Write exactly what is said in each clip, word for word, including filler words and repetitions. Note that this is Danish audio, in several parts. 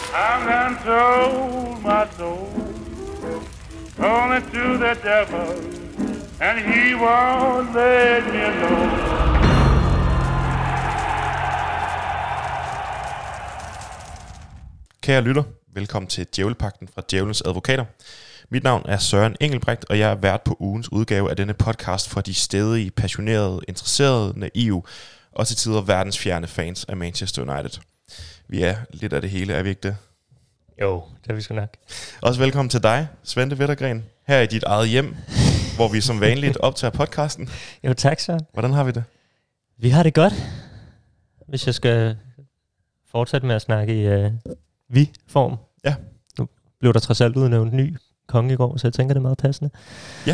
I'm done sold my soul only to the devil, and he won't let me alone. Kære lytter, velkommen til Djævlepagten fra Djævelens Advokater. Mit navn er Søren Engelbrecht, og jeg er vært på ugens udgave af denne podcast for de stædige, passionerede, interesserede, naive og til tider verdensfjerne fans af Manchester United. Vi er lidt af det hele, er vi ikke det? Jo, det er vi sgu nok. Også velkommen til dig, Svante Vettergren, her i dit eget hjem, hvor vi som vanligt optager podcasten. Jo, tak så. Hvordan har vi det? Vi har det godt, hvis jeg skal fortsætte med at snakke i uh, vi-form. Ja. Nu blev der trods alt udnævnt ny konge i går, så jeg tænker, det er meget passende. Ja.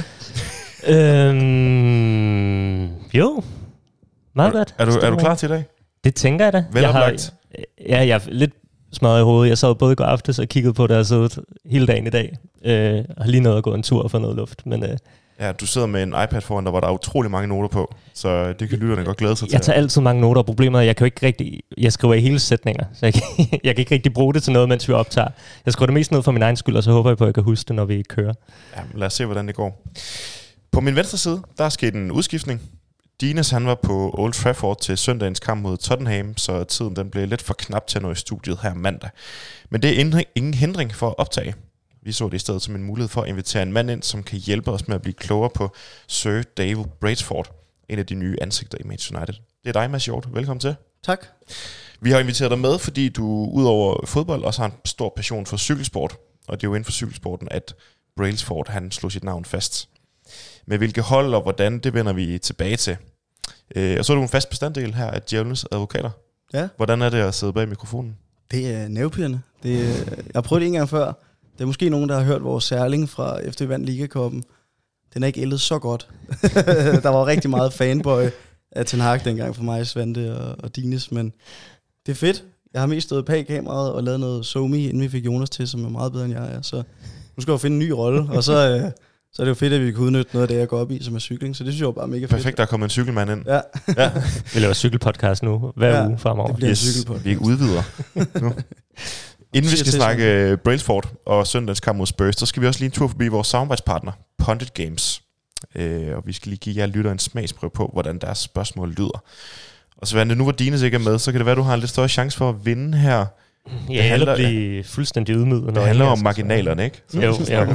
øhm, jo, meget er, godt. Er du, er du klar til i dag? Det tænker jeg da. Veloplagt. Jeg har, ja, jeg er lidt smadret i hovedet. Jeg sad både i går aftes og kiggede på det og siddet hele dagen i dag. Øh, og har lige nået at gå en tur og få noget luft. Men, øh, ja, du sidder med en iPad foran dig, hvor der er utrolig mange noter på. Så det kan lytterne godt glæde sig til. Jeg tager altid mange noter, og problemet er, jeg kan jo ikke rigtig... Jeg skriver i hele sætninger, så jeg kan, jeg kan ikke rigtig bruge det til noget, mens vi optager. Jeg skriver det mest ned for min egen skyld, og så håber jeg på, at jeg kan huske det, når vi kører. Ja, lad os se, hvordan det går. På min venstre side, der er sket en udskiftning. Dines, han var på Old Trafford til søndagens kamp mod Tottenham, så tiden den blev lidt for knap til at nå i studiet her mandag. Men det er ingen hindring for at optage. Vi så det i stedet som en mulighed for at invitere en mand ind, som kan hjælpe os med at blive klogere på Sir David Brailsford, en af de nye ansigter i Manchester United. Det er dig, Mads Hjort. Velkommen til. Tak. Vi har inviteret dig med, fordi du udover fodbold også har en stor passion for cykelsport. Og det er jo inden for cykelsporten, at Brailsford han slog sit navn fast. Med hvilke hold og hvordan, det vender vi tilbage til. Øh, og så er du en fast bestanddel her af Djævelens Advokater. Ja. Hvordan er det at sidde bag mikrofonen? Det er nervepirrende. Det er, jeg har prøvet det en gang før. Det er måske nogen, der har hørt vores særling fra efter vi vandt Ligacupen. Den er ikke ældet så godt. Der var rigtig meget fanboy af Ten Hag dengang for mig, Svante og, og Dines, men det er fedt. Jeg har mest stået bag kameraet og lavet noget SoMe, inden vi fik Jonas til, som er meget bedre end jeg er. Så nu skal jeg finde en ny rolle, og så, øh, så er det jo fedt, at vi kan udnytte noget af det, jeg går op i, som er cykling. Så det synes jeg jo bare mega fedt. Perfekt, der er kommet en cykelmand ind. Ja. Ja. Vi laver cykelpodcast nu, hver ja, uge fremover. Det bliver yes, en cykelpodcast. Vi udvider nu. Inden vi skal snakke Brailsford og søndagens kamp mod Spurs, så skal vi også lige en tur forbi vores samarbejdspartner, Pundit Games. Øh, og vi skal lige give jer lytter en smagsprøve på, hvordan deres spørgsmål lyder. Og så nu hvor Dines ikke er med, så kan det være, at du har en lidt større chance for at vinde her. Ja, det handler om blive fuldstændig ydmyget. Det handler om marginalerne, ikke? Så jo, jo.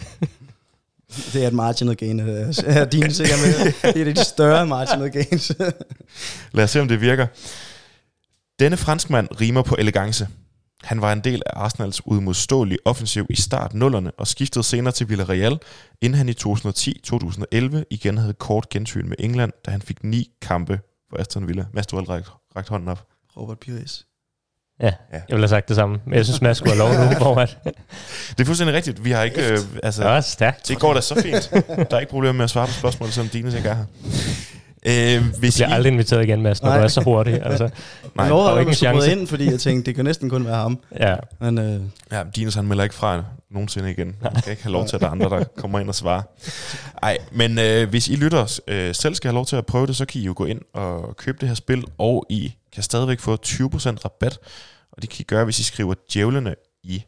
Det er et marginal gain, er Dines sikker med. Det er de større marginal gains. Lad os se, om det virker. Denne franskmand rimer på elegance. Han var en del af Arsenals udmodståelige offensiv i start nullerne og skiftede senere til Villarreal, inden han i to tusind og ti til to tusind og elleve igen havde kort gensyn med England, da han fik ni kampe for Aston Villa. Mads, du har rakt, rakt hånden op. Robert Pires. Ja, ja, jeg ville have sagt det samme. Men jeg synes, Mads skulle have lov nu. Hvor at det er fuldstændig rigtigt. Vi har ikke... Øh, altså, det er stærkt. Det går da så fint. Der er ikke problemer med at svare på spørgsmål, selvom Dines ikke er her. Øh, hvis jeg bliver I... aldrig inviteret igen, Mads, når du er så hurtigt. Altså, nej, jeg lover, at du skulle ind, fordi jeg tænkte, det kan næsten kun være ham. Ja. Men, øh... ja, Dines han melder ikke fra nogensinde igen. Han skal ikke have lov til, at der er andre, der kommer ind og svarer. Ej, men øh, hvis I lytter øh, selv skal have lov til at prøve det, så kan I jo gå ind og købe det her spil, og I kan stadigvæk få tyve procent rabat. Og det kan I gøre, hvis I skriver djævlene i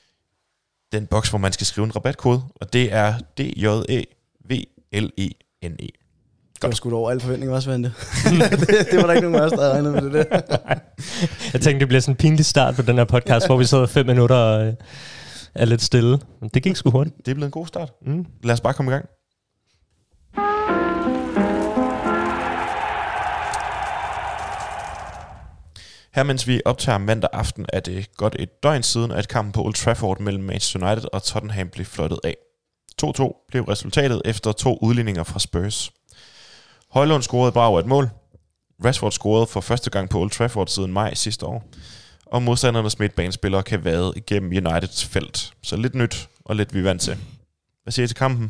den boks, hvor man skal skrive en rabatkode. Og det er D J E V L E N E. Godt. Det skulle over al forventning også, Svante. det, det var der ikke nogen af os, der havde regnet med det der. Jeg tænkte, det bliver sådan en pinlig start på den her podcast, hvor vi sidder fem minutter og øh, er lidt stille. Det gik sgu hurtigt. Det er blevet en god start. Mm. Lad os bare komme i gang. Her mens vi optager mandag aften, er det godt et døgn siden, at kampen på Old Trafford mellem Manchester United og Tottenham blev fløjtet af. to to blev resultatet efter to udligninger fra Spurs. Højlund scorede Bravo et mål. Rashford scorede for første gang på Old Trafford siden maj sidste år. Og modstandernes midtbanespillere kan vade igennem Uniteds felt. Så lidt nyt og lidt vi er vant til. Hvad siger I til kampen?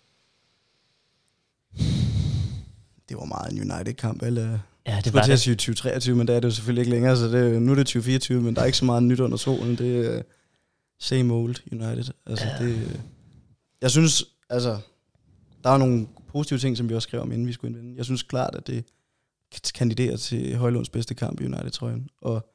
Det var meget en United-kamp. Eller ja, det var det. Til tyve treogtyve, men der er det jo selvfølgelig ikke længere. Så det, nu er det tyve fireogtyve, men der er ikke så meget nyt under solen. Det er same old United. Altså, ja. det, jeg synes, altså, der er nogle positive ting, som vi også skrev om, inden vi skulle indvinde. Jeg synes klart, at det kandiderer til Højlunds bedste kamp i United-trøjen. Og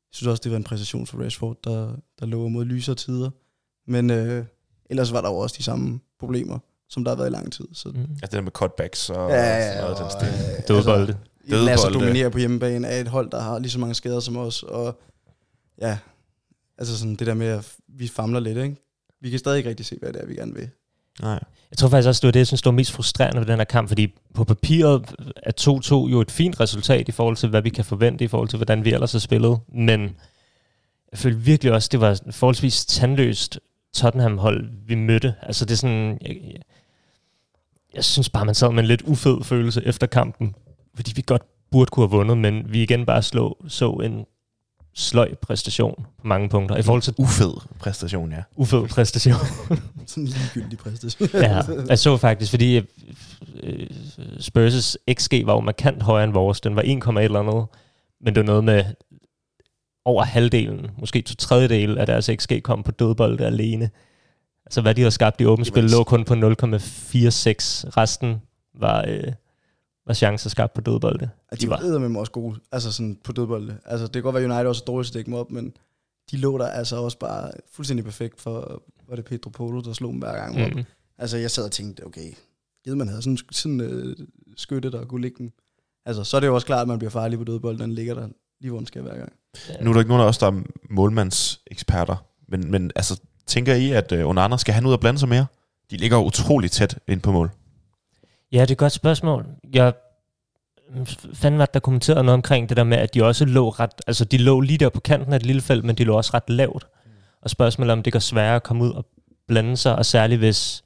synes også, det var en præstation for Rashford, der, der lå mod lysere tider. Men øh, ellers var der jo også de samme problemer, som der har været i lang tid. Så. Mm. Altså det der med cutbacks og ja, ja, sådan noget og, den stil. Øh, Dødbolde. Altså, lad os dominere på hjemmebane af et hold, der har lige så mange skader som os. Og ja, altså sådan det der med, at vi famler lidt, ikke? Vi kan stadig ikke rigtig se, hvad det er, vi gerne vil. Nej. Jeg tror faktisk også, det var det, jeg synes, det var mest frustrerende ved den her kamp, fordi på papiret er to to jo et fint resultat i forhold til, hvad vi kan forvente, i forhold til, hvordan vi ellers har spillet. Men jeg følte virkelig også, det var forholdsvis tandløst Tottenham-hold, vi mødte. Altså det er sådan... Jeg, jeg, jeg synes bare, man sad med en lidt ufed følelse efter kampen, fordi vi godt burde kunne have vundet, men vi igen bare slå, så en sløj præstation på mange punkter. I forhold til ufed præstation, ja. Ufed præstation. Sådan en ligegyldig præstation. Ja, jeg så faktisk, fordi øh, Spurs' X G var jo markant højere end vores. Den var en komma et eller andet, men det var noget med over halvdelen, måske to tredjedel af deres X G kom på dødbolde alene. Altså hvad de havde skabt i åbent spil lå kun på nul komma fire seks. Resten var... Øh, var chancer skabt på dødbolde. Ja, de var eddermame også gode, altså sådan på dødbolde. Altså det kan godt være, United også er dårligt at stikke dem op, men de lå der altså også bare fuldstændig perfekt for, var det Pedro Polo, der slog dem hver gang op. Mm. Altså jeg sad og tænkte, okay, givet man havde sådan sådan øh, skytte, der kunne ligge den. Altså så er det jo også klart, at man bliver farlig på dødbolde, den ligger der lige, hvor den skal hver gang. Ja. Nu er der ikke nogen af os, der er målmandseksperter, men, men altså tænker I, at uh, Onana skal han ud og blande sig mere? De ligger utroligt tæt ind på mål. Ja, det er et godt spørgsmål. Jeg fandt, hvad der kommenterede noget omkring det der med, at de også lå ret, altså de lå lige der på kanten af et lille felt, men de lå også ret lavt. Mm. Og spørgsmålet om det går sværere at komme ud og blande sig, og særligt hvis,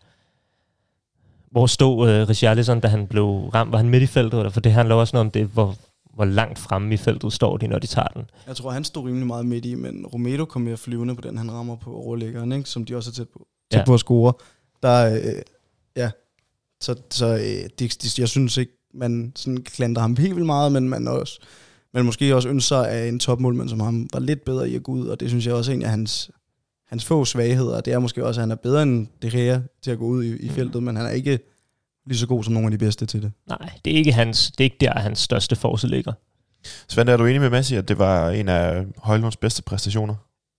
hvor stod uh, Richarlison, da han blev ramt, var han midt i feltet, for det handler også noget om det, hvor, hvor langt fremme i feltet står de, når de tager den. Jeg tror, han stod rimelig meget midt i, men Romero kom mere flyvende på den, han rammer på overlæggeren, ikke? Som de også er tæt på, tæt ja. på at score. Der, øh, ja, Så, så øh, det, det, jeg synes ikke, man sådan klandrer ham helt vildt meget, men man også, man måske også ønsker, at en topmålmand som ham var lidt bedre i at gå ud, og det synes jeg også er en af hans, hans få svagheder. Det er måske også, at han er bedre end De Gea til at gå ud i, i feltet, men han er ikke lige så god som nogle af de bedste til det. Nej, det er ikke, hans, det er ikke der, hans største force ligger. Svend, er du enig med Messi, at det var en af Højlunds bedste præstationer?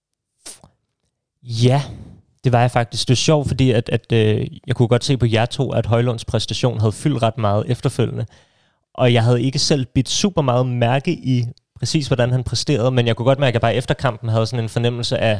Ja, det var jeg faktisk. Det er sjovt, fordi at, at, øh, jeg kunne godt se på jer to, at Højlunds præstation havde fyldt ret meget efterfølgende. Og jeg havde ikke selv bidt super meget mærke i præcis, hvordan han præsterede, men jeg kunne godt mærke, at jeg bare efter kampen havde sådan en fornemmelse af,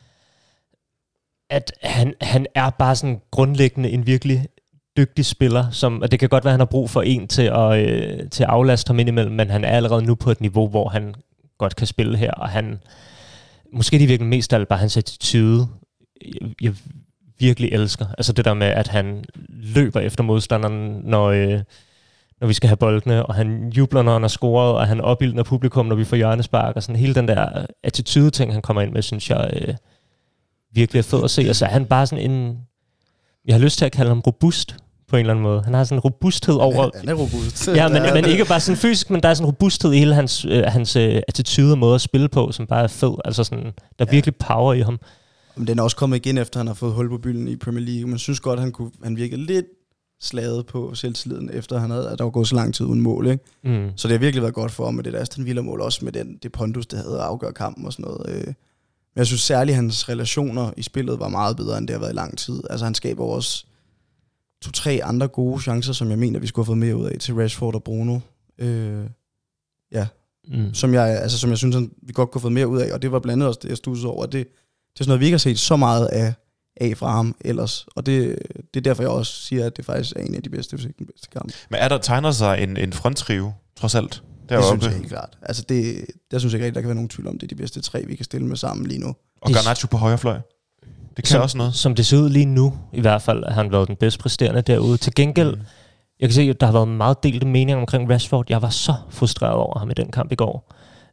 at han, han er bare sådan grundlæggende en virkelig dygtig spiller, som, og det kan godt være, at han har brug for en til at, øh, til at aflaste ham indimellem, men han er allerede nu på et niveau, hvor han godt kan spille her, og han, måske det virkelig mest af alt bare hans attitude, jeg, jeg virkelig elsker. Altså det der med, at han løber efter modstanderen, når, øh, når vi skal have boldene, og han jubler, når han har scoret, og han opildner publikum, når vi får hjørnespark, og sådan hele den der attitude-ting, han kommer ind med, synes jeg øh, virkelig er fed at se. Altså han er bare sådan en, jeg har lyst til at kalde ham robust, på en eller anden måde. Han har sådan en robusthed over... Ja, han er robust. Ja, men, men ikke bare sådan fysisk, men der er sådan en robusthed i hele hans, øh, hans øh, attitude og måde at spille på, som bare er fed. Altså sådan, der er ja. virkelig power i ham. Men den er også kommet igen, efter han har fået hul på bylden i Premier League. Man synes godt, han kunne han virkede lidt slaget på selvtilliden, efter han havde, at der var gået så lang tid uden mål. Ikke? Mm. Så det har virkelig været godt for ham med det der Aston Villa-mål, også med den, det pondus, det havde at afgøre kampen og sådan noget. Men jeg synes særligt, hans relationer i spillet var meget bedre, end det har været i lang tid. Altså han skaber også to-tre andre gode chancer, som jeg mener, vi skulle have fået mere ud af til Rashford og Bruno. Øh, ja, mm. som, jeg, altså, som jeg synes, vi godt kunne have fået mere ud af, og det var blandt andet også det, jeg studsede over. Det, det er sådan noget, vi ikke har set så meget af, af fra ham ellers, og det, det er derfor, jeg også siger, at det faktisk er en af de bedste, hvis ikke den bedste kamp. Men er der tegner sig en, en fronttrio, trods alt? Det synes jeg helt klart. Altså det, der synes jeg ikke rigtig, der kan være nogen tvivl om, det er de bedste tre, vi kan stille med sammen lige nu. Og Garnacho på højre fløj. Det kan som, også noget. Som det ser ud lige nu, i hvert fald, har han været den bedst præsterende derude. Til gengæld, mm. jeg kan se, at der har været meget delte meninger omkring Rashford. Jeg var så frustreret over ham i den kamp i går.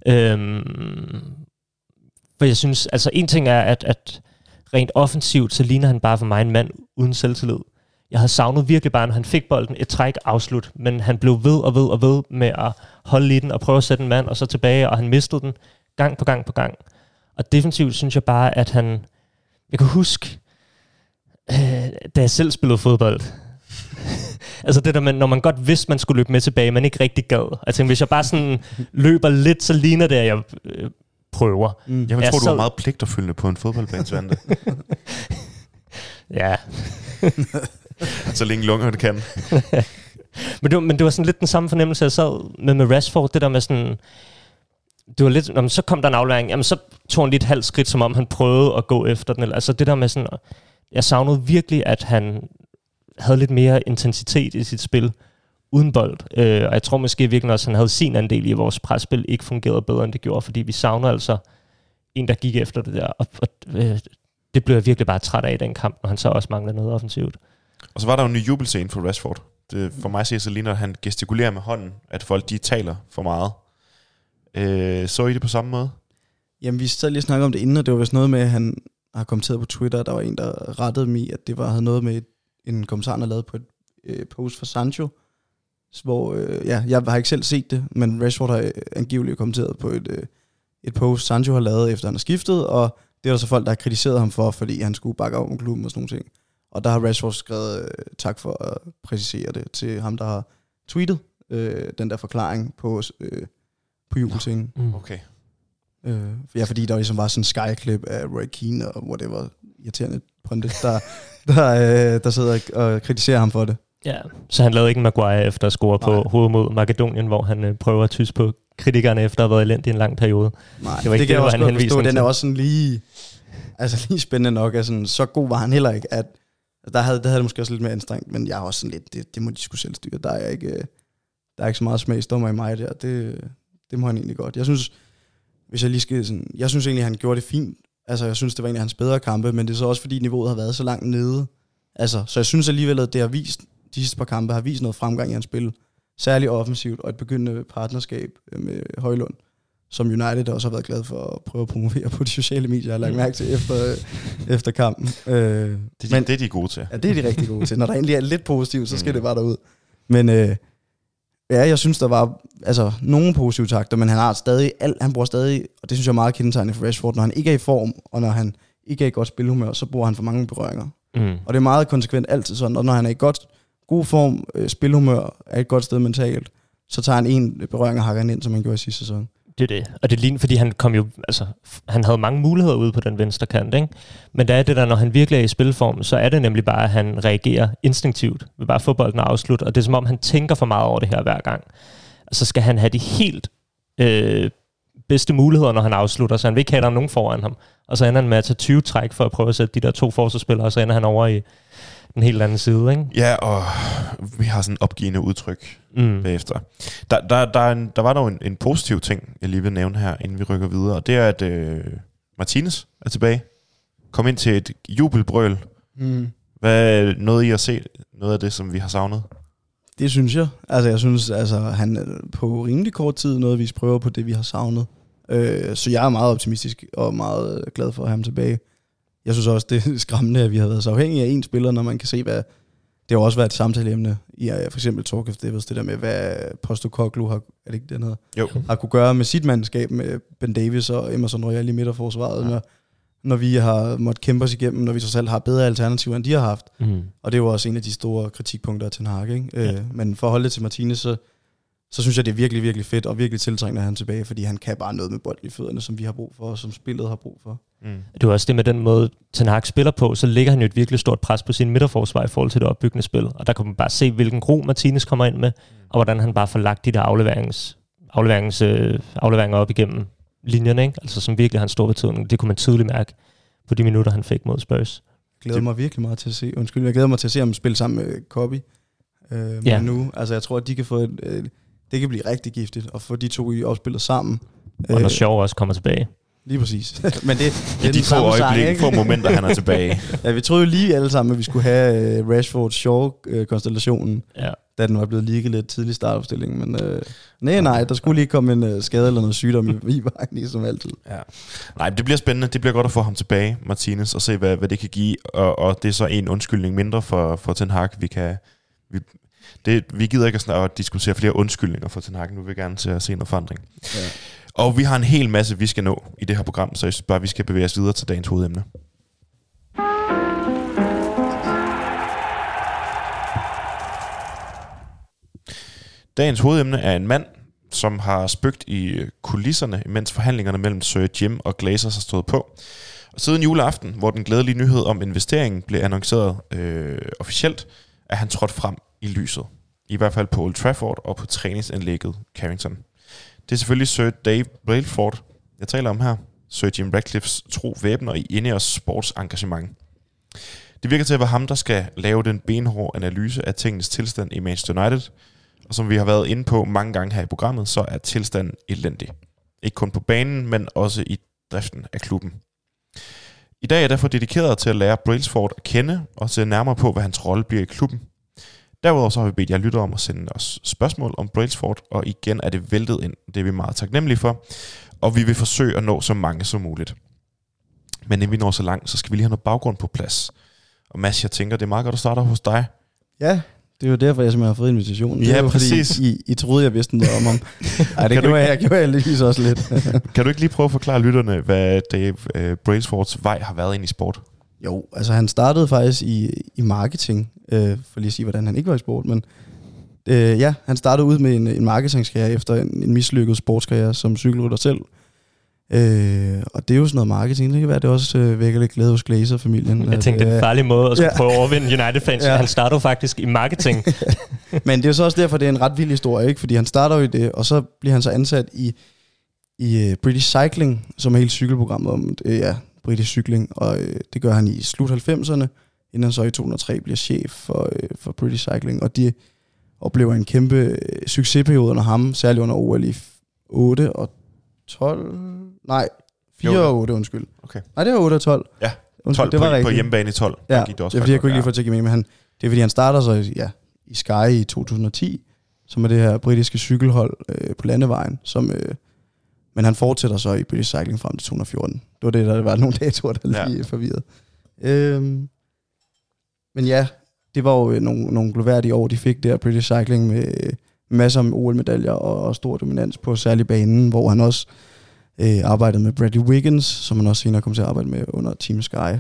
Øhm, for jeg synes, altså en ting er, at, at rent offensivt, så ligner han bare for mig en mand uden selvtillid. Jeg havde savnet virkelig bare, når han fik bolden, et træk afslut, men han blev ved og ved og ved med at holde i den og prøve at sætte en mand, og så tilbage, og han mistede den gang på gang på gang. Og defensivt synes jeg bare, at han... Jeg kan huske, øh, da jeg selv spillede fodbold. Altså det der med, når man godt vidste, man skulle løbe med tilbage, men ikke rigtig gad. Jeg tænkte, hvis jeg bare sådan løber lidt, så ligner det, at jeg øh, prøver. Mm. Jeg vil ja, tro, du så... var meget pligtopfyldende på en fodboldbane, Svante. Ja. Så længe lunger det kan. men, det var, men det var sådan lidt den samme fornemmelse, jeg sad med med Rashford, det der med sådan... Det var lidt, jamen, så kom der en aflevering, jamen så tog han lige et halvt skridt, som om han prøvede at gå efter den. Eller, altså det der med sådan... Jeg savnede virkelig, at han havde lidt mere intensitet i sit spil uden bold. Øh, og jeg tror måske virkelig også, at han havde sin andel i, at vores presspil ikke fungerede bedre, end det gjorde, fordi vi savner altså en, der gik efter det der. Og, og øh, det blev jeg virkelig bare træt af i den kamp, når han så også manglede noget offensivt. Og så var der jo en ny jubelscene for Rashford. Det, for mig siger så lige, når han gestikulerer med hånden, at folk de taler for meget. Øh, så I det på samme måde? Jamen, vi sad lige og snakkede om det inden, og det var vist noget med, at han har kommenteret på Twitter, der var en, der rettede mig, at det var, havde noget med en kommentar, han havde lavet på et øh, post fra Sancho, hvor, øh, ja, jeg har ikke selv set det, men Rashford har angiveligt kommenteret på et, øh, et post, Sancho har lavet, efter han har skiftet, og det er der så folk, der har kritiseret ham for, fordi han skulle bakke op om klubben og sådan nogle ting. Og der har Rashford skrevet øh, tak for at præcisere det til ham, der har tweetet øh, den der forklaring på, øh, på jubelscenen. Mm. Okay. Øh, ja, fordi der ligesom var sådan en skyklip af Roy Keane og whatever irriterende pundit, der, der, øh, der sidder og kritiserer ham for det. Ja, så han lavede ikke en Maguire efter at score Nej. på hovedet mod Makedonien, hvor han øh, prøver at tyse på kritikerne efter at have været elendig i en lang periode. Nej, det var ikke det kan det, jeg også han godt forstå. Den er til. også sådan lige, altså lige spændende nok. Altså, så god var han heller ikke, at der havde, der havde det måske også lidt mere anstrengt, men jeg er også sådan lidt, det, det må de sgu selv styre. Der er ikke, der er ikke så meget smagsdommer i mig der. Det, det må han egentlig godt. Jeg synes, hvis jeg lige skal sådan, jeg synes egentlig, han gjorde det fint. Altså, jeg synes, det var en af hans bedre kampe, men det er så også, fordi niveauet har været så langt nede. Altså, så jeg synes alligevel, at det har vist, de sidste par kampe har vist noget fremgang i hans spil. Særligt offensivt, og et begyndende partnerskab med Højlund, som United også har været glad for at prøve at promovere på de sociale medier, jeg har lagt mærke til efter, efter kampen. Øh, Det er, de, men, det er de gode til. Ja, det er de rigtig gode til. Når der egentlig er lidt positivt, så skal mm. det bare derud. Men øh, ja, jeg synes, der var altså, nogle positive takter, men han har stadig, alt, han bruger stadig, og det synes jeg er meget kendetegnende for Rashford, når han ikke er i form, og når han ikke er i godt spilhumør, så bruger han for mange berøringer. Mm. Og det er meget konsekvent altid sådan, og når han er i godt, god form, øh, spilhumør, er et godt sted mentalt, så tager han en berøring og hakker han ind, som han gjorde i sidste sæson. Det er det. Og det ligner, fordi han kom jo, altså, han havde mange muligheder ude på den venstre kant, ikke? Men der er det der, når han virkelig er i spilform, så er det nemlig bare, at han reagerer instinktivt ved bare fodbolden at afslutte, og det er som om, han tænker for meget over det her hver gang. Så skal han have de helt øh, bedste muligheder, når han afslutter, så han vil ikke have, der er nogen foran ham. Og så ender han med at tage tyve træk for at prøve at sætte de der to forsvarsspillere, og så ender han over i den helt anden side, ikke? Ja, og vi har sådan en opgivende udtryk mm. bagefter. Der, der, der, en, der var dog en, en positiv ting, jeg lige vil nævne her, inden vi rykker videre, og det er, at øh, Martinez er tilbage. Kom ind til et jubelbrøl. Mm. Hvad nåede I at se noget af det, som vi har savnet? Det synes jeg. Altså, jeg synes, altså, han på rimelig kort tid nåede vi prøver på det, vi har savnet. Øh, så jeg er meget optimistisk og meget glad for at have ham tilbage. Jeg synes også, det er skræmmende, at vi har været så afhængige af en spiller, når man kan se, hvad... Det har også været et samtaleemne i for eksempel Talk of Devils, det der med, hvad Postecoglou har, er det ikke den hedder? Jo. har kunne gøre med sit mandskab med Ben Davis og Emerson Royal i midterforsvaret, ja. når, når vi har måttet kæmpe os igennem, når vi så selv har bedre alternativer, end de har haft. Mm. Og det er jo også en af de store kritikpunkter af Ten Hag, ikke? Ja. Øh, men for at holde det til Martinez, så, så synes jeg, det er virkelig, virkelig fedt og virkelig tiltrængende at han tilbage, fordi han kan bare noget med bold i fødderne, som vi har brug for, og som spillet har brug for. Mm. Det er også det med den måde, Ten Hag spiller på, så lægger han jo et virkelig stort pres på sin midterforsvar i forhold til det opbyggende spil. Og der kan man bare se, hvilken ro Martinez kommer ind med, mm. og hvordan han bare får lagt de der afleverings, afleverings, øh, afleveringer op igennem linjerne, ikke? Altså som virkelig har en stor betydning. Det kunne man tydeligt mærke på de minutter, han fik mod Spurs. Jeg glæder mig virkelig meget til at se, undskyld, jeg glæder mig til at se ham spille sammen med Kobe øh, ja. nu. Altså jeg tror, at de kan få et, øh, det kan blive rigtig giftigt, at få de to i opspillet sammen. Og når Shaw også kommer tilbage. Lige præcis. Men det, det ja, er de få øjeblikke, få momenter, han er tilbage. Ja, vi troede jo lige alle sammen, at vi skulle have uh, Rashford-Shaw-konstellationen, ja. da den var blevet ligget lidt tidlig startopstilling. Men uh, nej, nej, der skulle lige komme en uh, skade eller noget sygdom i, i vejen, ligesom altid. Ja. Nej, det bliver spændende. Det bliver godt at få ham tilbage, Martinez, og se, hvad, hvad det kan give. Og, og det er så en undskyldning mindre for, for Ten Hag. Vi kan... Vi, det, vi gider ikke at, at diskutere flere undskyldninger for Ten Hag. Nu vil vi gerne til at se noget forandring. Ja. Og vi har en hel masse, vi skal nå i det her program, så jeg synes bare, vi skal bevæge os videre til dagens hovedemne. Dagens hovedemne er en mand, som har spøgt i kulisserne, mens forhandlingerne mellem Sir Jim og Glazers har stået på. Og siden juleaften, hvor den glædelige nyhed om investeringen blev annonceret øh, officielt, er han trådt frem i lyset. I hvert fald på Old Trafford og på træningsanlægget Carrington. Det er selvfølgelig Sir Dave Brailsford, jeg taler om her. Sir Jim Ratcliffes tro væbner i Ineos sportsengagement. Det virker til at være ham, der skal lave den benhårde analyse af tingens tilstand i Manchester United. Og som vi har været inde på mange gange her i programmet, så er tilstanden elendig. Ikke kun på banen, men også i driften af klubben. I dag er jeg derfor dedikeret til at lære Brailsford at kende og se nærmere på, hvad hans rolle bliver i klubben. Derudover så har vi bedt jer lyttere om at sende os spørgsmål om Brailsford, og igen er det væltet ind. Det er vi meget taknemmelige for, og vi vil forsøge at nå så mange som muligt. Men inden vi når så langt, så skal vi lige have noget baggrund på plads. Og Mads, jeg tænker, det er meget godt at starte hos dig. Ja, det er jo derfor, jeg simpelthen har fået invitationen. Ja, det er præcis. Fordi I, I troede, jeg vidste noget om ham. Ej, det gjorde jeg, jeg gjorde jeg heldigvis også lidt. Kan du ikke lige prøve at forklare lytterne, hvad Dave uh, Brailsfords vej har været ind i sport? Jo, altså han startede faktisk i, i marketing, øh, for lige at sige, hvordan han ikke var i sport, men øh, ja, han startede ud med en, en marketingskarriere efter en, en mislykket sportskarriere som cykelrytter selv. Øh, og det er jo sådan noget marketing. Det kan være, det også øh, vækker lidt glæde hos Glazer-familien. Jeg tænkte, det er en farlig måde at skulle ja. prøve at overvinde United-fans. Ja. Han startede faktisk i marketing. Men det er jo så også derfor, det er en ret vild historie, ikke? Fordi han starter jo i det, og så bliver han så ansat i, i uh, British Cycling, som er hele cykelprogrammet om uh, ja, British Cykling, og uh, det gør han i slut halvfemserne, inden han så i to tusind og tre bliver chef for, uh, for British Cycling, og de oplever en kæmpe uh, succesperiode under ham, særligt under O L i otte og tolv. Nej, fire og otte, undskyld. Okay. Nej, det var otte og tolv. Ja, undskyld, tolv det var på, rigtigt. på hjemmebane i tolv. Ja, gik det, også det er fordi, jeg kunne ikke lige ja. få til at give mening, men han, det er fordi, han starter så ja, i Sky i to tusind og ti, som er det her britiske cykelhold øh, på landevejen, som, øh, men han fortsætter så i British Cycling frem til to tusind og fjorten. Det var det, der var nogle datoer, der lige ja. forvirret. Øhm, men ja, det var jo øh, nogle, nogle gloværdige år, de fik der British Cycling med øh, masser af O L-medaljer og, og stor dominans på særlig banen, hvor han også øh, arbejdede med Bradley Wiggins, som han også senere kom til at arbejde med under Team Sky.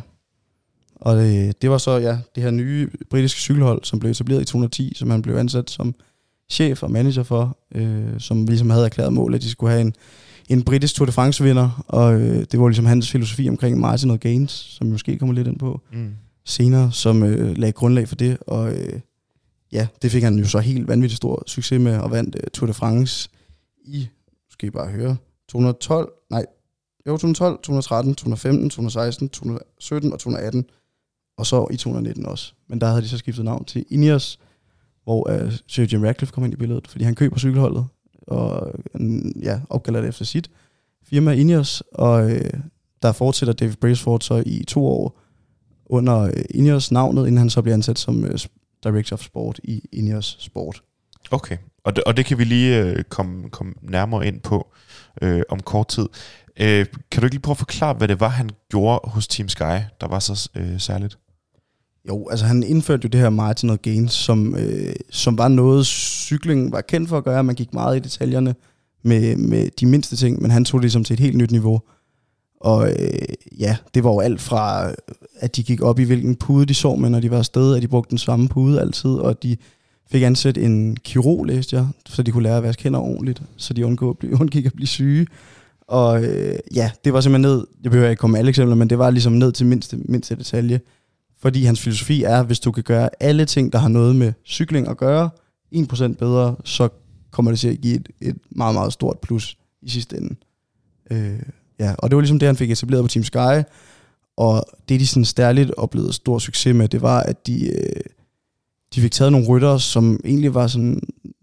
Og det, det var så ja, det her nye britiske cykelhold, som blev etableret i to tusind og ti, som han blev ansat som chef og manager for, øh, som ligesom havde erklæret mål, at de skulle have en, en britisk Tour de France-vinder, og øh, det var ligesom hans filosofi omkring Martin og Gaines, som vi måske kommer lidt ind på mm. senere, som øh, lagde grundlag for det, og øh, ja, det fik han jo så helt vanvittigt stor succes med, og vandt øh, Tour de France i, skal I bare høre, to tusind og tolv, nej, jo, to tusind og tolv, to tusind og tretten, to tusind og femten, to tusind og seksten, to tusind og sytten og to tusind og atten, og så i to tusind og nitten også. Men der havde de så skiftet navn til Ineos, hvor uh, Sir Jim Ratcliffe kom ind i billedet, fordi han køber cykelholdet, og ja, opkalder det efter sit firma Ineos, og uh, der fortsætter David Brailsford så i to år under uh, Ineos navnet, inden han så bliver ansat som uh, Director of Sport i Ineos Sport. Okay, og det, og det kan vi lige uh, komme, komme nærmere ind på uh, om kort tid. Uh, kan du ikke lige prøve at forklare, hvad det var, han gjorde hos Team Sky, der var så uh, særligt? Jo, altså han indførte jo det her Martin og Gaines, som, øh, som var noget, cykling var kendt for at gøre. Man gik meget i detaljerne med, med de mindste ting, men han tog det ligesom til et helt nyt niveau. Og øh, ja, det var jo alt fra, at de gik op i, hvilken pude de sov med, når de var afsted, at de brugte den samme pude altid, og de fik ansat en kirurg, læste jeg, så de kunne lære at vaske hænder ordentligt, så de undgik at blive, undgik at blive syge. Og øh, ja, det var simpelthen ned, jeg behøver ikke komme med alle eksempler, men det var ligesom ned til mindste, mindste detalje. Fordi hans filosofi er, at hvis du kan gøre alle ting, der har noget med cykling at gøre, en procent bedre, så kommer det til at give et, et meget, meget stort plus i sidste ende. Øh, ja, og det var ligesom det, han fik etableret på Team Sky. Og det, de sådan stærligt oplevede stor succes med, det var, at de, øh, de fik taget nogle ryttere, som egentlig var sådan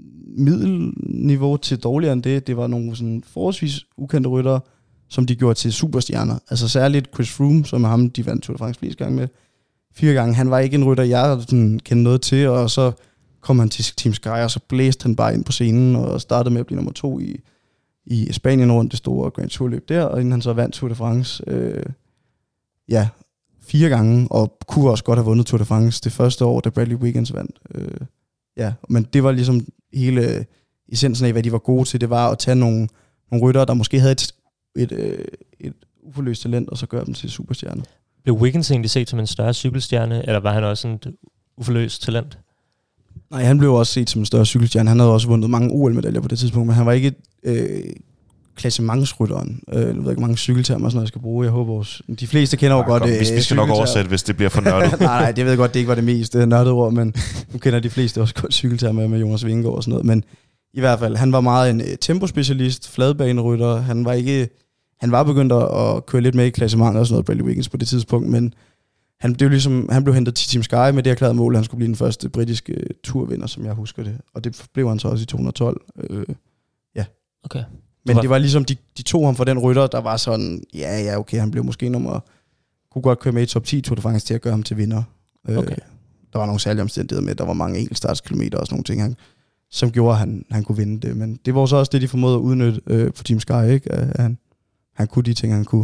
middelniveau til dårligere end det. Det var nogle sådan forholdsvis ukendte ryttere, som de gjorde til superstjerner. Altså særligt Chris Froome, som er ham, de vandt Tour de France flest gange med. Fire gange. Han var ikke en rytter, jeg kendte noget til, og så kom han til Team Sky, og så blæste han bare ind på scenen, og startede med at blive nummer to i, i Spanien rundt det store Grand Tour-løb der, og inden han så vandt Tour de France, øh, ja, fire gange, og kunne også godt have vundet Tour de France det første år, da Bradley Wiggins vandt. Øh, ja, men det var ligesom hele essensen af, hvad de var gode til, det var at tage nogle, nogle ryttere, der måske havde et, et, et, et uforløst talent, og så gøre dem til superstjerner. Blev Wiggins egentlig set som en større cykelstjerne, eller var han også en uforløst talent? Nej, han blev også set som en større cykelstjerne. Han havde også vundet mange O L-medaljer på det tidspunkt, men han var ikke øh, klassementsrytteren. Øh, jeg ved ikke, hvor mange cykeltermer sådan noget, jeg skal bruge. Jeg håber også. De fleste kender jo ja, godt... Øh, vi, vi skal nok oversætte, hvis det bliver for nørdet. nej, nej, det ved jeg godt, det ikke var det mest nørdede ord, men nu kender de fleste også godt cykeltermer med Jonas Vingegaard og sådan noget. Men i hvert fald, han var meget en tempospecialist, fladbanerytter. Han var ikke... Han var begyndt at køre lidt med i klassementer og sådan noget, Bradley Wiggins på det tidspunkt, men han blev ligesom, han blev hentet til Team Sky med det erklærede mål, han skulle blive den første britiske turvinder, som jeg husker det. Og det blev han så også i to tusind og tolv. Øh, ja. Okay. Men var... det var ligesom, de, de tog ham for den rytter, der var sådan, ja, ja, okay, han blev måske nummer, kunne godt køre med i top ti Tour de France til at gøre ham til vinder. Okay. Øh, der var nogle særlige omstændigheder med, der var mange enkeltstartskilometer og sådan nogle ting, han, som gjorde, at han, han kunne vinde det. Men det var så også det, de formåede at udnytte øh, for Team Sky, ikke? At han, han kunne de ting, han kunne.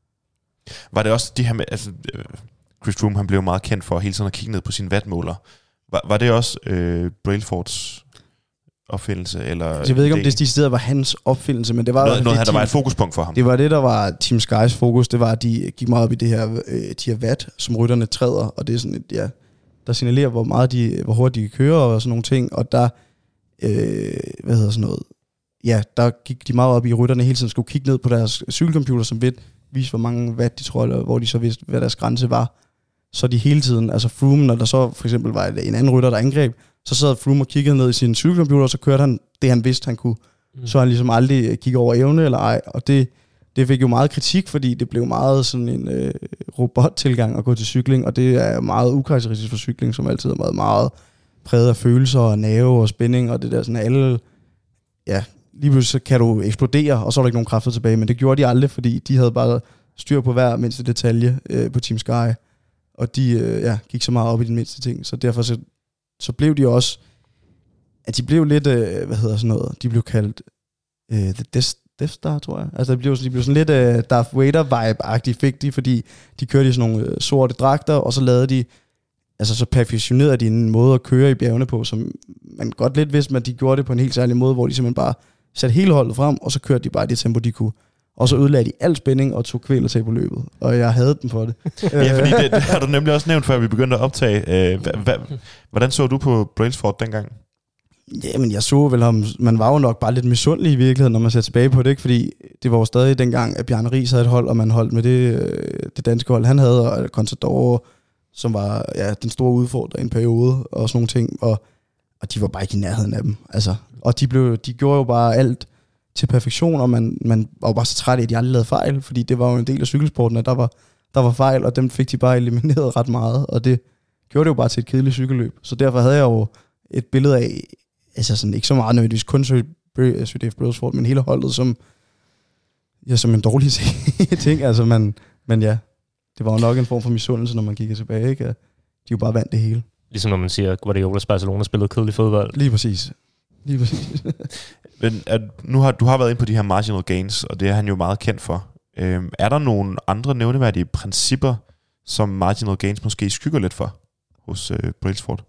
Var det også de her med, altså Chris Froome, han blev meget kendt for hele tiden at kigge ned på sine wattmåler. Var, var det også øh, Brailsfords opfindelse? Eller altså, jeg ved ikke, om det stedet var hans opfindelse, men det var... Noget, noget det, der var et fokuspunkt for ham. Det var det, der var Team Skys fokus. Det var, at de gik meget op i det her, øh, de her watt, som rytterne træder, og det er sådan et, ja, der signalerer, hvor meget de, hvor hurtigt de kan køre og sådan nogle ting, og der, øh, hvad hedder sådan noget, ja, der gik de meget op i, rytterne hele tiden skulle kigge ned på deres cykelcomputer, som ved, vise, hvor mange watt de tror, eller hvor de så vidste, hvad deres grænse var. Så de hele tiden, altså Froome, når der så for eksempel var en anden rytter, der angreb, så sad Froome og kiggede ned i sin cykelcomputer, og så kørte han det, han vidste, han kunne. Mm. Så han ligesom aldrig kiggede over evne eller ej, og det, det fik jo meget kritik, fordi det blev meget sådan en øh, robottilgang at gå til cykling, og det er meget ukarakteristisk for cykling, som altid har været meget præget af følelser og nerve og spænding, og det der sådan alle, ja, lige pludselig kan du eksplodere, og så er der ikke nogen kræfter tilbage, men det gjorde de aldrig, fordi de havde bare styr på hver mindste detalje øh, på Team Sky, og de øh, ja, gik så meget op i de mindste ting, så derfor så, så blev de også, at de blev lidt, øh, hvad hedder sådan noget, de blev kaldt øh, The Death, Death Star, tror jeg. Altså de blev, de blev sådan lidt øh, Darth Vader-vibe-agtige, fik de, fordi de kørte i sådan nogle øh, sorte dragter, og så lavede de, altså så perfektionerede de en måde at køre i bjergene på, som man godt lidt vidste, men de gjorde det på en helt særlig måde, hvor de simpelthen bare satte hele holdet frem, og så kørte de bare det tempo, de kunne. Og så ødelagde de al spænding og tog kvælertag på løbet. Og jeg havde dem for det. Ja, fordi det, det har du nemlig også nævnt, før vi begyndte at optage. Øh, hva, hva, hvordan så du på Brailsford dengang? Jamen, jeg så vel ham. Man var jo nok bare lidt misundelig i virkeligheden, når man ser tilbage på det, ikke? Fordi det var jo stadig dengang, at Bjarne Riis havde et hold, og man holdt med det, det danske hold, han havde, og Contador, som var ja, den store udfordrer i en periode, og sådan nogle ting. Og, og de var bare ikke i nærheden af dem. Altså, og de, blev, de gjorde jo bare alt til perfektion, og man, man var jo bare så træt af, at de aldrig lavede fejl, fordi det var jo en del af cykelsporten, at der var, der var fejl, og dem fik de bare elimineret ret meget, og det gjorde det jo bare til et kedeligt cykelløb. Så derfor havde jeg jo et billede af, altså sådan ikke så meget nødvendigvis kun Sir Dave Brailsford, men hele holdet som, ja, som en dårlig ting, altså man, men ja, det var jo nok en form for misundelse, når man kigger tilbage, ikke? De jo bare vandt det hele. Ligesom når man siger, Guardiola Barcelona spillede kedelig fodbold. Lige præcis. Lige præcis. Men at, nu har du har været inde på de her marginal gains, og det er han jo meget kendt for. Øhm, er der nogle andre nævneværdige principper, som marginal gains måske skygger lidt for hos øh, Brailsford?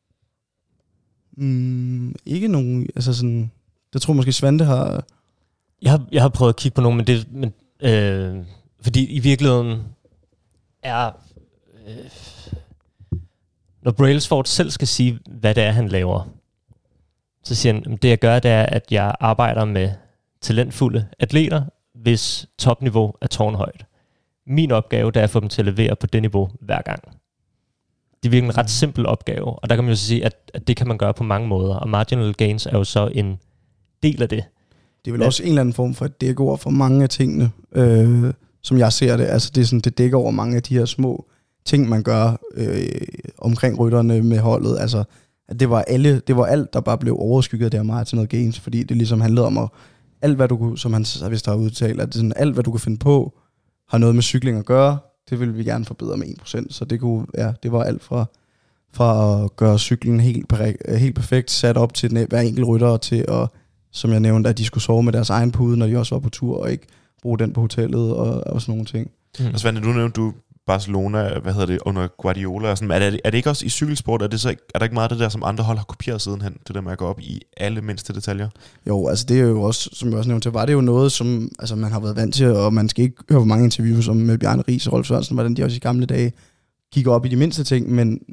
Mm, ikke nogen, altså sådan, det tror jeg måske Svante har... Jeg har, jeg har prøvet at kigge på nogle, men det, men, øh, fordi i virkeligheden er, øh, når Brailsford selv skal sige, hvad det er, han laver, så siger han, det jeg gør, det er, at jeg arbejder med talentfulde atleter, hvis topniveau er tårnhøjt. Min opgave, det er at få dem til at levere på det niveau hver gang. Det er virkelig en ret simpel opgave, og der kan man jo så sige, at, at det kan man gøre på mange måder, og marginal gains er jo så en del af det. Det er vel også en eller anden form for et dækord for mange af tingene, øh, som jeg ser det. Altså det er sådan, det dækker over mange af de her små ting, man gør øh, omkring rytterne med holdet. Altså at det var alle, det var alt, der bare blev overskygget af det her marginal gains, fordi det ligesom handlede om at alt, hvad du kunne, som han vist har udtalt, at det sådan, alt, hvad du kan finde på, har noget med cykling at gøre. Det ville vi gerne forbedre med en procent, så det kunne, ja, det var alt fra, fra at gøre cyklen helt, helt perfekt, sat op til hver enkelt rytter, til at, som jeg nævnte, at de skulle sove med deres egen pude, når de også var på tur, og ikke bruge den på hotellet, og, og sådan nogle ting. Mm. Og Svante, du nævnte du Barcelona, hvad hedder det, under Guardiola, og sådan, er, det, er det ikke også i cykelsport, er, det så, er der ikke meget af det der, som andre hold har kopieret sidenhen, det der med at gå op i alle mindste detaljer? Jo, altså det er jo også, som jeg også nævnte, var det jo noget, som altså, man har været vant til, og man skal ikke høre for mange interviews om med Bjarne Riis og Rolf Sørensen, hvordan de også i gamle dage kigger op i de mindste ting, men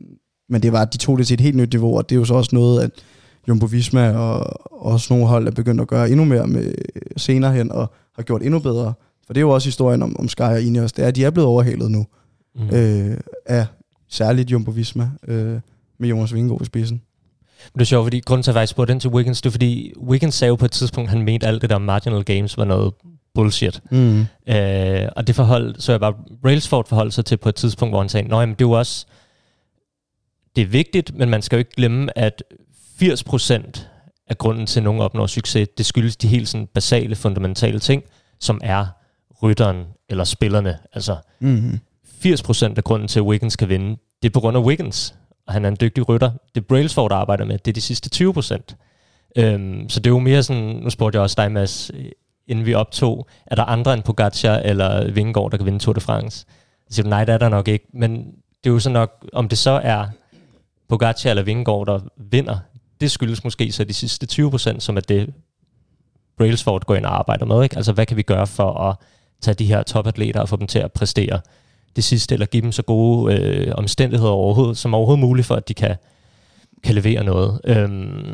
men det var, de tog det til et helt nyt niveau, og det er jo så også noget, at Jumbo-Visma og også nogle hold er begyndt at gøre endnu mere med senere hen, og har gjort endnu bedre. For det er jo også historien om, om Sky og Ineos, det er, at de er blevet overhalet nu, mm. øh, af særligt Jumbo-Visma, øh, med Jonas Vingegaard i spidsen. Det er sjovt, fordi grunden til at jeg spurgte ind til Wiggins, det er fordi, Wiggins sagde jo på et tidspunkt, han mente alt det der marginal games var noget bullshit. Mm. Øh, og det forhold, så jeg bare, Brailsford forholdt sig til på et tidspunkt, hvor han sagde, nej, men det er jo også, det er vigtigt, men man skal jo ikke glemme, at firs procent af grunden til, at nogen opnår succes, det skyldes de helt sådan basale, fundamentale ting, som er rytteren eller spillerne. Altså, mm-hmm. firs procent af grunden til, at Wiggins kan vinde, det er på grund af Wiggins. Og han er en dygtig rytter. Det Brailsford arbejder med, det er de sidste tyve procent. Øhm, så det er jo mere sådan, nu spurgte jeg også dig, Mads, inden vi optog, er der andre end Pogacar eller Vingegaard, der kan vinde Tour de France? Så siger du, nej, det er der nok ikke. Men det er jo så nok, om det så er Pogacar eller Vingegaard, der vinder, det skyldes måske så de sidste tyve procent, som er det, Brailsford går ind og arbejder med. Ikke? Altså, hvad kan vi gøre for at tage de her topatleter og få dem til at præstere det sidste, eller give dem så gode øh, omstændigheder overhovedet, som overhovedet muligt for, at de kan, kan levere noget. Øhm,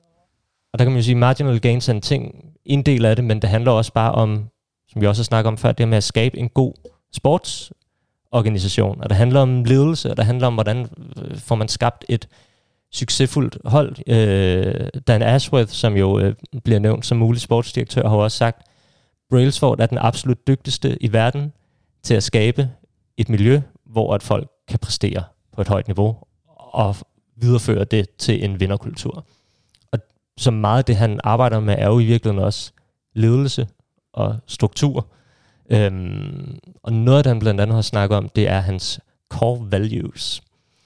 og der kan man jo sige, marginal gains er en ting, en del af det, men det handler også bare om, som vi også har snakket om før, det med at skabe en god sportsorganisation, og det handler om ledelse, og det handler om, hvordan får man skabt et succesfuldt hold. Øh, Dan Ashworth, som jo øh, bliver nævnt som mulig sportsdirektør, har også sagt, Brailsford er den absolut dygtigste i verden til at skabe et miljø, hvor at folk kan præstere på et højt niveau og videreføre det til en vinderkultur. Og så meget af det, han arbejder med, er jo i virkeligheden også ledelse og struktur. Øhm, og noget af det, han blandt andet har snakket om, det er hans core values,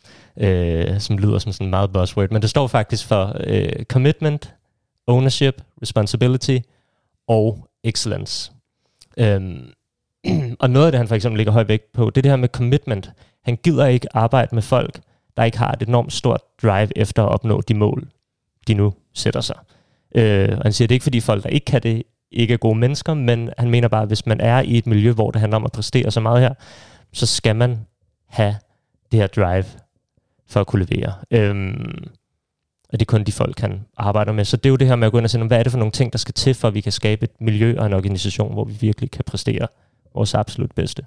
øh, som lyder som sådan en meget buzzword, men det står faktisk for øh, commitment, ownership, responsibility og excellence. Øhm, og noget af det, han for eksempel lægger høj vægt på, det er det her med commitment. Han gider ikke arbejde med folk, der ikke har et enormt stort drive efter at opnå de mål, de nu sætter sig. Øh, og han siger, det er ikke fordi folk, der ikke kan det, ikke er gode mennesker, men han mener bare, at hvis man er i et miljø, hvor det handler om at præstere så meget her, så skal man have det her drive for at kunne levere. Øhm, og det er kun de folk, han arbejder med. Så det er jo det her med at gå ind og sige, hvad er det for nogle ting, der skal til, for at vi kan skabe et miljø og en organisation, hvor vi virkelig kan præstere vores absolut bedste.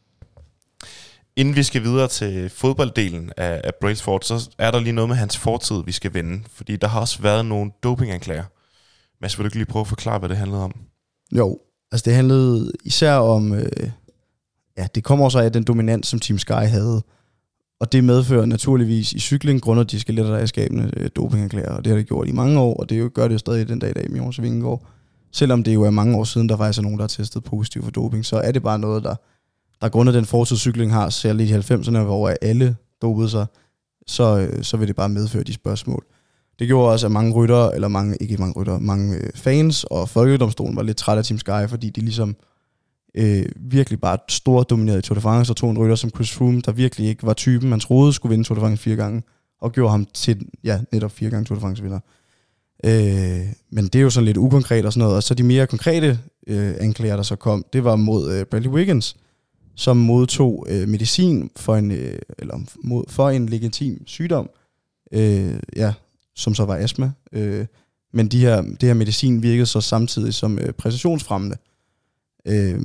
Inden vi skal videre til fodbolddelen af, af Brailsford, så er der lige noget med hans fortid, vi skal vende. Fordi der har også været nogle dopinganklager. Mads, vil du ikke lige prøve at forklare, hvad det handlede om? Jo, altså det handlede især om, øh, ja, det kommer også af den dominans, som Team Sky havde. Og det medfører naturligvis i cykling grundet de skeletter, der er skabende øh, dopinganklager. Og det har det gjort i mange år, og det jo, gør det jo stadig den dag i dag med Jonas Vingegaard. Selvom det jo er mange år siden, der faktisk er nogen, der har testet positivt for doping, så er det bare noget, der, der grundet den fortid cykling har, særligt i halvfemserne, hvor alle dopede sig, så, øh, så vil det bare medføre de spørgsmål. Det gjorde også, at mange ryttere, eller mange, ikke mange ryttere, mange øh, fans og Folkedomstolen var lidt trætte af Team Sky, fordi de ligesom øh, virkelig bare stort dominerede i Tour de France, og tog en rytter som Chris Froome, der virkelig ikke var typen, man troede skulle vinde Tour de France fire gange, og gjorde ham til, ja, netop fire gange Tour de France vinder. Øh, men det er jo sådan lidt ukonkret og sådan noget, og så de mere konkrete øh, anklager, der så kom, det var mod øh, Bradley Wiggins, som modtog øh, medicin for en, øh, eller mod, for en legitim sygdom, øh, ja, som så var astma. Øh, men de her, det her medicin virkede så samtidig som øh, præstationsfremmende. Øh,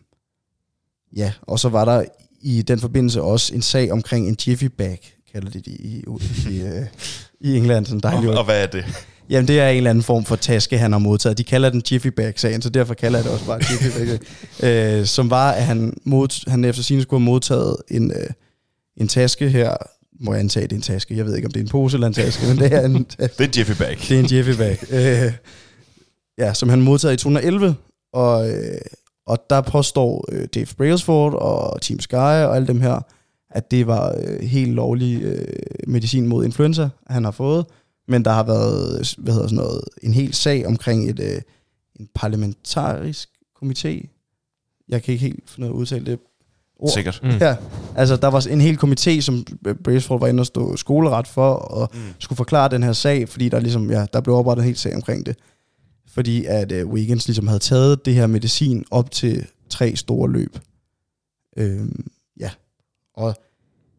ja, og så var der i den forbindelse også en sag omkring en Jiffy Bag, kalder de det i, i, i, øh, i England. Sådan dejligt. Og, og hvad er det? Jamen, det er en eller anden form for taske, han har modtaget. De kalder den Jiffy Bag-sagen, så derfor kalder jeg det også bare Jiffy Bag. øh, som var, at han, mod, han efter sine skulle have modtaget en, øh, en taske her. Må jeg antage, det er en taske. Jeg ved ikke, om det er en pose eller en taske, men det er en taske. Det er en Jiffy Bag. Det er en Jiffy Bag. øh, ja, som han modtaget i to tusind og elleve. Og, øh, og der påstår øh, Dave Brailsford og Team Sky og alle dem her, at det var øh, helt lovlig øh, medicin mod influenza, han har fået. Men der har været, hvad hedder sådan noget, en hel sag omkring et øh, en parlamentarisk komité. Jeg kan ikke helt finde ud af at udtale det ord. Sikkert. Mm. Ja, altså der var en hel komité, som Brailsford var inde og stå skoleret for, og mm. skulle forklare den her sag, fordi der ligesom, ja, der blev oprettet en hel sag omkring det. Fordi at øh, Wiggins ligesom havde taget det her medicin op til tre store løb. Øhm, ja, og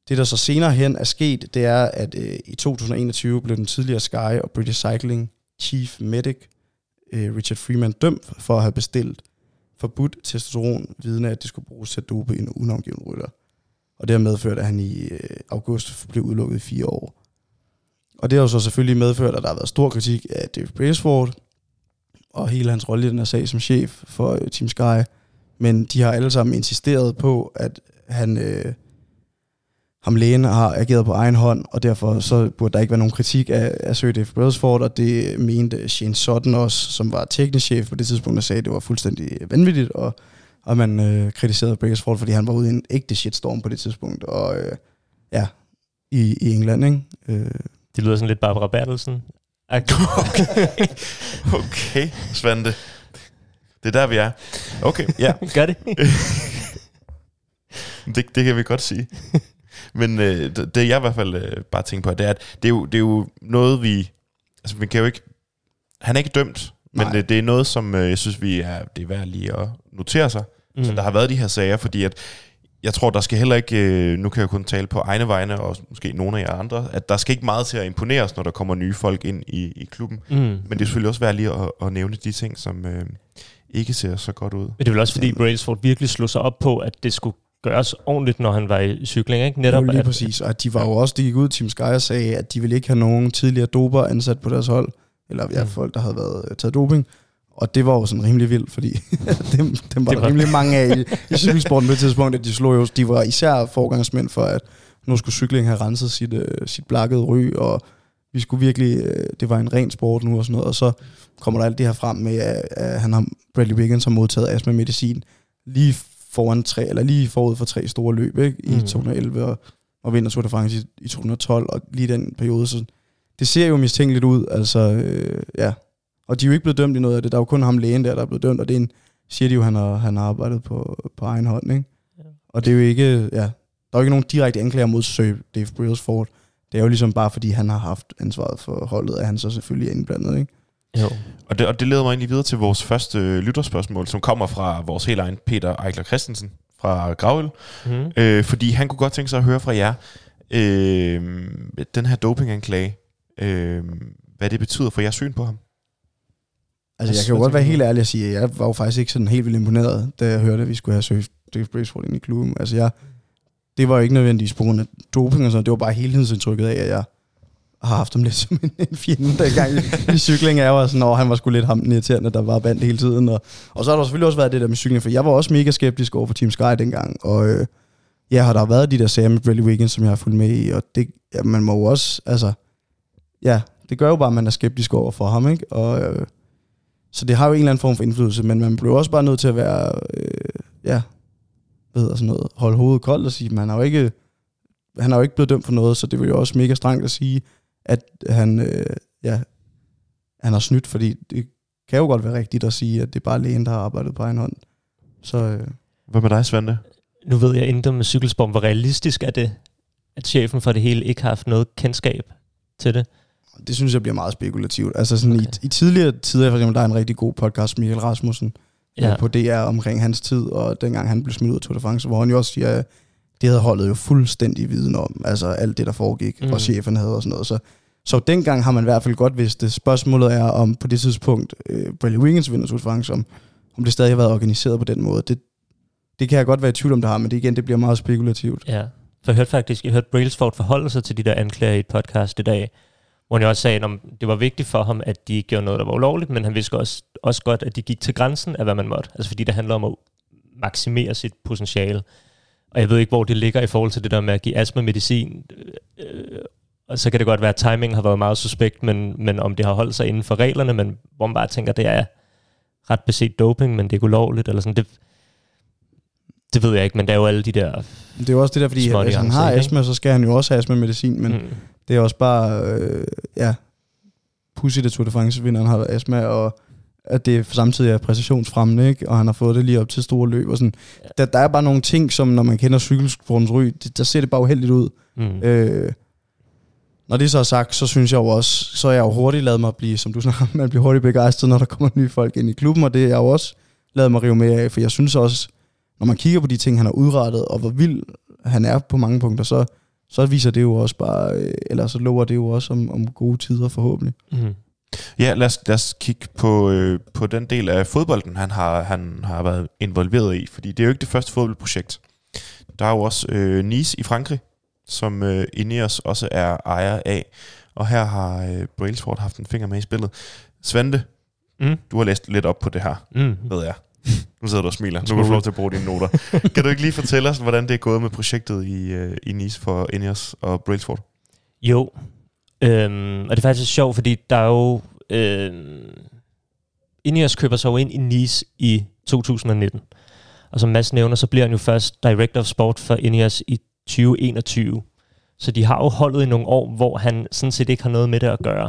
Det, der så senere hen er sket, det er, at øh, i to tusind og enogtyve blev den tidligere Sky og British Cycling Chief Medic, øh, Richard Freeman, dømt for at have bestilt forbudt testosteron, vidende at det skulle bruges til at dope en unavngiven rytter. Og det har medført, at han i øh, august blev udelukket i fire år. Og det har jo så selvfølgelig medført, at der har været stor kritik af Dave Brailsford og hele hans rolle i den her sag som chef for øh, Team Sky. Men de har alle sammen insisteret på, at han, øh, ham lægen har ageret på egen hånd, og derfor så burde der ikke være nogen kritik af, af Sir Dave Brailsford, og det mente Shane Sutton også, som var teknisk chef på det tidspunkt, der sagde, at det var fuldstændig vanvittigt, og, og man øh, kritiserede Brailsford, fordi han var ude i en ægte shitstorm på det tidspunkt, og øh, ja, i, i England, ikke? Øh. Det lyder sådan lidt Barbara Bertelsen. Okay, okay, Svante. Det er der, vi er. Okay, ja. Gør det? det, det kan vi godt sige. Men øh, det, det jeg i hvert fald øh, bare tænker på, det er, at det er, jo, det er jo noget, vi... Altså, vi kan jo ikke... Han er ikke dømt, men det, det er noget, som øh, jeg synes, vi er, det er værd lige at notere sig. Mm. Så der har været de her sager, fordi at jeg tror, der skal heller ikke... Øh, nu kan jeg jo kun tale på egne vegne, og måske nogle af jer andre, at der skal ikke meget til at imponere os, når der kommer nye folk ind i, i klubben. Mm. Men det er selvfølgelig også værd lige at, at nævne de ting, som øh, ikke ser så godt ud. Men det er vel også, fordi Brailsford virkelig slog sig op på, at det skulle gøres ordentligt, når han var i cykling, ikke? Netop jo, lige at, præcis, og at de var jo også, de gik ud, Team Sky og sagde, at de ville ikke have nogen tidligere doper ansat på deres hold, eller ja, mm. folk, der havde været taget doping, og det var jo sådan rimelig vildt, fordi dem, dem var der var rimelig mange af i, i cykelsporten på det tidspunkt, at de slog jo, de var især forgangsmænd for, at nu skulle cykling have renset sit, uh, sit blakkede ry, og vi skulle virkelig, uh, det var en ren sport nu og sådan noget, og så kommer der alt det her frem med, at, at han har, Bradley Wiggins har modtaget astma-medicin lige foran tre, eller lige forud for tre store løb, ikke? I mm. to tusind og elleve, og, og vinder Tour de France i, i to tusind og tolv, og lige den periode, så det ser jo mistænkeligt ud, altså, øh, ja. Og de er jo ikke blevet dømt i noget af det, der er jo kun ham lægen der, der er blevet dømt, og det er en, siger de jo, han har, han har arbejdet på, på egen hånd, ikke? Ja. Og det er jo ikke, ja, der er jo ikke nogen direkte anklager mod Sir Dave Brailsford. Det er jo ligesom bare, fordi han har haft ansvaret for holdet, at han så selvfølgelig er indblandet, ikke? Jo. Og det, og det leder mig egentlig videre til vores første øh, lytterspørgsmål, som kommer fra vores helt egen Peter Eichler Christensen fra Gravøl. Mm. Øh, fordi han kunne godt tænke sig at høre fra jer, øh, den her dopinganklage, øh, hvad det betyder for jeres syn på ham. Altså, jeg kan jo godt være helt ærlig at sige, at jeg var jo faktisk ikke sådan helt vildt imponeret, da jeg hørte, at vi skulle have søgt Dave Brailsford ind i klubben. Altså, jeg, det var jo ikke nødvendigvis på grund af doping og sådan, det var bare helhedsindtrykket af, at jeg har haft ham lidt som en, en fjende, der gang i, i cykling er jo sådan, og han var sgu lidt ham den irriterende, der var bandt hele tiden. Og, og så har der selvfølgelig også været det der med cykling, for jeg var også mega skeptisk over for Team Sky dengang, og øh, ja, har der været de der sager med Bradley Wiggins, som jeg har fulgt med i, og det, ja, man må jo også, altså, ja, det gør jo bare, at man er skeptisk over for ham, ikke? Og øh, så det har jo en eller anden form for indflydelse, men man bliver også bare nødt til at være, øh, ja, hvad hedder sådan noget, holde hovedet koldt og sige, man har jo ikke, han har jo ikke blevet dømt for noget, så det vil jo også mega strengt at sige, at han, øh, ja, han har snydt, fordi det kan jo godt være rigtigt at sige, at det er bare lægen, der har arbejdet på egen hånd. Så, øh. Hvad med dig, Svante? Nu ved jeg ikke med cykelsport, hvor realistisk er det, at chefen for det hele ikke har haft noget kendskab til det? Det synes jeg bliver meget spekulativt. Altså sådan okay. i, i tidligere tider, for eksempel, der er en rigtig god podcast, Michael Rasmussen, ja. på D R omkring hans tid, og dengang han blev smidt ud af Tour de France, hvor han jo også siger, at det havde holdet jo fuldstændig viden om, altså alt det, der foregik, mm. og chefen havde og sådan noget. Så, så dengang har man i hvert fald godt vidst det. Spørgsmålet er, om på det tidspunkt, øh, Bradley Wiggins vinder Tour de France, om, om det stadig har været organiseret på den måde. Det, det kan jeg godt være i tvivl om, det har, men det igen, det bliver meget spekulativt. Ja, for jeg hørte faktisk, jeg hørte Brailsford forholde sig til de der anklager i et podcast i dag, hvor han også sagde, at det var vigtigt for ham, at de gjorde noget, der var ulovligt, men han vidste også, også godt, at de gik til grænsen af, hvad man måtte. Altså fordi det handler om at maksimere sit potentiale. Og jeg ved ikke, hvor det ligger i forhold til det der med at give astma-medicin. Øh, og så kan det godt være, at timingen har været meget suspekt, men, men om det har holdt sig inden for reglerne, men hvor man bare tænker, det er ret beset doping, men det er ikke ulovligt, eller sådan. Det, det ved jeg ikke, men der er jo alle de der... Det er jo også det der, fordi hvis han har astma, så skal han jo også have astma-medicin, men mm. det er også bare, øh, ja, pudsigt, at Tour de France-vinderen har astma, og at det samtidig er præcisionsfremmende, ikke? Og han har fået det lige op til store løb og sådan. Ja. Der, der er bare nogle ting, som når man kender cykelsportens ry, det, der ser det bare uheldigt ud. Mm. Øh, når det så er sagt, så synes jeg jo også, så er jeg jo hurtigt lavet mig at blive, som du snakker, man bliver hurtigt begejstret, når der kommer nye folk ind i klubben, og det er jeg jo også lavet mig rive med af, for jeg synes også, når man kigger på de ting, han har udrettet, og hvor vild han er på mange punkter, så så viser det jo også bare, øh, eller så lover det jo også om, om gode tider forhåbentlig. Mm. Ja, lad os, lad os kigge på, øh, på den del af fodbolden, han har, han har været involveret i, fordi det er jo ikke det første fodboldprojekt. Der er jo også øh, Nice i Frankrig, som øh, Ineos også er ejer af, og her har øh, Brailsford haft en finger med i spillet. Svante, mm. du har læst lidt op på det her, mm. ved jeg. Nu sidder du og smiler. Nu kan du få lov til at bruge dine noter. Kan du ikke lige fortælle os, hvordan det er gået med projektet i, øh, i Nice for Ineos og Brailsford? Jo, øhm, og det er faktisk sjovt, fordi der er jo... Øhm, Ineos køber sig jo ind i Nice i to tusind nitten. Og som Mads nævner, så bliver han jo først Director of Sport for Ineos i tyve enogtyve. Så de har jo holdet i nogle år, hvor han sådan set ikke har noget med det at gøre.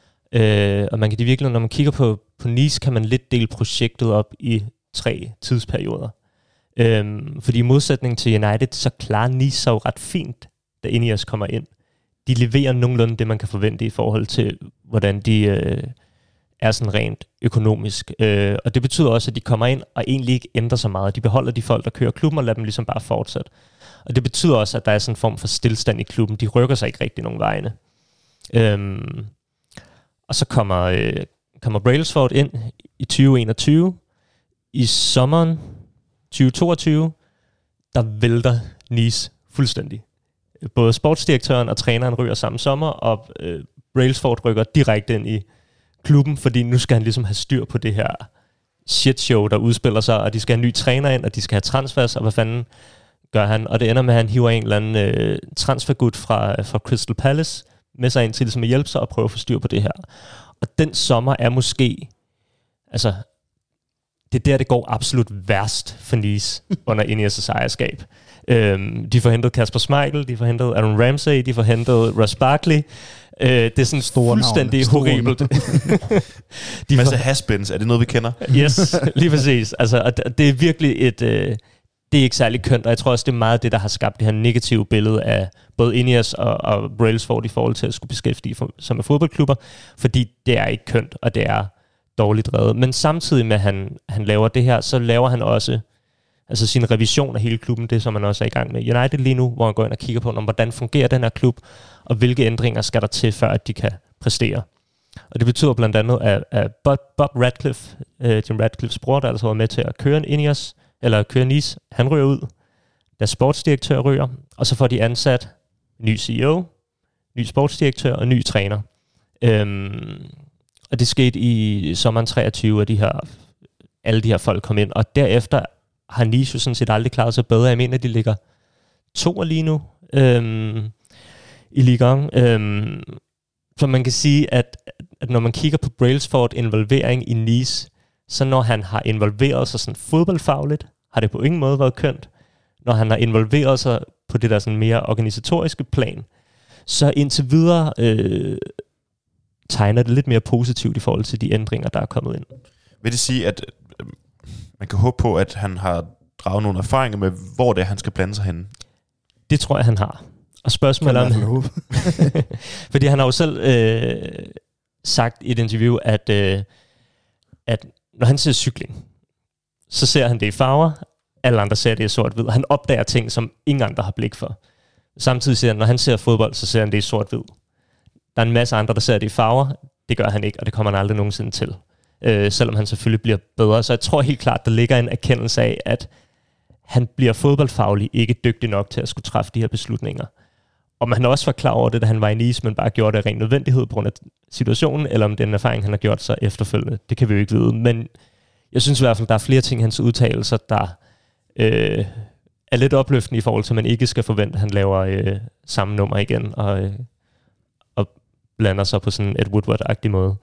Øh, og man kan det virkelig, når man kigger på, på Nice, kan man lidt dele projektet op i tre tidsperioder. Øh, fordi i modsætning til United, så klarer Nice sig jo ret fint, da Ineos kommer ind. De leverer nogenlunde det, man kan forvente i forhold til, hvordan de øh, er sådan rent økonomisk. Øh, og det betyder også, at de kommer ind og egentlig ikke ændrer så meget. De beholder de folk, der kører klubben, og lader dem ligesom bare fortsætte. Og det betyder også, at der er sådan en form for stillstand i klubben. De rykker sig ikke rigtig nogen vegne. Øhm, og så kommer, øh, kommer Brailsford ind i tyve enogtyve. I sommeren tyve toogtyve, der vælter Nice fuldstændig. Både sportsdirektøren og træneren ryger samme sommer, og øh, Brailsford rykker direkte ind i klubben, fordi nu skal han ligesom have styr på det her shitshow, der udspiller sig, og de skal have en ny træner ind, og de skal have transfers, og hvad fanden gør han? Og det ender med, at han hiver en eller anden øh, transfergut fra, fra Crystal Palace med sig ind til ligesom at hjælpe sig og prøve at få styr på det her. Og den sommer er måske, altså, det er der, det går absolut værst for Nice under Ineos' ejerskab. Øhm, de får hentet Kasper Schmeichel, de får hentet Aaron Ramsey, de får hentet Ross Barkley. Øh, det er sådan store fuldstændig horribelt. De Masse has-beens, er det noget, vi kender? Yes, lige præcis. Altså, og det er virkelig et... Øh, det er ikke særlig kønt, og jeg tror også, det er meget det, der har skabt det her negative billede af både Ineos og, og Brailsford i forhold til at skulle beskæftige sig med fodboldklubber, fordi det er ikke kønt, og det er dårligt drevet. Men samtidig med, at han, han laver det her, så laver han også altså sin revision af hele klubben, det som han også er i gang med United lige nu, hvor han går ind og kigger på, hvordan fungerer den her klub, og hvilke ændringer skal der til, før at de kan præstere. Og det betyder blandt andet, at, at Bob, Bob Radcliffe, øh, Jim Radcliffes bror, der altså var med til at køre en Ineos, eller køre Nice, han ryger ud, der sportsdirektør ryger, og så får de ansat ny C E O, ny sportsdirektør og ny træner. Øhm, og det skete i sommeren treogtyve, at de her, alle de her folk kom ind, og derefter har Nice jo sådan set aldrig klaret sig bedre. Jeg mener, de ligger to lige nu øhm, i ligaen. Øhm, så man kan sige, at, at når man kigger på Brailsford involvering i Nice, så når han har involveret sig sådan fodboldfagligt, har det på ingen måde været kønt. Når han har involveret sig på det der sådan mere organisatoriske plan, så indtil videre øh, tegner det lidt mere positivt i forhold til de ændringer, der er kommet ind. Vil det sige, at øh, man kan håbe på, at han har draget nogle erfaringer med, hvor det er, han skal blande sig henne? Det tror jeg, han har. Og spørgsmålet om... fordi han har jo selv øh, sagt i et interview, at, øh, at når han ser cykling, så ser han det i farver, alle andre ser det i sort-hvid. Han opdager ting, som ingen andre har blik for. Samtidig ser han, når han ser fodbold, så ser han det i sort-hvid. Der er en masse andre, der ser det i farver. Det gør han ikke, og det kommer han aldrig nogensinde til. Øh, selvom han selvfølgelig bliver bedre. Så jeg tror helt klart, der ligger en erkendelse af, at han bliver fodboldfaglig ikke dygtig nok til at skulle træffe de her beslutninger. Om han også var klar over det, da han var i Nice, men bare gjorde det af ren nødvendighed på grund af situationen, eller om den erfaring, han har gjort sig efterfølgende. Det kan vi jo ikke vide. Men jeg synes i hvert fald, der er flere ting i hans udtalelser, der øh, er lidt opløftende i forhold til, at man ikke skal forvente, at han laver øh, samme nummer igen, og, øh, og blander sig på sådan et Woodward-agtig måde.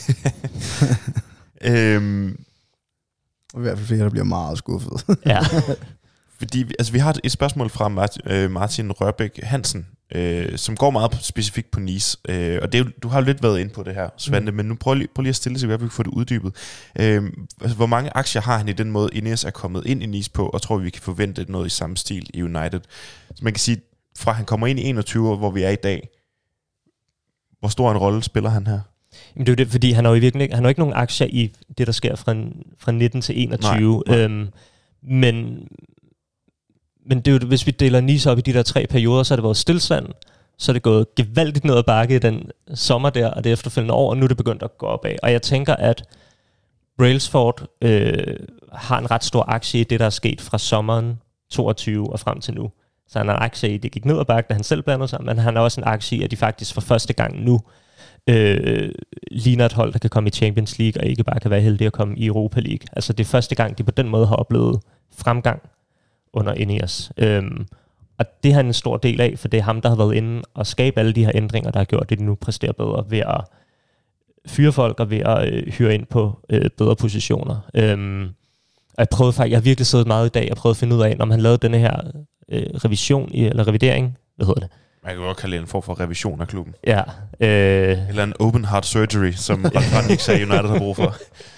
øhm, I hvert fald flere, der bliver meget skuffet. Ja. Fordi altså, vi har et spørgsmål fra Martin, øh, Martin Rørbæk Hansen, øh, som går meget specifikt på Nice. Øh, og det er jo, du har jo lidt været inde på det her, Svante, mm. men nu prøv lige, prøv lige at stille sig, så vi kan få det uddybet. Øh, altså, hvor mange aktier har han i den måde, Ineos er kommet ind i Nice på, og tror vi, vi kan forvente noget i samme stil i United? Så man kan sige, fra han kommer ind i enogtyve, hvor vi er i dag, hvor stor en rolle spiller han her? Jamen det er jo det, fordi han har jo i virkeligheden han har ikke nogen aktier i det, der sker fra, fra nitten til enogtyve. Nej, nej. Øhm, men men det er jo, hvis vi deler Nice op i de der tre perioder, så har det været stillstand, så er det gået gevaldigt ned ad bakke den sommer der, og det efterfølgende år, og nu er det begyndt at gå opad. Og jeg tænker, at Brailsford øh, har en ret stor aktie i det, der er sket fra sommeren toogtyve og frem til nu. Så han har en aktie i, det gik ned ad bakke, da han selv blandede sig, men han har også en aktie i, at de faktisk for første gang nu øh, ligner et hold, der kan komme i Champions League, og ikke bare kan være heldige at komme i Europa League. Altså det er første gang, de på den måde har oplevet fremgang under Ineos. Øhm, og det har han en stor del af, for det er ham, der har været inde og skabe alle de her ændringer, der har gjort det, de nu præsterer bedre ved at fyre folk og ved at øh, hyre ind på øh, bedre positioner. Øhm, og jeg prøvede faktisk, jeg har virkelig siddet meget i dag og prøvet at finde ud af, om han lavede denne her øh, revision, i, eller revidering, hvad hedder det? Man kan godt kalde det en form for revision af klubben. Ja. Øh, eller en open heart surgery, som Randix United har brug for.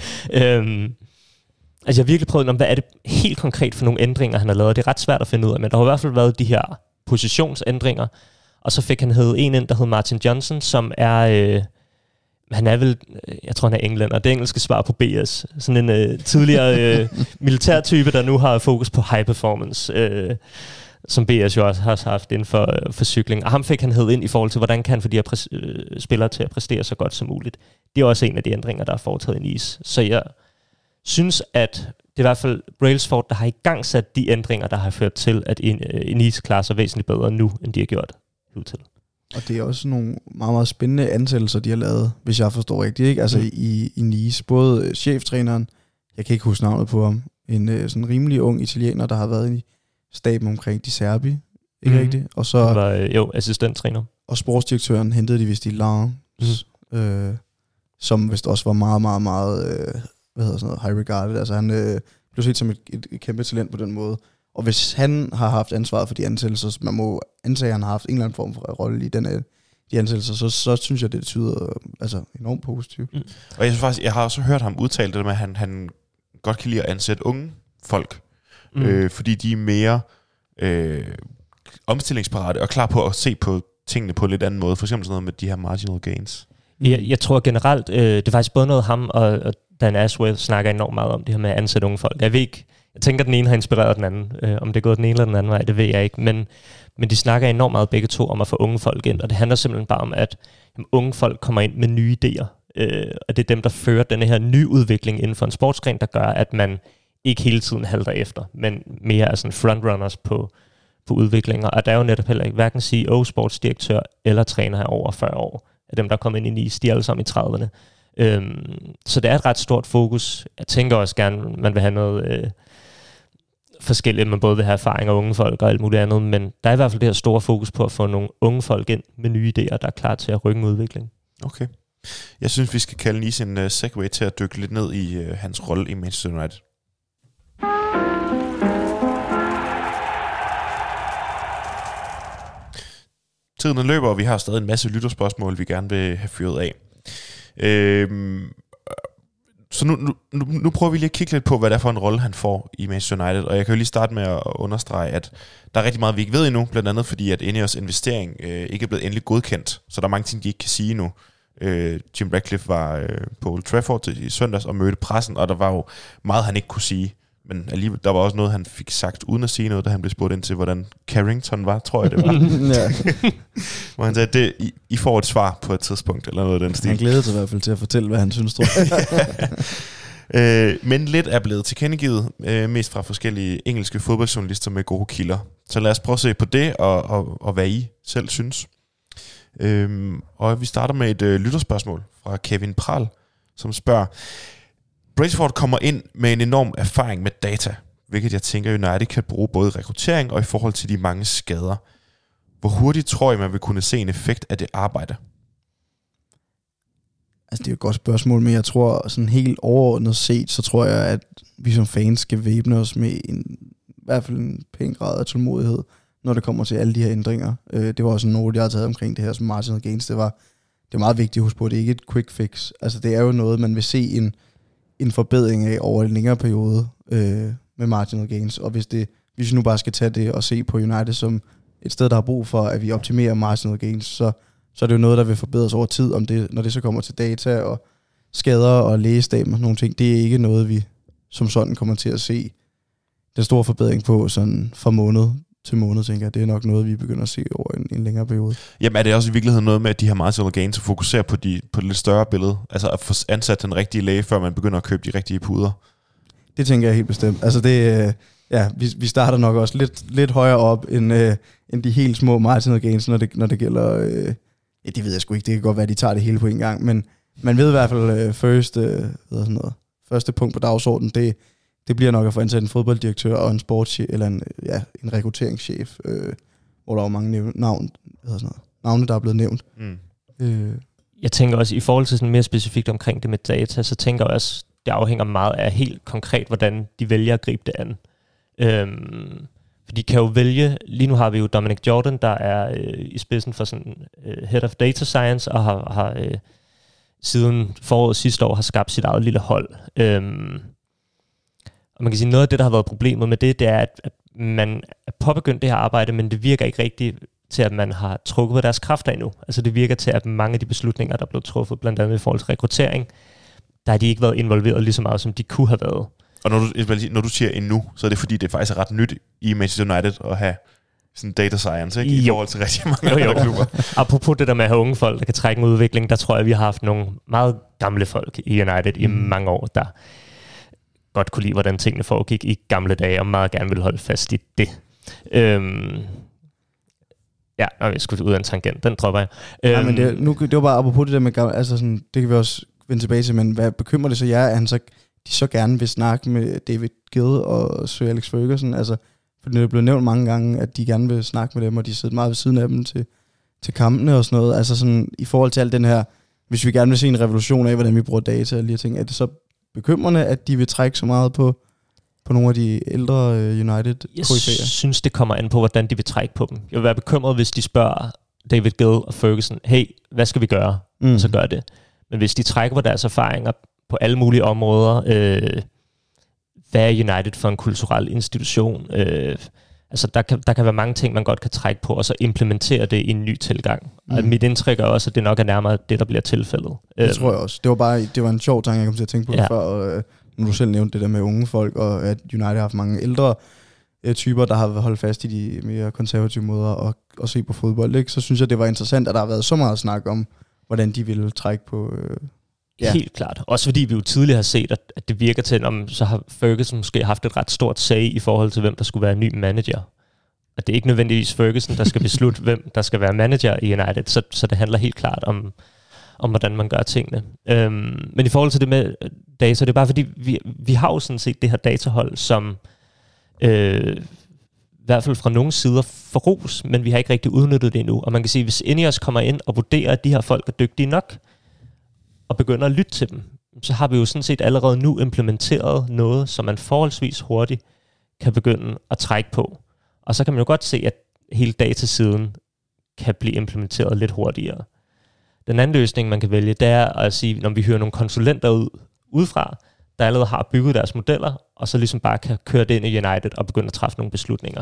øhm, altså jeg har virkelig prøvet, om hvad er det helt konkret for nogle ændringer, han har lavet. Det er ret svært at finde ud af, men der har i hvert fald været de her positionsændringer, og så fik han hævet en ind, der hed Martin Johnson, som er... Øh, han er vel, jeg tror han er englænder, det engelske svar på B S. Sådan en øh, tidligere øh, militærtype, der nu har fokus på high performance, øh, som B S jo også har haft inden for, øh, for cykling. Og ham fik han hævet ind i forhold til, hvordan kan han få de her præs- øh, spillere til at præstere så godt som muligt. Det er også en af de ændringer, der er foretaget i Nice. Så jeg synes, at det er i hvert fald Brailsford, der har i gang sat de ændringer, der har ført til, at Nice klarer sig væsentligt bedre nu, end de har gjort hidtil. Og det er også nogle meget, meget spændende ansættelser, de har lavet, hvis jeg forstår rigtigt, ikke? Altså mm. i, i Nice, både cheftræneren, jeg kan ikke huske navnet på ham, en sådan rimelig ung italiener, der har været i staben omkring de Serbi, ikke mm. rigtigt? Og så var jo assistenttræner. Og sportsdirektøren hentede de vist i Lens, mm. øh, som vist også var meget, meget, meget, øh, hvad hedder sådan noget, high regarded. Altså han øh, blev set som et, et, et kæmpe talent på den måde. Og hvis han har haft ansvaret for de ansættelser, så man må antage, at han har haft en eller anden form for rolle i den, de ansættelser, så, så synes jeg, det betyder altså, enormt positivt. Mm. Og jeg synes faktisk, jeg har også hørt ham udtale det med, at han, han godt kan lide at ansætte unge folk, mm. øh, fordi de er mere øh, omstillingsparate og klar på at se på tingene på en lidt anden måde. For eksempel sådan noget med de her marginal gains. Mm. Jeg, jeg tror generelt, øh, det er faktisk både noget ham og, og Dan Ashworth snakker enormt meget om det her med at ansætte unge folk. Jeg ved ikke, Jeg tænker, at den ene har inspireret den anden. Øh, om det er gået den ene eller den anden vej, det ved jeg ikke. Men, men de snakker enormt meget begge to om at få unge folk ind. Og det handler simpelthen bare om, at jamen, unge folk kommer ind med nye idéer. Øh, og det er dem, der fører denne her nyudvikling inden for en sportsgren, der gør, at man ikke hele tiden halter efter, men mere er sådan frontrunners på, på udviklinger. Og der er jo netop heller ikke hverken C E O, sportsdirektør eller træner her over fyrre år. Af dem, der er kommet ind i Nice, de er alle sammen i trediverne. Øhm, så det er et ret stort fokus. Jeg tænker også gerne, man vil have noget... Øh, forskelligt, man både vil have erfaring og unge folk og alt muligt andet, men der er i hvert fald det her store fokus på at få nogle unge folk ind med nye idéer, der er klar til at rykke en udvikling. Okay. Jeg synes, vi skal kalde Nice en uh, segway til at dykke lidt ned i uh, hans rolle i Manchester United. Tiden løber, og vi har stadig en masse lytterspørgsmål, vi gerne vil have fyret af. Øhm, Så nu, nu, nu prøver vi lige at kigge lidt på, hvad det er for en rolle, han får i Manchester United. Og jeg kan jo lige starte med at understrege, at der er rigtig meget, vi ikke ved endnu. Blandt andet fordi, at Ineos investering øh, ikke er blevet endelig godkendt. Så der er mange ting, de ikke kan sige nu. Øh, Jim Ratcliffe var øh, på Old Trafford i søndags og mødte pressen, og der var jo meget, han ikke kunne sige. Men alligevel, der var også noget, han fik sagt uden at sige noget, da han blev spurgt ind til, hvordan Carrington var, tror jeg det var. Hvor han sagde, det, I, I får et svar på et tidspunkt, eller noget af den stil. Han glæder sig i hvert fald til at fortælle, hvad han synes, tror jeg. øh, men lidt er blevet tilkendegivet, øh, mest fra forskellige engelske fodboldjournalister med gode kilder. Så lad os prøve at se på det, og, og, og hvad I selv synes. Øh, og vi starter med et øh, lytterspørgsmål fra Kevin Pral, som spørger, Brailsford kommer ind med en enorm erfaring med data, hvilket jeg tænker United kan bruge både i rekruttering og i forhold til de mange skader. Hvor hurtigt tror I, man vil kunne se en effekt af det arbejde? Altså det er jo et godt spørgsmål, men jeg tror sådan helt overordnet set, så tror jeg, at vi som fans skal væbne os med en, i hvert fald en pæn grad af tålmodighed, når det kommer til alle de her ændringer. Det var også noget, jeg har taget omkring det her som marginal gains. Det var det er meget vigtigt at huske på, at det ikke er et quick fix. Altså det er jo noget, man vil se en en forbedring af over en længere periode øh, med marginal gains. Og hvis, det, hvis vi nu bare skal tage det og se på United som et sted, der har brug for, at vi optimerer marginal gains, så, så er det jo noget, der vil forbedres over tid, om det, når det så kommer til data og skader og lægestab og nogle ting. Det er ikke noget, vi som sådan kommer til at se den store forbedring på sådan fra måned til måned, tænker jeg. Det er nok noget, vi begynder at se over en, en længere periode. Jamen er det også i virkeligheden noget med, at de her marginal gains fokuserer på, de, på det lidt større billede? Altså at få ansat den rigtige læge, før man begynder at købe de rigtige puder? Det tænker jeg helt bestemt. Altså det, ja, vi, vi starter nok også lidt, lidt højere op, end, øh, end de helt små marginal gains, når det, når det gælder... Øh, ja, det ved jeg sgu ikke. Det kan godt være, at de tager det hele på en gang, men man ved i hvert fald øh, first, øh, sådan noget, første punkt på dagsordenen, det Det bliver nok at få ansat en fodbolddirektør og en sportschef, eller en, ja, en rekrutteringschef, øh, hvor der er mange nævn, navn, sådan noget, navne, der er blevet nævnt. Mm. Øh. Jeg tænker også, i forhold til sådan mere specifikt omkring det med data, så tænker jeg også, det afhænger meget af helt konkret, hvordan de vælger at gribe det an. Øhm, for de kan jo vælge, lige nu har vi jo Dominic Jordan, der er øh, i spidsen for sådan øh, Head of Data Science, og har, har øh, siden foråret sidste år har skabt sit eget lille hold. Øhm, Og man kan sige, noget af det, der har været problemet med det, det er, at, at man er påbegyndt det her arbejde, men det virker ikke rigtigt til, at man har trukket på deres kræfter endnu. Altså det virker til, at mange af de beslutninger, der er blevet truffet, blandt andet i forhold til rekruttering, der har de ikke været involveret lige så meget, som de kunne have været. Og når du, når du siger endnu, så er det fordi, det faktisk er ret nyt i Manchester United at have sådan data science, ikke? I jo. forhold til rigtig mange jo, jo. klubber. Apropos det der med at have unge folk, der kan trække en udvikling, der tror jeg, vi har haft nogle meget gamle folk i United mm. i mange år, der godt kunne lide, hvordan tingene foregik i gamle dage, og meget gerne vil holde fast i det. Øhm, ja, og jeg skulle ud af en tangent, den dropper jeg. Øhm, ja, men det, nu, det var bare apropos det der med gamle, altså sådan, det kan vi også vende tilbage til, men hvad bekymrer det så jer, at han så, de så gerne vil snakke med David Gill og Sir Alex Ferguson, altså, for det er blevet nævnt mange gange, at de gerne vil snakke med dem, og de sidder meget ved siden af dem til, til kampene og sådan noget, altså sådan, i forhold til alt den her, hvis vi gerne vil se en revolution af, hvordan vi bruger data og lige ting, er det så bekymrende, at de vil trække så meget på, på nogle af de ældre United-koryfæer? Jeg synes, det kommer an på, hvordan de vil trække på dem. Jeg vil være bekymret, hvis de spørger David Gill og Ferguson, hey, hvad skal vi gøre? Mm. Så gør det. Men hvis de trækker på deres erfaringer på alle mulige områder, øh, hvad er United for en kulturel institution? Øh, altså, der kan, der kan være mange ting, man godt kan trække på, og så implementere det i en ny tilgang. Mm. Og mit indtryk er også, at det nok er nærmere det, der bliver tilfældet. Det um, tror jeg også. Det var bare det var en sjov tanke, jeg kom til at tænke på ja. før, og, når du selv nævnte det der med unge folk, og at United har haft mange ældre øh, typer, der har holdt fast i de mere konservative måder at, at se på fodbold, ikke? Så synes jeg, det var interessant, at der har været så meget snak om, hvordan de ville trække på... Øh, ja. Helt klart. Også fordi vi jo tidligere har set, at, at det virker til, om så har Ferguson måske haft et ret stort say i forhold til, hvem der skulle være ny manager. Og det er ikke nødvendigvis Ferguson, der skal beslutte, hvem der skal være manager i United, så, så det handler helt klart om, om hvordan man gør tingene. Øhm, men i forhold til det med data, det er bare fordi, vi, vi har jo sådan set det her datahold, som øh, i hvert fald fra nogle sider får ros, men vi har ikke rigtig udnyttet det endnu. Og man kan sige, hvis Ineos kommer ind og vurderer, at de her folk er dygtige nok, og begynder at lytte til dem, så har vi jo sådan set allerede nu implementeret noget, som man forholdsvis hurtigt kan begynde at trække på. Og så kan man jo godt se, at hele datasiden kan blive implementeret lidt hurtigere. Den anden løsning, man kan vælge, det er at sige, når vi hører nogle konsulenter ud, udefra, der allerede har bygget deres modeller, og så ligesom bare kan køre det ind i United og begynde at træffe nogle beslutninger.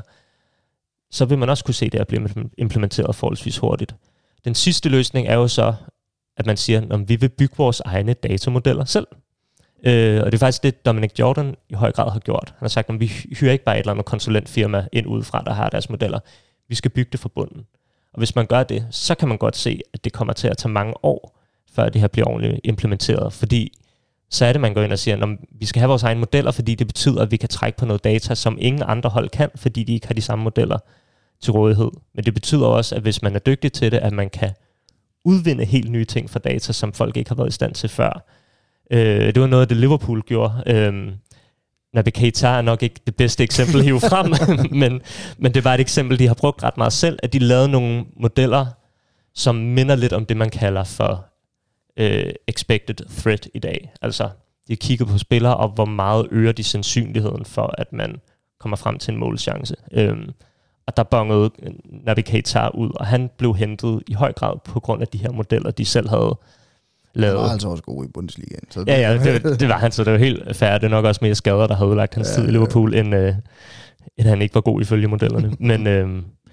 Så vil man også kunne se det at blive implementeret forholdsvis hurtigt. Den sidste løsning er jo så, at man siger, at vi vil bygge vores egne datamodeller selv. Øh, og det er faktisk det, Dominic Jordan i høj grad har gjort. Han har sagt, at vi hyrer ikke bare et eller andet konsulentfirma ind udefra, der har deres modeller. Vi skal bygge det fra bunden. Og hvis man gør det, så kan man godt se, at det kommer til at tage mange år, før det her bliver ordentligt implementeret. Fordi så er det, man går ind og siger, at vi skal have vores egne modeller, fordi det betyder, at vi kan trække på noget data, som ingen andre hold kan, fordi de ikke har de samme modeller til rådighed. Men det betyder også, at hvis man er dygtig til det, at man kan udvinde helt nye ting fra data, som folk ikke har været i stand til før. Øh, det var noget, det Liverpool gjorde. Øh, Naby Keita er nok ikke det bedste eksempel at hive frem, men, men det var et eksempel, de har brugt ret meget selv, at de lavede nogle modeller, som minder lidt om det, man kalder for øh, expected threat i dag. Altså, de kigger på spillere, og hvor meget øger de sandsynligheden for, at man kommer frem til en målchance. Øh, og der bongede Naby Keita ud, og han blev hentet i høj grad på grund af de her modeller, de selv havde lavet. Han var altså også god i Bundesligaen. Så ja, ja, det, det var han, så det var helt fair. Det er nok også mere skader, der havde udlagt hans ja, tid i Liverpool, end, øh, end han ikke var god ifølge modellerne. men, øh,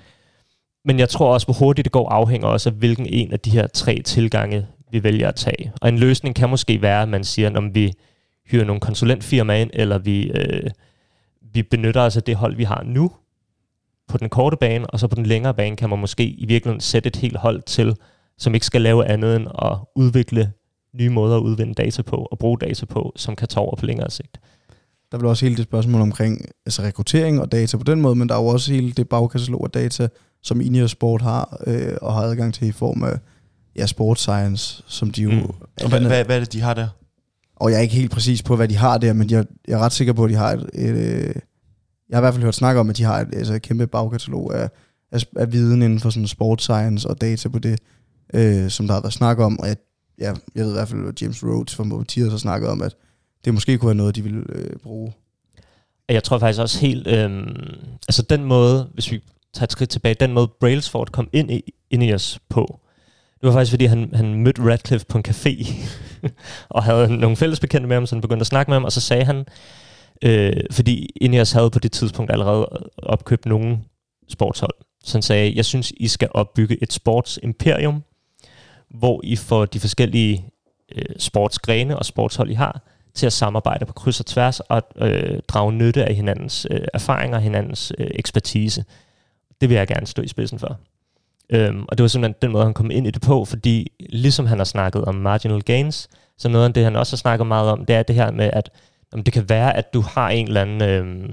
men jeg tror også, hvor hurtigt det går, afhænger også af, hvilken en af de her tre tilgange, vi vælger at tage. Og en løsning kan måske være, at man siger, om vi hyrer nogle konsulentfirmaer ind, eller vi, øh, vi benytter os af det hold, vi har nu, på den korte bane, og så på den længere bane kan man måske i virkeligheden sætte et helt hold til, som ikke skal lave andet end at udvikle nye måder at udvinde data på, og bruge data på, som kan tage over på længere sigt. Der er vel også hele det spørgsmål omkring altså rekruttering og data på den måde, men der er jo også hele det bagkatalog af data, som Ineos Sport har, øh, og har adgang til i form af ja, Sports Science, som de jo... Mm. Og hvad, hvad, hvad er det, de har der? Og jeg er ikke helt præcis på, hvad de har der, men jeg, jeg er ret sikker på, at de har et... et øh, jeg har i hvert fald hørt snakke om, at de har et, altså et kæmpe bagkatalog af, af, af viden inden for sådan Sports Science og data på det, øh, som der har været snak om, og jeg, ja, jeg ved i hvert fald, at James Rhodes fra Mobility har snakket om, at det måske kunne være noget, de ville øh, bruge. Jeg tror faktisk også helt... Øh, altså den måde, hvis vi tager et skridt tilbage, den måde Brailsford kom ind i Ineos på, det var faktisk, fordi han, han mødte Radcliffe på en café, og havde nogle fælles bekendte med ham, så han begyndte at snakke med ham, og så sagde han, øh, fordi Ineos havde på det tidspunkt allerede opkøbt nogle sportshold, så han sagde, jeg synes, I skal opbygge et sportsimperium, hvor I får de forskellige øh, sportsgrene og sportshold, I har, til at samarbejde på kryds og tværs, og øh, drage nytte af hinandens øh, erfaringer og hinandens øh, ekspertise. Det vil jeg gerne stå i spidsen for. Um, og det var simpelthen den måde, han kom ind i det på, fordi ligesom han har snakket om marginal gains, så noget af det, han også har snakket meget om, det er det her med, at um, det kan være, at du har en eller anden... Um,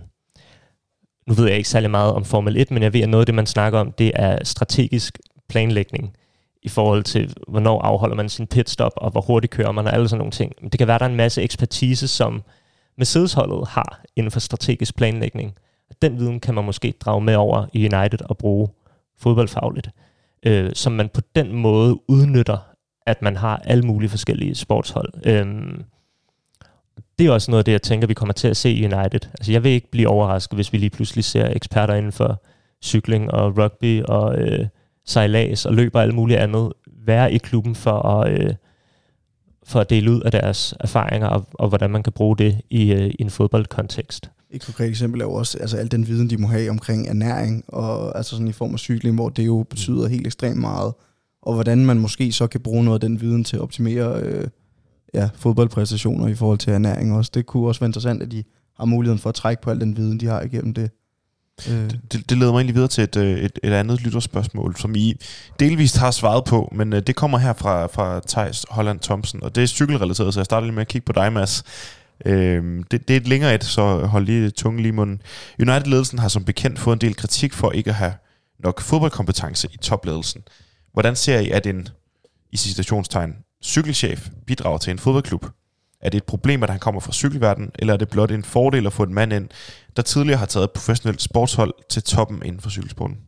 nu ved jeg ikke særlig meget om Formel et, men jeg ved, at noget af det, man snakker om, det er strategisk planlægning i forhold til, hvornår afholder man sin pitstop, og hvor hurtigt kører man, og alle sådan nogle ting. Men det kan være, at der er en masse ekspertise, som Mercedes-holdet har inden for strategisk planlægning. Den viden kan man måske drage med over i United og bruge fodboldfagligt. Øh, som man på den måde udnytter, at man har alle mulige forskellige sportshold. Øhm, det er også noget af det, jeg tænker, vi kommer til at se i United. Altså, jeg vil ikke blive overrasket, hvis vi lige pludselig ser eksperter inden for cykling og rugby og øh, sejlads og løber og alt muligt andet være i klubben for at, øh, for at dele ud af deres erfaringer og, og hvordan man kan bruge det i, øh, i en fodboldkontekst. Et konkret eksempel er jo også altså, al den viden, de må have omkring ernæring, og altså sådan i form af cykling, hvor det jo betyder helt ekstremt meget, og hvordan man måske så kan bruge noget af den viden til at optimere øh, ja, fodboldpræstationer i forhold til ernæring også. Det kunne også være interessant, at de har muligheden for at trække på al den viden, de har igennem det. Øh. Det, det leder mig egentlig videre til et, et, et andet lytterspørgsmål, som I delvist har svaret på, men det kommer her fra, fra Theis Holland Thomsen, og det er cykelrelateret, så jeg starter lige med at kigge på dig, Mads. Øhm, det, det er et længere et, så hold lige tungen lige i munden. United-ledelsen har som bekendt fået en del kritik for ikke at have nok fodboldkompetence i topledelsen. Hvordan ser I, at en, i citationstegn, cykelchef bidrager til en fodboldklub? Er det et problem, at han kommer fra cykelverdenen, eller er det blot en fordel at få en mand ind, der tidligere har taget et professionelt sportshold til toppen inden for cykelsporten?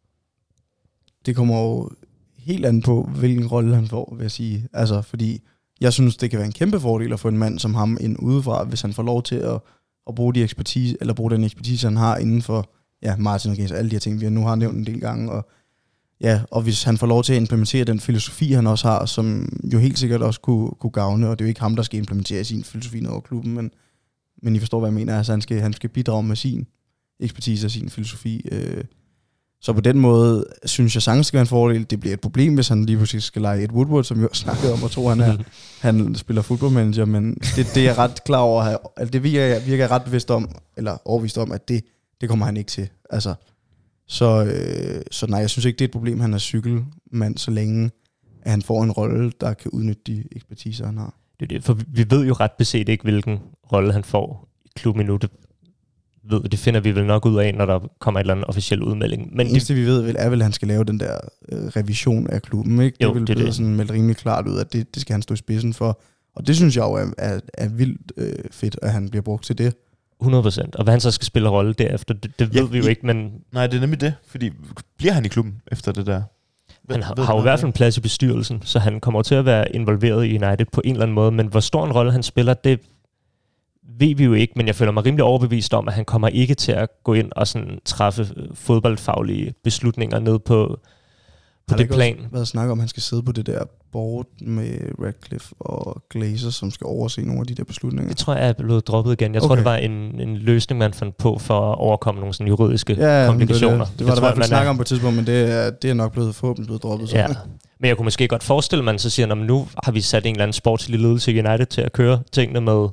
Det kommer jo helt an på, hvilken rolle han får, vil jeg sige. Altså, fordi jeg synes, det kan være en kæmpe fordel at få en mand som ham ind udefra, hvis han får lov til at, at bruge, de ekspertise, eller bruge den ekspertise, han har inden for ja, marketing og alle de her ting, vi nu har nævnt en del gange. Og, ja, og hvis han får lov til at implementere den filosofi, han også har, som jo helt sikkert også kunne, kunne gavne, og det er jo ikke ham, der skal implementere sin filosofi over klubben, men, men I forstår, hvad jeg mener. Altså, han, skal, han skal bidrage med sin ekspertise og sin filosofi. Øh, Så på den måde synes jeg, sagtens skal være en fordel. Det bliver et problem, hvis han lige pludselig skal lege et Woodward, som vi har snakket om, og tror, han, er, han spiller footballmanager, men det, det er jeg ret klar over. Altså, det virker, virker jeg ret bevidst om, eller overvist om, at det, det kommer han ikke til. Altså, så, øh, så nej, jeg synes ikke, det er et problem, han er cykelmand, så længe at han får en rolle, der kan udnytte de ekspertiser, han har. Det er det, for vi ved jo ret beset ikke, hvilken rolle han får i klubben endnu. Det ved, det finder vi vel nok ud af, når der kommer et eller andet officiel udmelding. Men det eneste, det, vi ved, er vel, at han skal lave den der øh, revision af klubben. Ikke? Det jo, vil det, blive det. sådan meldt rimelig klart ud, at det, det skal han stå i spidsen for. Og det synes jeg jo er, er, er vildt øh, fedt, at han bliver brugt til det. hundrede procent. Og hvad han så skal spille rolle derefter, det, det ved ja, vi jo ikke, men... Nej, det er nemlig det, fordi bliver han i klubben efter det der? Han har, har jo i hvert fald en plads i bestyrelsen, så han kommer til at være involveret i United på en eller anden måde, men hvor stor en rolle han spiller, det ved vi jo ikke, men jeg føler mig rimelig overbevist om, at han kommer ikke til at gå ind og sådan træffe fodboldfaglige beslutninger ned på, på det plan. Har været snak om, at han skal sidde på det der board med Radcliffe og Glazer, som skal overse nogle af de der beslutninger? Det tror jeg er blevet droppet igen. Jeg okay. tror, det var en, en løsning, man fandt på for at overkomme nogle sådan juridiske ja, komplikationer. Det, det. det var det der i hvert fald snak om på et tidspunkt, men det er, det er nok blevet forhåbentlig blevet droppet. Så. Ja. Men jeg kunne måske godt forestille mig, så siger, at nu har vi sat en eller anden sportslig ledelse i United til at køre tingene med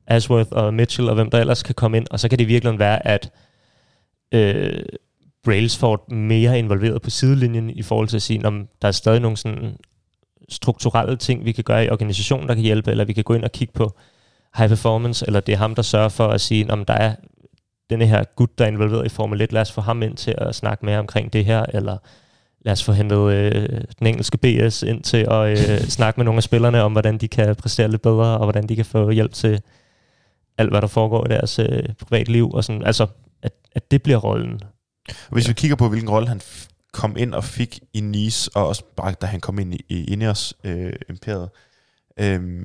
Ashworth og Mitchell og hvem der ellers kan komme ind, og så kan det virkelig være, at øh, Brailsford mere involveret på sidelinjen i forhold til at sige, om der er stadig nogle sådan strukturelle ting, vi kan gøre i organisationen, der kan hjælpe, eller vi kan gå ind og kigge på high performance, eller det er ham, der sørger for at sige, om der er denne her gut, der er involveret i Formel et, lad os få ham ind til at snakke mere omkring det her, eller lad os få hentet øh, den engelske B S ind til at øh, snakke med nogle af spillerne om, hvordan de kan præstere lidt bedre, og hvordan de kan få hjælp til alt, hvad der foregår i deres øh, privatliv, og sådan, altså, at, at det bliver rollen. Og hvis ja. vi kigger på, hvilken rolle han f- kom ind og fik i Nice, og også bare da han kom ind i, i Ineos øh, imperiet, øh,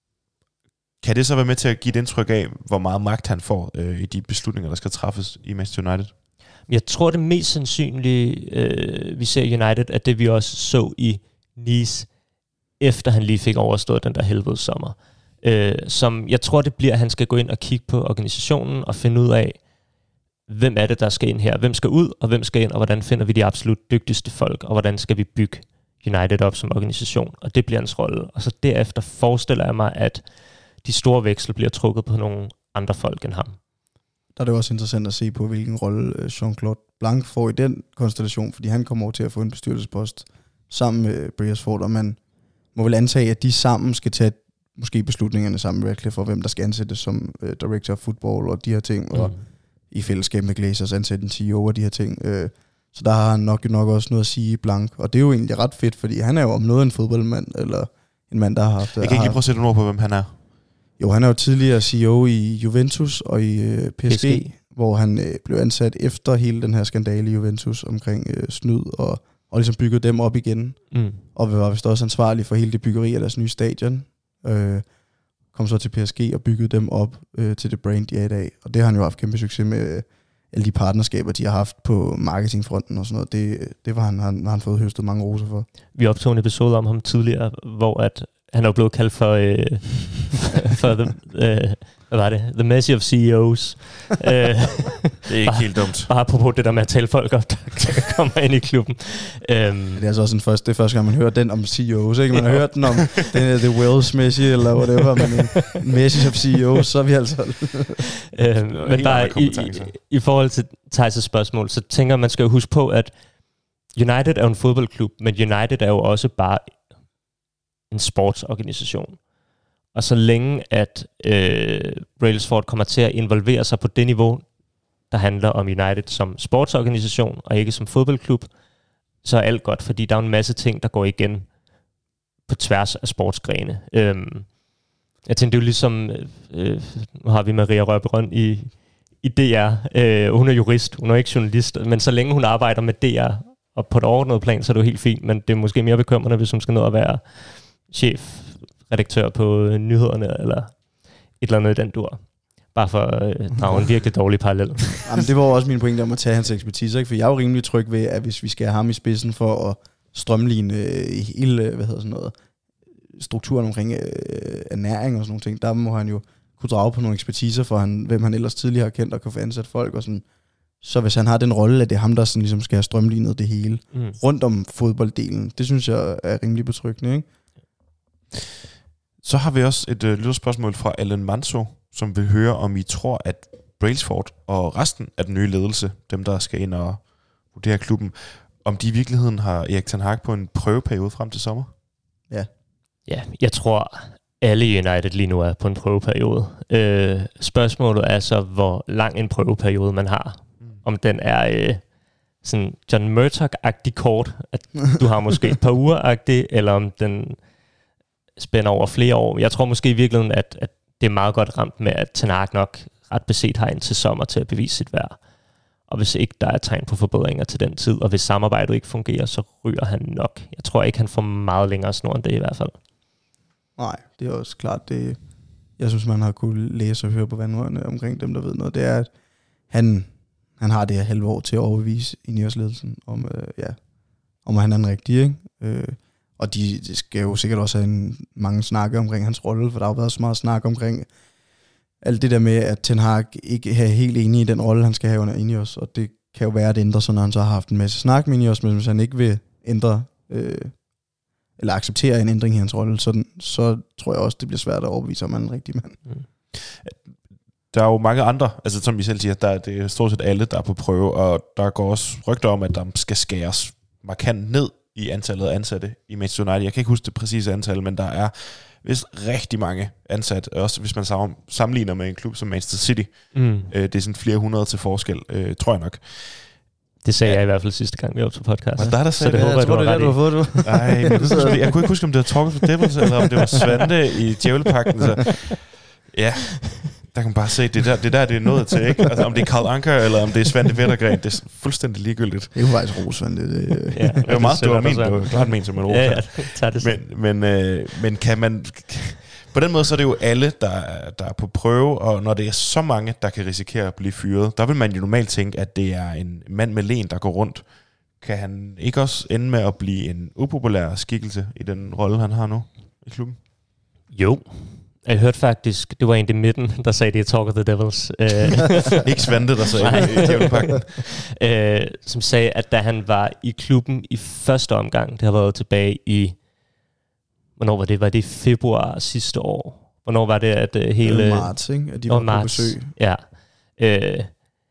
kan det så være med til at give et indtryk af, hvor meget magt han får øh, i de beslutninger, der skal træffes i Manchester United? Jeg tror, det mest sandsynlige, øh, vi ser i United, at det vi også så i Nice, efter han lige fik overstået den der helvedes sommer. Øh, som jeg tror, det bliver, at han skal gå ind og kigge på organisationen og finde ud af, hvem er det, der skal ind her? Hvem skal ud, og hvem skal ind, og hvordan finder vi de absolut dygtigste folk, og hvordan skal vi bygge United op som organisation? Og det bliver hans rolle. Og så derefter forestiller jeg mig, at de store veksler bliver trukket på nogle andre folk end ham. Der er det også interessant at se på, hvilken rolle Jean-Claude Blanc får i den konstellation, fordi han kommer over til at få en bestyrelsespost sammen med Brailsford, og man må vel antage, at de sammen skal tage måske beslutningerne sammen med Radcliffe for, hvem der skal ansættes som uh, director of football og de her ting, mm. og i fællesskab med Glazers ansætte en C E O og de her ting. Uh, så der har han nok, nok også noget at sige Blanc, og det er jo egentlig ret fedt, fordi han er jo om noget en fodboldmand, eller en mand, der har haft... Jeg kan ikke lige prøve at sætte nogle ord på, hvem han er. Jo, han er jo tidligere C E O i Juventus og i øh, P S G, P S G, hvor han øh, blev ansat efter hele den her skandale i Juventus omkring øh, snyd, og, og ligesom byggede dem op igen. Mm. Og var vist også ansvarlig for hele det byggeri af deres nye stadion. Øh, kom så til P S G og byggede dem op øh, til det brand, de er i dag. Og det har han jo haft kæmpe succes med, øh, alle de partnerskaber, de har haft på marketingfronten og sådan noget. Det, det var han, han, har han fået høstet mange roser for. Vi optog en episode om ham tidligere, hvor at han er blevet kaldt for, øh, for the, øh, hvad var det? The Messi of C E Os. Det er ikke bare, helt dumt. Bare apropos det der med at tale folk op, der kommer ind i klubben. Um, det er altså også den første, det er første gang, man hører den om C E Os. Ikke? Man har hørt den om den, The Wells Messi, eller whatever, men Messi of C E Os, så er vi altså... um, men bare i, i, i forhold til Thijs' spørgsmål, så tænker man, skal jo huske på, at United er jo en fodboldklub, men United er jo også bare en sportsorganisation. Og så længe at øh, Brailsford kommer til at involvere sig på det niveau, der handler om United som sportsorganisation og ikke som fodboldklub, så er alt godt, fordi der er en masse ting, der går igen på tværs af sportsgrene. Øhm, jeg tænkte, det er jo ligesom, øh, nu har vi Maria Rørberøn i, i D R. Øh, hun er jurist, hun er ikke journalist, men så længe hun arbejder med D R og på et overordnet plan, så er det jo helt fint, men det er måske mere bekymrende, hvis hun skal ned og være chef, redaktør på øh, nyhederne, eller et eller andet i den dur. Bare for at øh, drage en virkelig dårlig parallel. Jamen, det var også min pointe om at tage hans ekspertise, ikke? For jeg er jo rimelig tryg ved, at hvis vi skal have ham i spidsen for at strømline øh, hele, hvad hedder sådan noget, strukturen omkring øh, ernæring og sådan nogle ting, der må han jo kunne drage på nogle ekspertiser for, han, hvem han ellers tidligere har kendt og kan få ansat folk og sådan. Så hvis han har den rolle, at det er ham, der sådan ligesom skal have strømlignet det hele mm. rundt om fodbolddelen, det synes jeg er rimelig betryggende, ikke? Så har vi også et øh, lytterspørgsmål fra Allen Manso, som vil høre, om I tror, at Brailsford og resten af den nye ledelse, dem der skal ind og vurdere klubben, om de i virkeligheden har Erik ten Hag på en prøveperiode frem til sommer? Ja. Ja, jeg tror, alle United lige nu er på en prøveperiode. Øh, spørgsmålet er så, hvor lang en prøveperiode man har. Mm. Om den er øh, sådan John Murtoch-agtig kort, at du har måske et par uger-agtig, eller om den spænder over flere år. Jeg tror måske i virkeligheden, at, at det er meget godt ramt med, at ten Hag nok ret beset har indtil sommer til at bevise sit værd. Og hvis ikke der er tegn på forbedringer til den tid, og hvis samarbejdet ikke fungerer, så ryger han nok. Jeg tror ikke, han får meget længere snor end det i hvert fald. Nej, det er også klart, det jeg synes, man har kunne læse og høre på vandrørene omkring dem, der ved noget, det er, at han, han har det her halve år til at overbevise Ineos-ledelsen om, øh, ja, om at han er den rigtige, ikke? Øh, og de, de skal jo sikkert også have en, mange snakke omkring hans rolle, for der har jo været så meget snak omkring alt det der med, at ten Hag ikke er helt enig i den rolle, han skal have under Ineos, og det kan jo være, at det ændrer sig, når han så har haft en masse snak med Ineos, men hvis han ikke vil ændre, øh, eller acceptere en ændring i hans rolle, så, så tror jeg også, det bliver svært at overbevise, om han er en rigtig mand. Mm. Der er jo mange andre, altså som vi selv siger, der, det er stort set alle, der er på prøve, og der går også rygter om, at der skal skæres markant ned i antallet af ansatte i Manchester United. Jeg kan ikke huske det præcise antal, men der er vist rigtig mange ansat, også hvis man sammenligner med en klub som Manchester City. Mm. Øh, det er sådan flere hundrede til forskel, øh, tror jeg nok. Det sagde ja. jeg i hvert fald sidste gang, vi var på podcast. Og der, der sagde så det, det, håber, jeg tror, det er det, du har fået, du. Ej, men jeg, jeg kunne ikke huske, om det var Talk for Devils, eller om det var Svante i Djævlepagten. Så ja, der kan man bare se, det der, det der det er nået til, ikke? Altså, om det er Karl Anker, eller om det er Svante Vettergren, det er fuldstændig ligegyldigt. Det er jo faktisk ro, Svante. Det, ja, det var meget, det var, ment, det var klart ment som en ro. Ja, ja, tager det men, men, øh, men kan man... På den måde så er det jo alle, der, der er på prøve, og når det er så mange, der kan risikere at blive fyret, der vil man jo normalt tænke, at det er en mand med len, der går rundt. Kan han ikke også ende med at blive en upopulær skikkelse i den rolle, han har nu i klubben? Jo. Jeg hørte faktisk, det var en i midten, der sagde det i Talk of the Devils. Ikke Svante, der sagde det i Djævlepagten. øh, som sagde, at da han var i klubben i første omgang, det har været tilbage i... Hvornår var det? Var det i februar sidste år? Hvornår var det, at uh, hele... Det var marts, ikke? At de var marts, på besøg. Ja. Øh,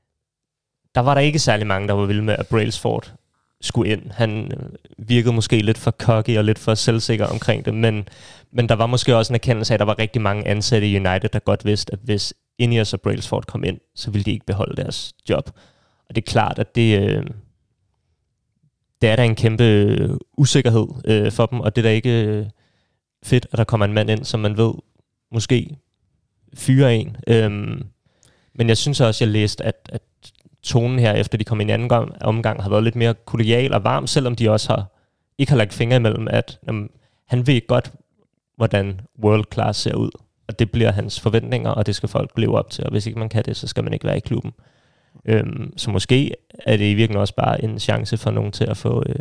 der var der ikke særlig mange, der var vilde med, at Brailsford skulle ind. Han virkede måske lidt for cocky og lidt for selvsikker omkring det, men, men der var måske også en erkendelse af, at der var rigtig mange ansatte i United, der godt vidste, at hvis Ineos og Brailsford kom ind, så ville de ikke beholde deres job. Og det er klart, at det... Øh, det er der en kæmpe usikkerhed øh, for dem, og det er da ikke... Øh, fedt, at der kommer en mand ind, som man ved måske fyrer en. Øhm, men jeg synes også, jeg læste, at, at tonen her, efter de kom ind i anden gang, omgang, har været lidt mere kollegial og varm, selvom de også har ikke har lagt fingre imellem, at jamen, han ved godt, hvordan world class ser ud. Og det bliver hans forventninger, og det skal folk leve op til. Og hvis ikke man kan det, så skal man ikke være i klubben. Øhm, så måske er det i virkeligheden også bare en chance for nogen til at få... Øh,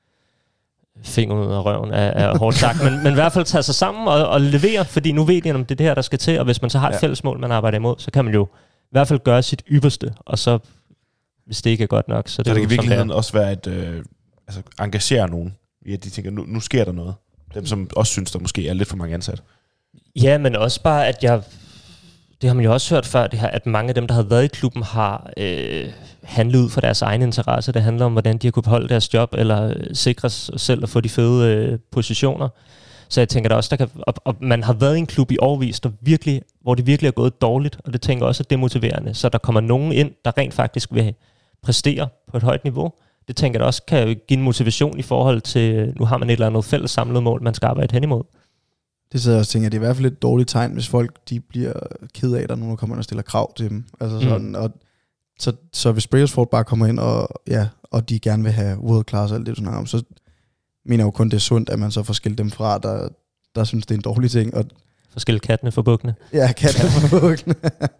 fingeren ud af røven er, er hårdt sagt, men, men i hvert fald tage sig sammen og, og levere, fordi nu ved de, om det er det her, der skal til, og hvis man så har et ja. fælles mål, man arbejder imod, så kan man jo i hvert fald gøre sit ypperste, og så, hvis det ikke er godt nok, så det, så det kan i virkeligheden også være at øh, altså, engagere nogen, i at de tænker, nu, nu sker der noget. Dem, som også synes, der måske er lidt for mange ansatte. Ja, men også bare, at jeg, det har man jo også hørt før, det her, at mange af dem, der har været i klubben, har øh, handlet ud for deres egen interesse. Det handler om, hvordan de har kunne beholde deres job, eller øh, sikre sig selv at få de fede øh, positioner. Så jeg tænker der også, der kan, og, og man har været i en klub i årvis, der virkelig, hvor det virkelig er gået dårligt, og det tænker også er demotiverende. Så der kommer nogen ind, der rent faktisk vil præstere på et højt niveau. Det tænker jeg også kan give en motivation i forhold til, nu har man et eller andet fælles samlet mål, man skal arbejde hen imod. Det sidder jeg også og tænker, det er i hvert fald et dårligt tegn, hvis folk de bliver ked af, at der nogen kommer ind og stiller krav til dem. Altså sådan, mm. og så, så hvis Brailsford bare kommer ind, og, ja, og de gerne vil have world class og alt det, du snakker om, så mener jeg jo kun, det er sundt, at man så får skilt dem fra, der, der synes, det er en dårlig ting. Og får skilt kattene fra bukkene. Ja, kattene fra bukkene.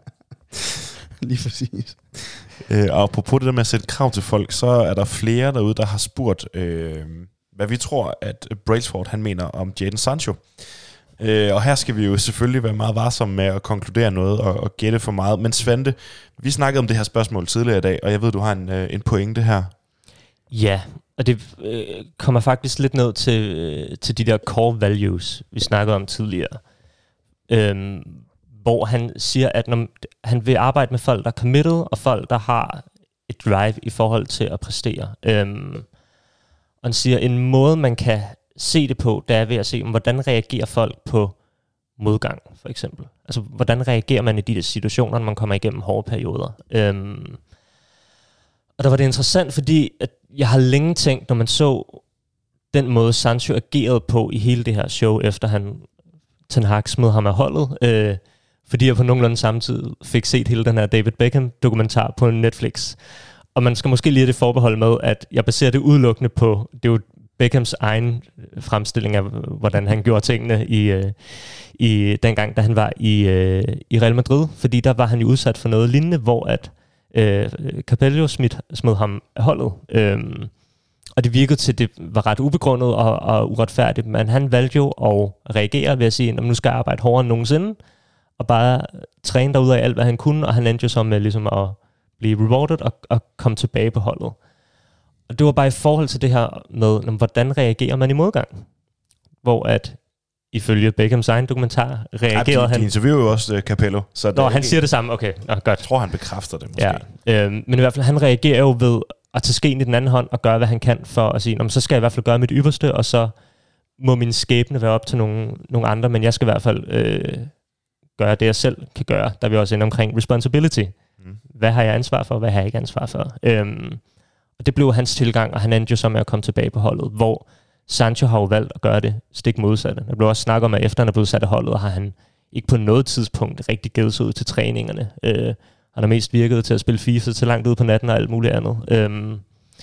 Lige præcis. Øh, og apropos det der med at sætte krav til folk, så er der flere derude, der har spurgt, øh, hvad vi tror, at Brailsford han mener om Jadon Sancho. Øh, og her skal vi jo selvfølgelig være meget varsomme med at konkludere noget og, og gætte for meget. Men Svante, vi snakkede om det her spørgsmål tidligere i dag, og jeg ved, du har en, en pointe her. Ja, og det øh, kommer faktisk lidt ned til, øh, til de der core values, vi snakkede om tidligere. Øhm, hvor han siger, at når han vil arbejde med folk, der er committed, og folk, der har et drive i forhold til at præstere. Øhm, og han siger, en måde, man kan se det på, det er ved at se, hvordan reagerer folk på modgang, for eksempel. Altså, hvordan reagerer man i de der situationer, når man kommer igennem hårde perioder. Øhm, og der var det interessant, fordi at jeg har længe tænkt, når man så den måde, Sancho agerede på i hele det her show, efter han Ten Hag smed ham af holdet, øh, fordi jeg på nogenlunde samtidig fik set hele den her David Beckham-dokumentar på Netflix. Og man skal måske lige have det forbehold med, at jeg baserer det udelukkende på, det er jo Beckhams egen fremstilling af, hvordan han gjorde tingene i, øh, i dengang, da han var i, øh, i Real Madrid. Fordi der var han jo udsat for noget lignende, hvor at øh, Capello smed, smed ham af holdet. Øhm, og det virkede til, at det var ret ubegrundet og, og uretfærdigt. Men han valgte jo at reagere ved at sige, at nu skal jeg arbejde hårdere end nogensinde. Og bare træne derud af alt, hvad han kunne. Og han endte jo så med ligesom at blive rewarded og, og komme tilbage på holdet. Og det var bare i forhold til det her med, hvordan reagerer man i modgang? Hvor at ifølge Beckhams egen dokumentar, reagerede ja, de, han... De interviewer jo også uh, Capello. Så Nå, han ikke... siger det samme. Okay, Nå, godt. Jeg tror, han bekræfter det måske. Ja, øh, men i hvert fald, han reagerer jo ved at tage skeen i den anden hånd og gøre, hvad han kan for at sige, så skal jeg i hvert fald gøre mit ypperste, og så må min skæbne være op til nogle, nogle andre, men jeg skal i hvert fald øh, gøre det, jeg selv kan gøre. Der er vi også inde omkring responsibility. Mm. Hvad har jeg ansvar for, hvad har jeg ikke ansvar for? Øhm, og det blev hans tilgang, og han endte jo så med at komme tilbage på holdet, hvor Sancho har jo valgt at gøre det stik modsatte. Der blev også snakket om, at efter han er blevet sat af holdet, har han ikke på noget tidspunkt rigtig givet sig ud til træningerne. Øh, han har mest virket til at spille FIFA til langt ud på natten og alt muligt andet. Øhm,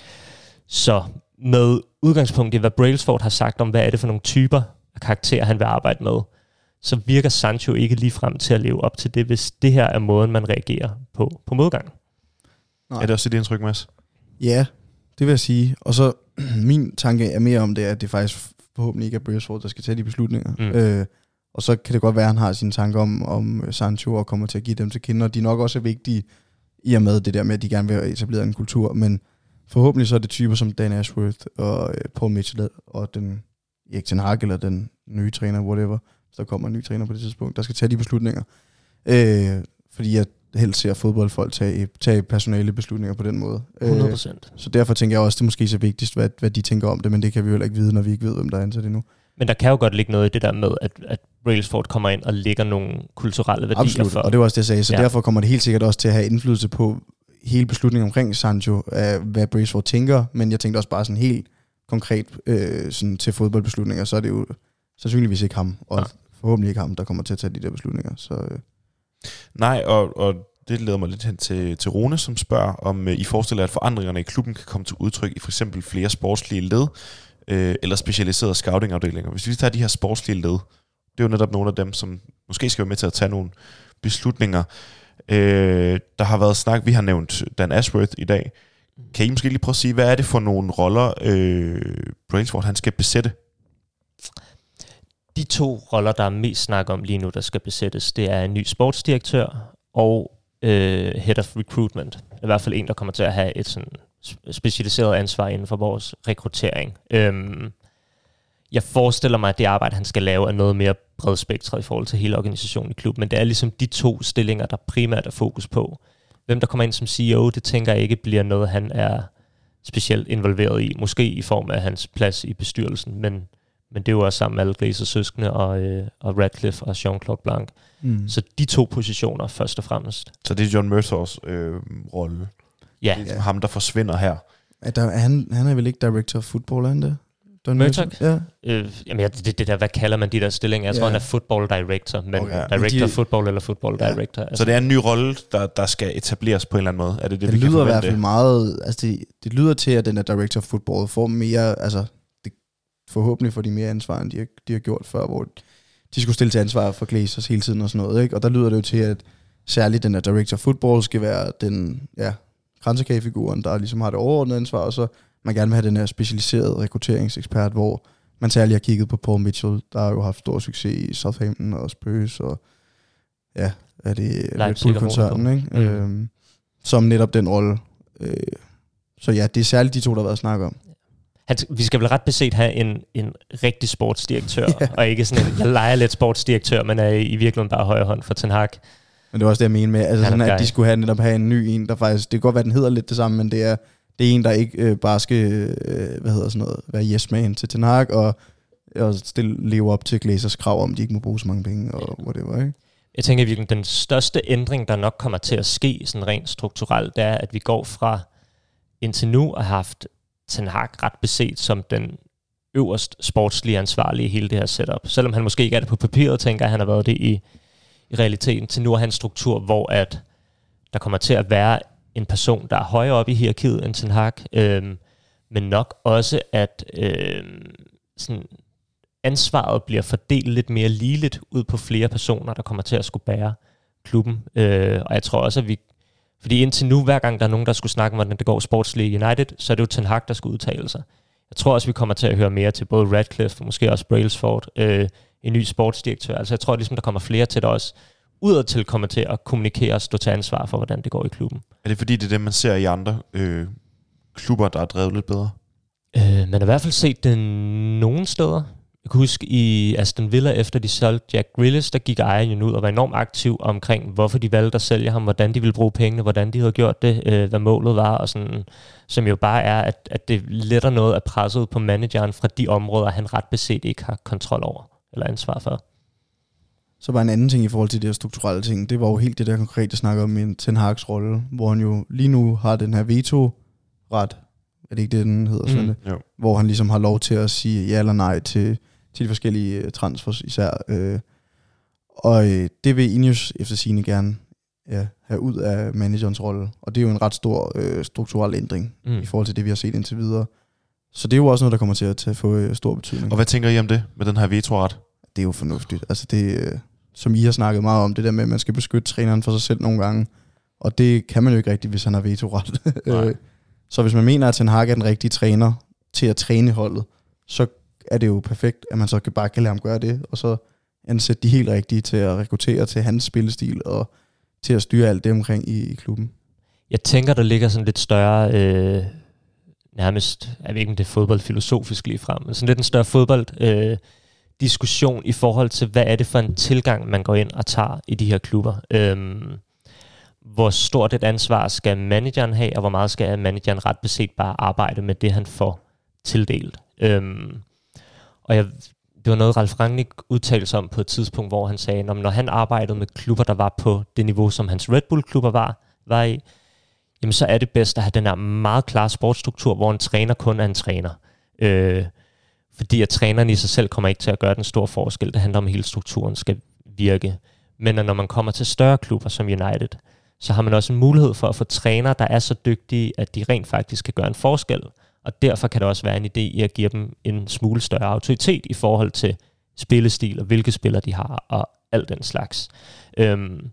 så med udgangspunkt i, hvad Brailsford har sagt om, hvad er det for nogle typer af karakterer, han vil arbejde med, så virker Sancho ikke lige frem til at leve op til det, hvis det her er måden, man reagerer på, på modgang. Nej. Er det også dit indtryk, Mads? Ja, det vil jeg sige. Og så min tanke er mere om det, at det faktisk forhåbentlig ikke er Brailsford, der skal tage de beslutninger. Mm. Øh, og så kan det godt være, at han har sine tanker om, om Sancho og kommer til at give dem til kende, og de er nok også vigtige i og med det der med, at de gerne vil etablere en kultur, men forhåbentlig så er det typer som Dan Ashworth og øh, Paul Mitchell og den Erik Ten Hag eller den nye træner, whatever, så der kommer en ny træner på det tidspunkt, der skal tage de beslutninger. Øh, fordi jeg helst ser fodboldfolk tage, tage personale beslutninger på den måde. hundrede procent. Øh, så derfor tænker jeg også, det er måske så vigtigst, hvad, hvad de tænker om det, men det kan vi jo ikke vide, når vi ikke ved, hvem der er ansat endnu. Men der kan jo godt ligge noget i det der med, at, at Brailsford kommer ind og lægger nogle kulturelle værdier. Absolut, for. Og det var også det, jeg sagde. Så ja. Derfor kommer det helt sikkert også til at have indflydelse på hele beslutningen omkring Sancho, af hvad Brailsford tænker, men jeg tænkte også bare sådan helt konkret øh, sådan til fodboldbeslutninger, så er det jo sandsynligvis ikke ham, og ja. forhåbentlig ikke ham, der kommer til at tage de der beslutninger. Så, øh. Nej, og, og det leder mig lidt hen til, til Rune, som spørger, om øh, I forestiller at forandringerne i klubben kan komme til udtryk i for eksempel flere sportslige led, øh, eller specialiserede scouting-afdelinger. Hvis vi tager de her sportslige led, det er jo netop nogle af dem, som måske skal være med til at tage nogle beslutninger. Øh, der har været snak, vi har nævnt Dan Ashworth i dag. Kan I måske lige prøve at sige, hvad er det for nogle roller, øh, Brailsford han skal besætte? De to roller, der er mest snak om lige nu, der skal besættes, det er en ny sportsdirektør og øh, head of recruitment. I hvert fald en, der kommer til at have et sådan specialiseret ansvar inden for vores rekruttering. Øhm, jeg forestiller mig, at det arbejde, han skal lave, er noget mere bredspektret i forhold til hele organisationen i klubben, men det er ligesom de to stillinger, der primært er fokus på. Hvem der kommer ind som C E O, det tænker jeg ikke bliver noget, han er specielt involveret i. Måske i form af hans plads i bestyrelsen, men, men det er jo også sammen med alle Glazers søskende og, øh, og Radcliffe og Jean-Claude Blanc. Mm. Så de to positioner først og fremmest. Så det er John Murtaghs øh, rolle. Ja. Det er ham, der forsvinder her. Er der, er han, han er vel ikke director of football, er han det? Murtagh? Ja. Øh, jamen, ja, det, det der, hvad kalder man de der stillinger? Jeg tror, ja. han er football director, men okay. director of football eller football ja. director. Altså. Så det er en ny rolle, der, der skal etableres på en eller anden måde? Er det det, det vi lyder kan i hvert fald meget, altså det, det lyder til, at den er director of football får mere, altså det, forhåbentlig får de mere ansvar, end de har, de har gjort før, hvor de skulle stille til ansvar for Glazers hele tiden og sådan noget, ikke? Og der lyder det jo til, at særligt den der director of football skal være den, ja, kransekagefiguren, der ligesom har det overordnede ansvar, og så man gerne vil have den her specialiserede rekrutteringsekspert, hvor man særligt har kigget på Paul Mitchell, der har jo haft stor succes i Southampton og Spurs, og ja, er det Red Bull-koncernen, ikke? Mm. Øhm, som netop den rolle. Øh, så ja, det er særligt de to, der har været snakket om. Han, vi skal vel ret beset have en, en rigtig sportsdirektør, yeah. og ikke sådan en, jeg leger lidt sportsdirektør, men er i virkeligheden bare højre hånd for Ten Hag. Men det var også det, jeg mener med, altså sådan, at de skulle have, netop have en ny en, der faktisk, det kan godt være, den hedder lidt det samme, men det er Det er en, der ikke øh, bare skal øh, hvad hedder sådan noget, være yes man til Ten Hag og, og stille, leve op til Glazers krav om, de ikke må bruge så mange penge og ja. whatever, ikke? Jeg tænker virkelig, den største ændring, der nok kommer til at ske sådan rent strukturelt, det er, at vi går fra indtil nu at have haft Ten Hag ret beset som den øverst sportslige ansvarlige i hele det her setup. Selvom han måske ikke er det på papiret, tænker jeg, han har været det i, i realiteten. Til nu har han en struktur, hvor at der kommer til at være en person, der er højere op i hierarkiet end Ten Hag, øhm, men nok også, at øhm, sådan ansvaret bliver fordelt lidt mere ligeligt ud på flere personer, der kommer til at skulle bære klubben. Øh, og jeg tror også, at vi... Fordi indtil nu, hver gang der er nogen, der skulle snakke om, hvordan det går sportslige United, så er det jo Ten Hag, der skal udtale sig. Jeg tror også, vi kommer til at høre mere til både Radcliffe og måske også Brailsford, øh, en ny sportsdirektør. Altså jeg tror ligesom, der kommer flere til det også, udadtil kommer til at kommunikere og stå til ansvar for, hvordan det går i klubben. Er det fordi, det er det, man ser i andre øh, klubber, der er drevet lidt bedre? Øh, man har i hvert fald set det nogle steder. Jeg kan huske i Aston Villa, efter de solgte Jack Grealish, der gik ejeren ud og var enormt aktiv omkring, hvorfor de valgte at sælge ham, hvordan de ville bruge pengene, hvordan de havde gjort det, øh, hvad målet var, og sådan, som jo bare er, at, at det letter noget af presset på manageren fra de områder, han ret beset ikke har kontrol over eller ansvar for. Så var en anden ting i forhold til de her strukturelle ting, det var jo helt det der konkrete, jeg snakker om i Ten Hag's rolle, hvor han jo lige nu har den her veto-ret, er det ikke det, den hedder, Svende? Mm, hvor han ligesom har lov til at sige ja eller nej til, til de forskellige transfers især. Øh, og øh, det vil Ineos efter sigende gerne ja, have ud af managerens rolle, og det er jo en ret stor øh, strukturel ændring mm. i forhold til det, vi har set indtil videre. Så det er jo også noget, der kommer til at, til at få øh, stor betydning. Og hvad tænker I om det, med den her vetoret? Det er jo fornuftigt. Altså det, øh, som I har snakket meget om, det der med, at man skal beskytte træneren for sig selv nogle gange, og det kan man jo ikke rigtigt, hvis han har vetoret. Så hvis man mener, at Ten Hag er den rigtige træner til at træne holdet, så er det jo perfekt, at man så bare kan lade ham gøre det, og så ansætte de helt rigtige til at rekruttere til hans spillestil, og til at styre alt det omkring i, i klubben. Jeg tænker, der ligger sådan lidt større, øh, nærmest, jeg ved ikke, om det er fodboldfilosofisk lige frem, men sådan lidt en større fodbold øh, diskussion i forhold til, hvad er det for en tilgang, man går ind og tager i de her klubber. Øhm, hvor stort et ansvar skal manageren have, og hvor meget skal manageren ret beset bare arbejde med det, han får tildelt. Øhm, og jeg, det var noget, Ralf Rangnick udtalte sig om på et tidspunkt, hvor han sagde, når han arbejdede med klubber, der var på det niveau, som hans Red Bull-klubber var, var i, jamen så er det bedst at have den her meget klare sportsstruktur, hvor en træner kun er en træner. Øh, fordi at træneren i sig selv kommer ikke til at gøre den store forskel. Det handler om, at hele strukturen skal virke. Men når man kommer til større klubber som United, så har man også en mulighed for at få trænere, der er så dygtige, at de rent faktisk kan gøre en forskel. Og derfor kan det også være en idé i at give dem en smule større autoritet i forhold til spillestil, og hvilke spillere de har, og alt den slags. Øhm,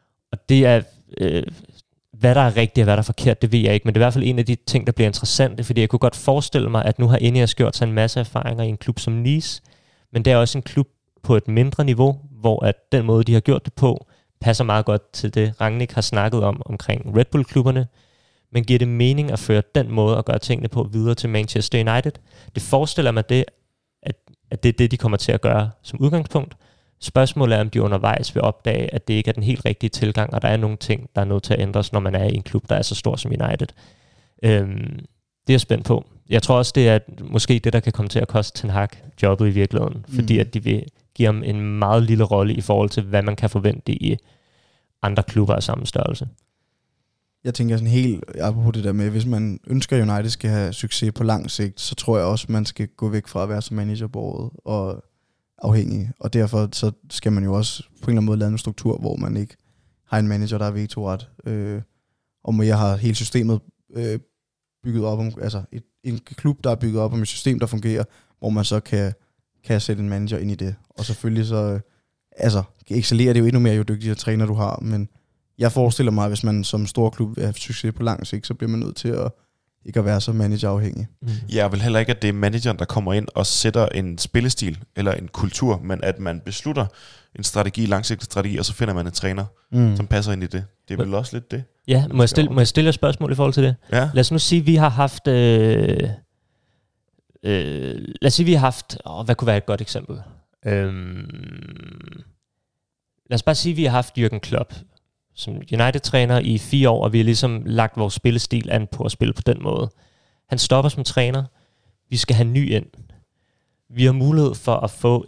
og det er... Øh, hvad der er rigtigt og hvad der er forkert, det ved jeg ikke, men det er i hvert fald en af de ting, der bliver interessante, fordi jeg kunne godt forestille mig, at nu har Ineos gjort sig en masse erfaringer i en klub som Nice, men det er også en klub på et mindre niveau, hvor at den måde, de har gjort det på, passer meget godt til det, Rangnick har snakket om omkring Red Bull-klubberne, men giver det mening at føre den måde at gøre tingene på videre til Manchester United? Det forestiller mig det, at, at det er det, de kommer til at gøre som udgangspunkt. Spørgsmålet er, om de undervejs vil opdage, at det ikke er den helt rigtige tilgang, og der er nogle ting, der er nødt til at ændres, når man er i en klub, der er så stor som United. Øhm, det er jeg spændt på. Jeg tror også, det er måske det, der kan komme til at koste Ten Hag jobbet i virkeligheden, mm. fordi at de vil give ham en meget lille rolle i forhold til, hvad man kan forvente i andre klubber af samme størrelse. Jeg tænker sådan helt apropos det der med, hvis man ønsker, at United skal have succes på lang sigt, så tror jeg også, man skal gå væk fra at være som managerbordet og afhængig, og derfor så skal man jo også på en eller anden måde lave en struktur, hvor man ikke har en manager, der er vetoret, øh, og hvor jeg har hele systemet øh, bygget op om, altså et, en klub, der er bygget op om et system, der fungerer, hvor man så kan, kan sætte en manager ind i det, og selvfølgelig så, øh, altså, excellerer det jo endnu mere, jo dygtigere træner du har, men jeg forestiller mig, at hvis man som stor klub vil have succes på lang sigt, så bliver man nødt til at ikke at være så managerafhængig. Mm. Jeg vil heller ikke, at det er manageren, der kommer ind og sætter en spillestil eller en kultur, men at man beslutter en strategi, langsigtet strategi, og så finder man en træner, mm. som passer ind i det. Det er vel også lidt det. Ja, må jeg, stille, må jeg stille et spørgsmål i forhold til det? Ja. Lad os nu sige, at vi har haft... Øh, øh, lad os sige, vi har haft... Åh, hvad kunne være et godt eksempel? Øhm, lad os bare sige, at vi har haft Jürgen Klopp som United-træner i fire år, og vi har ligesom lagt vores spillestil an på at spille på den måde. Han stopper som træner. Vi skal have ny ind. Vi har mulighed for at få,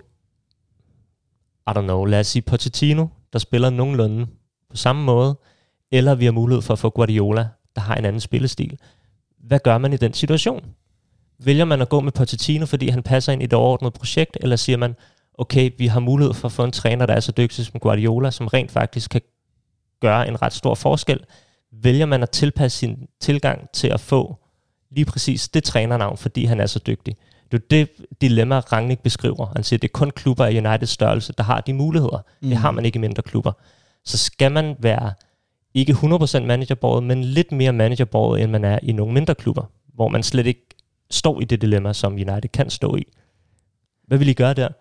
I don't know, lad os sige Pochettino, der spiller nogenlunde på samme måde, eller vi har mulighed for at få Guardiola, der har en anden spillestil. Hvad gør man i den situation? Vælger man at gå med Pochettino, fordi han passer ind i det overordnede projekt, eller siger man, okay, vi har mulighed for at få en træner, der er så dygtig som Guardiola, som rent faktisk kan gøre en ret stor forskel. Vælger man at tilpasse sin tilgang til at få lige præcis det trænernavn, fordi han er så dygtig. Det er det dilemma, Rangnick beskriver. Han siger, det er kun klubber af Uniteds størrelse, der har de muligheder. Mm. Det har man ikke i mindre klubber. Så skal man være ikke hundrede procent managerbordet, men lidt mere managerbordet, end man er i nogle mindre klubber, hvor man slet ikke står i det dilemma, som United kan stå i. Hvad vil I gøre der?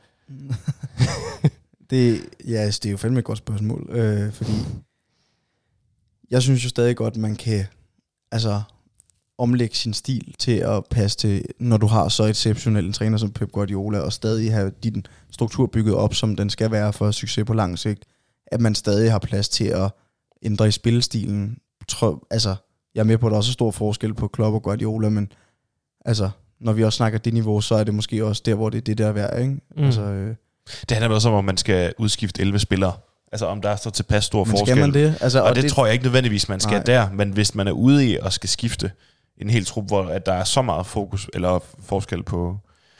det, ja, det er jo fandme et godt spørgsmål, øh, fordi jeg synes jo stadig godt, man kan, altså, omlægge sin stil til at passe til, når du har så exceptionel en træner som Pep Guardiola, og stadig have din struktur bygget op, som den skal være for succes på lang sigt, at man stadig har plads til at ændre i spillestilen. Tror, altså, jeg er med på, at der også er stor forskel på Klopp og Guardiola, men altså, når vi også snakker det niveau, så er det måske også der, hvor det er det, der er værd, ikke? Mm. Altså, øh, Det handler også om, om man skal udskifte elleve spillere. Altså om der er så tilpas stor men forskel. skal man det? Altså, og, og det, det tror jeg ikke nødvendigvis, man skal nej. der. Men hvis man er ude i at skal skifte en hel trup, hvor at der er så meget fokus eller forskel på,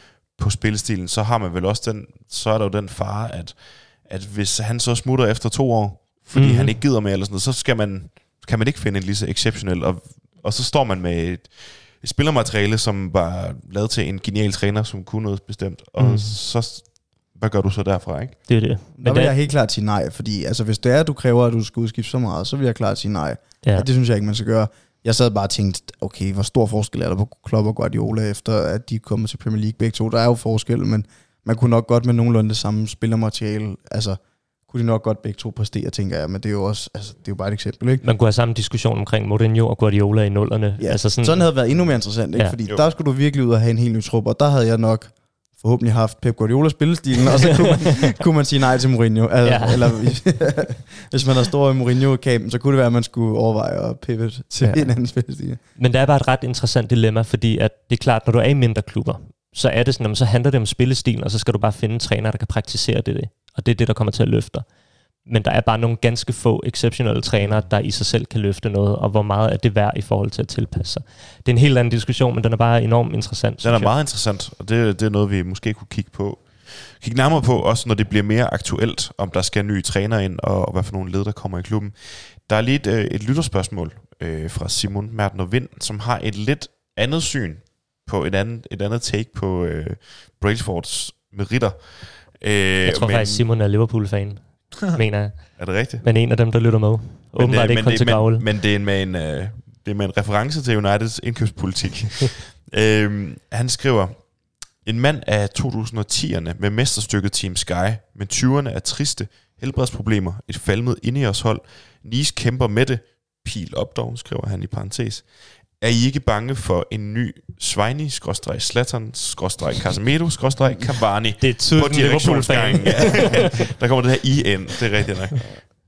på spillestilen, så har man vel også den, så er der jo den fare, at, at hvis han så smutter efter to år, fordi mm-hmm. han ikke gider med eller sådan noget, så skal man, kan man ikke finde en lige så exceptionel. Og, og så står man med et, et spillermateriale, som var lavet til en genial træner, som kunne noget bestemt. Og mm. så... Hvad gør du så derfra, ikke? Det er det. Men der vil det... jeg helt klart sige nej, fordi altså, hvis det er, at du kræver, at du skal udskifte så meget, så vil jeg klart sige nej. Ja. Ja, det synes jeg ikke, man skal gøre. Jeg sad bare og tænkte, okay, hvor stor forskel er der på Klopp og Guardiola, efter at de er kommet til Premier League begge to. Der er jo forskel, men man kunne nok godt med nogenlunde det samme spillermateriale, altså kunne de nok godt begge to præstere, tænker jeg, men det er jo også, altså, det er jo bare et eksempel, ikke? Man kunne have samme diskussion omkring Mourinho og Guardiola i nullerne. Ja, altså sådan, sådan havde været endnu mere interessant, ikke? Ja. Fordi Jo. der skulle du virkelig ud og have en helt ny trup, og der havde jeg nok forhåbentlig haft Pep Guardiola spillestilen, og så kunne man, kunne man sige nej til Mourinho. Altså, Ja. Eller hvis, hvis man har stor i Mourinho-kampen, så kunne det være, at man skulle overveje at pivot til Ja. ja. en anden spillestil. Men der er bare et ret interessant dilemma, fordi at det er klart, når du er i mindre klubber, så er det sådan, så handler det om spillestilen, og så skal du bare finde en træner, der kan praktisere det. Og det er det, der kommer til at løfte dig. Men der er bare nogle ganske få exceptionelle trænere, der i sig selv kan løfte noget, og hvor meget er det værd i forhold til at tilpasse sig. Det er en helt anden diskussion, men den er bare enormt interessant. Den er meget interessant, og det, det er noget, vi måske kunne kigge på. Kigge nærmere på, også når det bliver mere aktuelt, om der skal nye træner ind, og, og hvad for nogle led, der kommer i klubben. Der er lige et, øh, et lytterspørgsmål øh, fra Simon Mertner Vind, som har et lidt andet syn på et andet, et andet take på øh, Brailsfords meritter. Øh, Jeg tror men, faktisk, Simon er Liverpool-fan, mener jeg. Er det rigtigt? Men en af dem, der lytter med. Åbenbart ikke kun til Gravle. Men, men det er med en, øh, det er med en reference til Uniteds indkøbspolitik. øhm, han skriver, en mand af to tusind og ti'erne med mesterstykket Team Sky, men tyverne er triste, helbredsproblemer, et falmet Ineos-hold, Nice kæmper med det, pil op dog, skriver han i parentes. Er I ikke bange for en ny Svejni, skråstreg Zlatan, skråstreg Casemiro, skråstreg Cavani Det er på tydeligt direktionsgangen? Ja. Der kommer det her I N, det er rigtigt nok.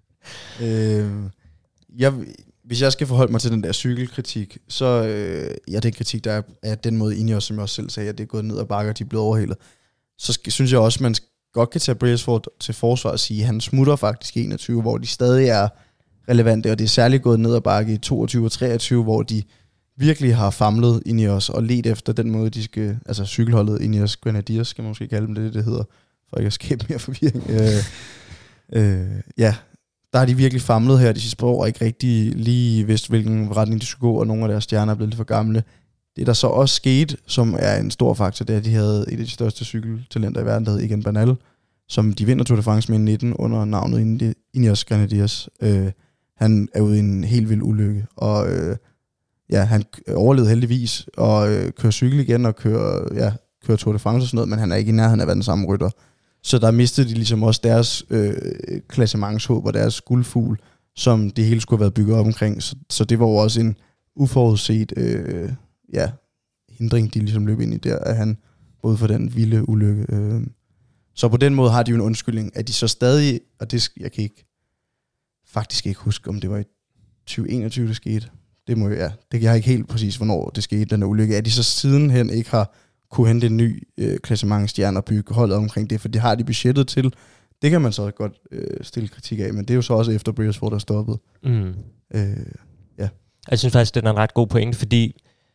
Øh, jeg, hvis jeg skal forholde mig til den der cykelkritik, så øh, ja, den kritik, der er, er den måde Ineos, som jeg også selv sagde, at det er gået ned ad bakker, de er blevet overhældet. Så skal, synes jeg også, at man godt kan tage Brailsford til forsvar og sige, at han smutter faktisk i enogtyve, hvor de stadig er relevante, og det er særligt gået ned ad bakke i toogtyve og treogtyve, hvor de virkelig har famlet Ineos og let efter den måde, de skal, altså cykelholdet Ineos Grenadiers, skal man måske kalde dem det, det hedder, for ikke at skabe mere forvirring. øh, øh, ja, der har de virkelig famlet her de sidste år, og ikke rigtig lige vidst, hvilken retning de skulle gå, og nogle af deres stjerner er blevet lidt for gamle. Det, der så også skete, som er en stor faktor, det er, at de havde et af de største cykeltalenter i verden, der hed Egan Bernal, som de vinder Tour de France med i nitten under navnet Ineos Grenadiers. Øh, han er ude i en helt vild ulykke, og øh, ja, han overlevede heldigvis, og øh, kører cykel igen, og kører, ja, kører Tour de France og sådan noget, men han er ikke i nærheden af at være den samme rytter. Så der mistede de ligesom også deres øh, klassementshåb og deres guldfugl, som det hele skulle have været bygget op omkring. Så, så det var jo også en uforudset øh, ja, hindring, de ligesom løb ind i der, at han både for den vilde ulykke. Øh. Så på den måde har de jo en undskyldning, at de så stadig, og det jeg kan ikke faktisk ikke huske, om det var i tyve enogtyve, det skete. Det må ja, det kan jeg ikke helt præcis, hvornår det skete, den ulykke. At de så sidenhen ikke har kunne hente en ny øh, klassementsstjerne og bygge holdet omkring det, for det har de budgettet til. Det kan man så godt øh, stille kritik af, men det er jo så også efter Brailsford er stoppet. Mm. Øh, ja. Jeg synes faktisk, det er en ret god pointe, fordi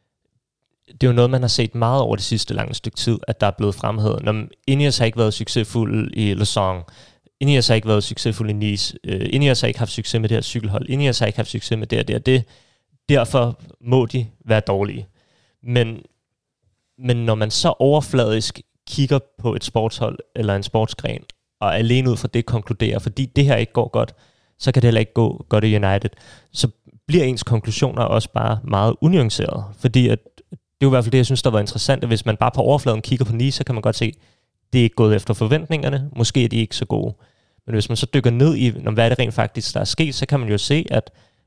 det er jo noget, man har set meget over det sidste lange stykke tid, at der er blevet fremhævet. Når Ineos har ikke været succesfuld i Lausanne, Ineos har ikke været succesfuld i Nice, uh, Ineos har ikke haft succes med det her cykelhold, Ineos har ikke haft succes med det og det og det. Derfor må de være dårlige. Men, men når man så overfladisk kigger på et sportshold eller en sportsgren, og alene ud fra det konkluderer, fordi det her ikke går godt, så kan det heller ikke gå godt i United, så bliver ens konklusioner også bare meget unuancerede. Fordi at, det er jo i hvert fald det, jeg synes, der var interessant, at hvis man bare på overfladen kigger på Nice, så kan man godt se, det er ikke gået efter forventningerne, måske er de ikke så gode. Men hvis man så dykker ned i, hvad er det rent faktisk, der er sket, så kan man jo se, at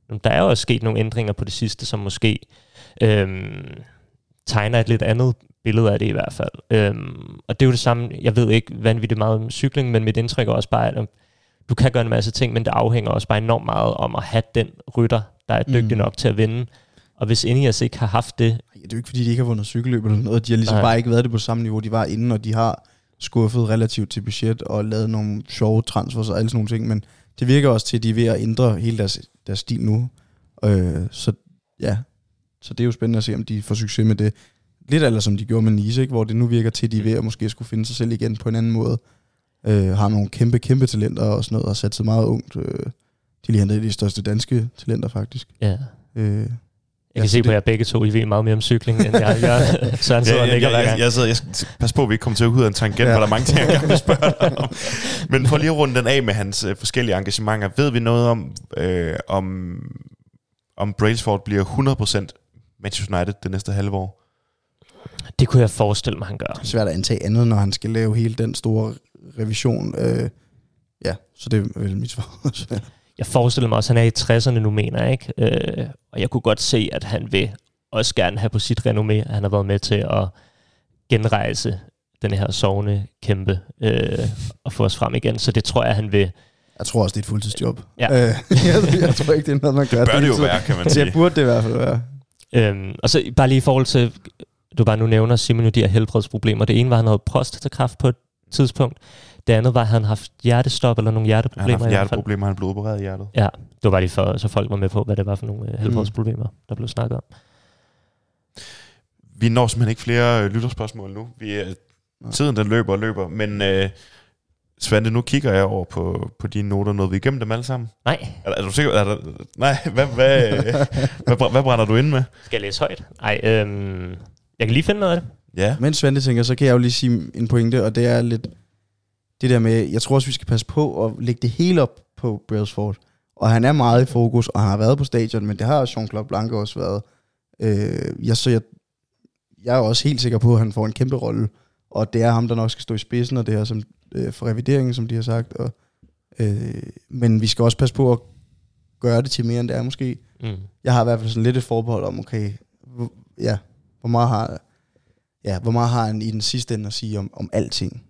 der er jo også sket nogle ændringer på det sidste, som måske øhm, tegner et lidt andet billede af det i hvert fald. Øhm, og det er jo det samme, jeg ved ikke vanvittigt meget om cykling, men mit indtryk er også bare, at du kan gøre en masse ting, men det afhænger også bare enormt meget om at have den rytter, der er dygtig mm. nok til at vinde. Og hvis Ineos ikke har haft det... Det er jo ikke, fordi de ikke har vundet cykelløb eller noget. De har ligesom Nej. bare ikke været det på samme niveau, de var inden, og de har skuffet relativt til budget og lavet nogle sjove transfers og alle sådan nogle ting, men det virker også til, at de er ved at ændre hele deres, deres stil nu. Øh, så ja, så det er jo spændende at se, om de får succes med det. Lidt eller som de gjorde med Nice, ikke? Hvor det nu virker til, at de er ved at måske skulle finde sig selv igen på en anden måde. Øh, har nogle kæmpe, kæmpe talenter og sådan noget, og sat sig meget ungt. Øh, de lige hentede de største danske talenter, faktisk. Ja. Øh, Jeg kan ja, se på jer begge to, I ved meget mere om cykling, end jeg gør. Søren sidder ja, og nikker hver gang. Jeg, jeg, jeg, jeg skal passe på, at vi ikke kommer til at ud af en tangent, ja. hvor der er mange ting, jeg gerne vil spørge dig om. Men for lige at runde den af med hans øh, forskellige engagementer, ved vi noget om, øh, om, om Brailsford bliver hundrede procent Manchester United det næste halve år? Det kunne jeg forestille mig, han gør. Det er svært at antage andet, når han skal lave hele den store revision. Øh, ja, så det er vel mit svar. Jeg forestiller mig også, at han er i tresserne nu, mener jeg, ikke? Øh, og jeg kunne godt se, at han vil også gerne have på sit renommé, at han har været med til at genrejse den her sovende kæmpe øh, og få os frem igen. Så det tror jeg, han vil... Jeg tror også, det er et fuldtidsjob. Ja. Øh, jeg, jeg tror ikke, det er noget, man gør. Det bør det jo være, kan man sige. Det burde det i hvert fald være. Øhm, og så bare lige i forhold til, du bare nu nævner, Simon, jo de her helbredsproblemer. Det ene var, at han havde prostatakræft på et tidspunkt. Det andet var, at han havde haft hjertestop eller nogle hjerteproblemer. Han har haft hjerteproblemer, han blev opereret i hjertet. Ja, det var bare lige for, så folk var med på, hvad det var for nogle helbredsproblemer, der blev snakket om. Vi når simpelthen ikke flere øh, lytterspørgsmål nu. Vi er, tiden den løber og løber, men øh, Svante, nu kigger jeg over på, på dine noter. Nåede vi igennem dem alle sammen? Nej. Er, er du sikker? Er der, nej, hvad, hvad, hvad, hvad brænder du ind med? Skal jeg læse højt? Nej, øhm, jeg kan lige finde noget af det. Ja. Mens Svante tænker, så kan jeg jo lige sige en pointe, og det er lidt det der med, jeg tror også, vi skal passe på at lægge det hele op på Brailsford. Og han er meget i fokus, og han har været på stadion, men det har Jean-Claude Blanc også været. Øh, jeg, så jeg, jeg er også helt sikker på, at han får en kæmpe rolle, og det er ham, der nok skal stå i spidsen, og det er som, øh, for revideringen, som de har sagt. Og, øh, men vi skal også passe på at gøre det til mere, end det er måske. Mm. Jeg har i hvert fald sådan lidt et forbehold om, okay, hvor, ja, hvor meget har, ja, hvor meget har han i den sidste ende at sige om, om alting.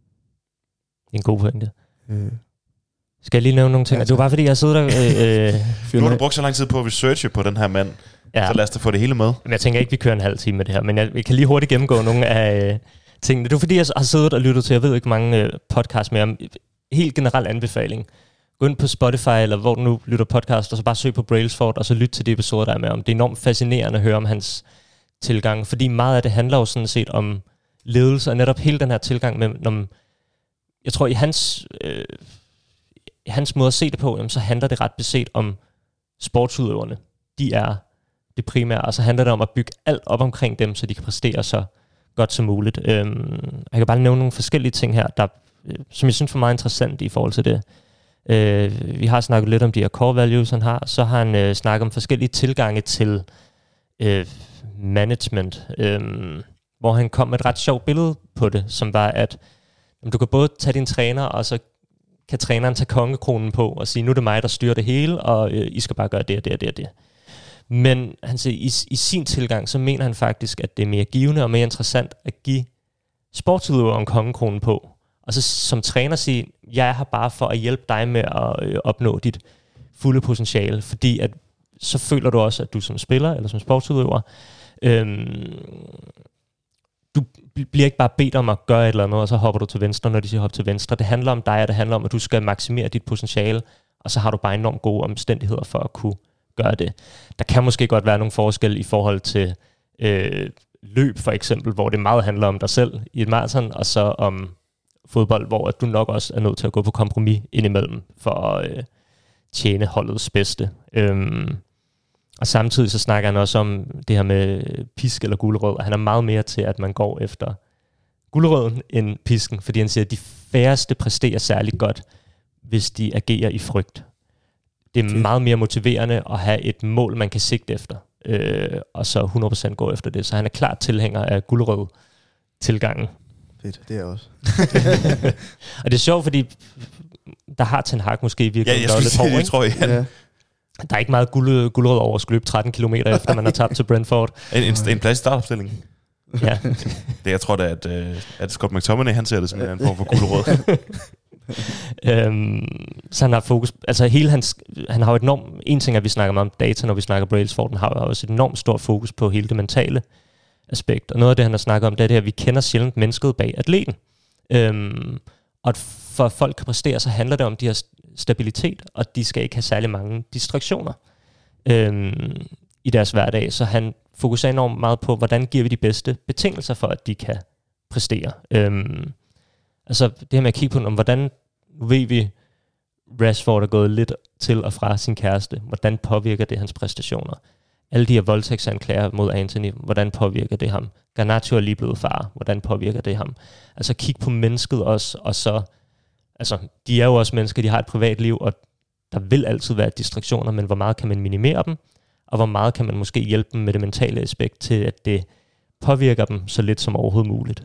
En god pointe. Øh. Skal jeg lige nævne nogle ting? Ja, det var bare fordi, jeg sidder der... Øh, øh, nu har du brugt så lang tid på at researche på den her mand, ja. Så lad os da få det hele med. Men jeg tænker ikke, vi kører en halv time med det her, men jeg, jeg kan lige hurtigt gennemgå nogle af øh, tingene. Det var fordi, jeg har siddet og lyttet til, jeg ved ikke mange øh, podcasts mere, helt generel anbefaling. Gå ind på Spotify, eller hvor du nu lytter podcast, og så bare søg på Brailsford, og så lyt til de episoder, der er med om. Det er enormt fascinerende at høre om hans tilgang, fordi meget af det handler jo sådan set om ledelse, og netop hele den her tilgang med, når jeg tror, i hans, øh, i hans måde at se det på, jamen, så handler det ret beset om sportsudøverne. De er det primære, og så handler det om at bygge alt op omkring dem, så de kan præstere så godt som muligt. Øhm, jeg kan bare nævne nogle forskellige ting her, der, øh, som jeg synes er meget interessant i forhold til det. Øh, vi har snakket lidt om de her core values, han har. Så har han øh, snakket om forskellige tilgange til øh, management, øh, hvor han kom med et ret sjovt billede på det, som var, at du kan både tage din træner, og så kan træneren tage kongekronen på og sige, nu er det mig, der styrer det hele, og øh, I skal bare gøre det og det og det og det. Men han siger, i, i sin tilgang, så mener han faktisk, at det er mere givende og mere interessant at give sportsudøveren kongekronen på. Og så som træner sige, jeg er her bare for at hjælpe dig med at øh, opnå dit fulde potentiale, fordi at så føler du også, at du som spiller eller som sportsudøver, øhm, du bliver ikke bare bedt om at gøre et eller andet, og så hopper du til venstre, når de siger hop til venstre. Det handler om dig, og det handler om, at du skal maksimere dit potentiale, og så har du bare enormt gode omstændigheder for at kunne gøre det. Der kan måske godt være nogle forskelle i forhold til øh, løb, for eksempel, hvor det meget handler om dig selv i et maraton, og så om fodbold, hvor at du nok også er nødt til at gå på kompromis indimellem for at øh, tjene holdets bedste. Øhm, og samtidig så snakker han også om det her med pisk eller gulerod, og han er meget mere til, at man går efter gulerøden end pisken, fordi han siger, at de færreste præsterer særligt godt, hvis de agerer i frygt. Det er okay. Meget mere motiverende at have et mål, man kan sigte efter, øh, og så hundrede procent gå efter det. Så han er klart tilhænger af gulerød tilgangen. Fedt, det er også. Og det er sjovt, fordi der har Ten Hag måske virkelig ja, jeg skulle lidt sige, hår, det tror jeg. Ja. Der er ikke meget guld, guldrød over at skulle løbe tretten kilometer efter man har tabt til Brentford. En, en, en plads i startopstillingen. Ja. Det, jeg tror da, at, uh, at Scott McTominay, han ser det som en form for guldrød. øhm, så han har fokus, altså hele hans, han har jo et enormt, en ting er, at vi snakker meget om data, når vi snakker Brailsford, han har jo også et enormt stort fokus på hele det mentale aspekt, og noget af det, han har snakket om, det er det, at vi kender sjældent mennesket bag atleten. Øhm, og at for at folk kan præstere, så handler det om de her stabilitet, og de skal ikke have særlig mange distraktioner øhm, i deres hverdag, så han fokuserer enormt meget på, hvordan giver vi de bedste betingelser for, at de kan præstere. Øhm, altså det her med at kigge på, om hvordan, nu ved vi, Rashford er gået lidt til og fra sin kæreste, hvordan påvirker det hans præstationer? Alle de her voldtægtsanklager mod Anthony, hvordan påvirker det ham? Garnacho er lige blevet far, hvordan påvirker det ham? Altså kig på mennesket også, og så, altså de er jo også mennesker, de har et privat liv, og der vil altid være distraktioner, men hvor meget kan man minimere dem? Og hvor meget kan man måske hjælpe dem med det mentale aspekt til, at det påvirker dem så lidt som overhovedet muligt.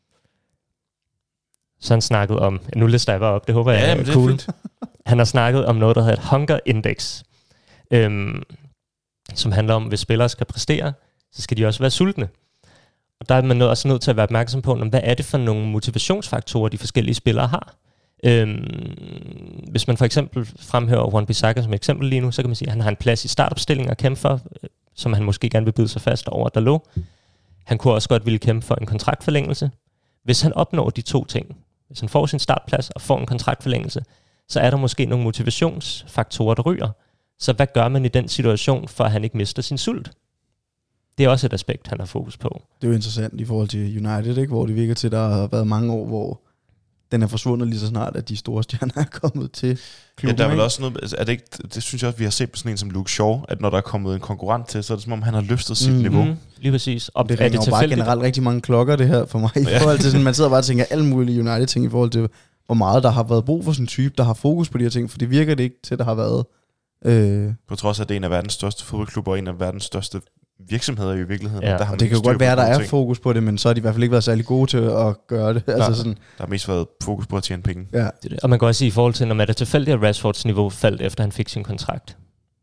Så han snakket om, nu lister jeg bare op, det håber jeg ja, er cool. Er han har snakket om noget, der hedder et hunger index, øhm, som handler om, hvis spillere skal præstere, så skal de også være sultne. Og der er man også nødt til at være opmærksom på, hvad er det for nogle motivationsfaktorer, de forskellige spillere har. Øhm, hvis man for eksempel fremhører Wan-Bissaka som eksempel lige nu, så kan man sige, at han har en plads i startopstillingen at kæmpe for, som han måske gerne vil byde sig fast over Dalot. Han kunne også godt ville kæmpe for en kontraktforlængelse. Hvis han opnår de to ting, hvis han får sin startplads og får en kontraktforlængelse, så er der måske nogle motivationsfaktorer, der ryger. Så hvad gør man i den situation, for at han ikke mister sin sult? Det er også et aspekt, han har fokus på. Det er jo interessant i forhold til United, ikke? Hvor det virker til, at der har været mange år, hvor den er forsvundet lige så snart, at de store stjerner er kommet til klubben. Ja, der er vel også noget, er det ikke, det synes jeg også, vi har set på sådan en som Luke Shaw, at når der er kommet en konkurrent til, så er det som om, han har løftet sit mm-hmm. niveau. Lige præcis. Og det ringer jo bare generelt rigtig mange klokker, det her for mig, i forhold til sådan, man sidder bare og tænker alle mulige United-ting, i forhold til, hvor meget der har været brug for sådan en type, der har fokus på de her ting, for det virker det ikke til, der har været. Øh. På trods af, at det er en af verdens største fodboldklubber, og en af verdens største virksomheder i virkeligheden. Ja, der har og det kan jo godt være, der er ting. fokus på det, men så har de i hvert fald ikke været særlig gode til at gøre det. Altså sådan. Der har mest været fokus på at tjene penge. Ja. Det, og man kan også sige i forhold til, når man er tilfældig, at Rashfords niveau faldt, efter han fik sin kontrakt.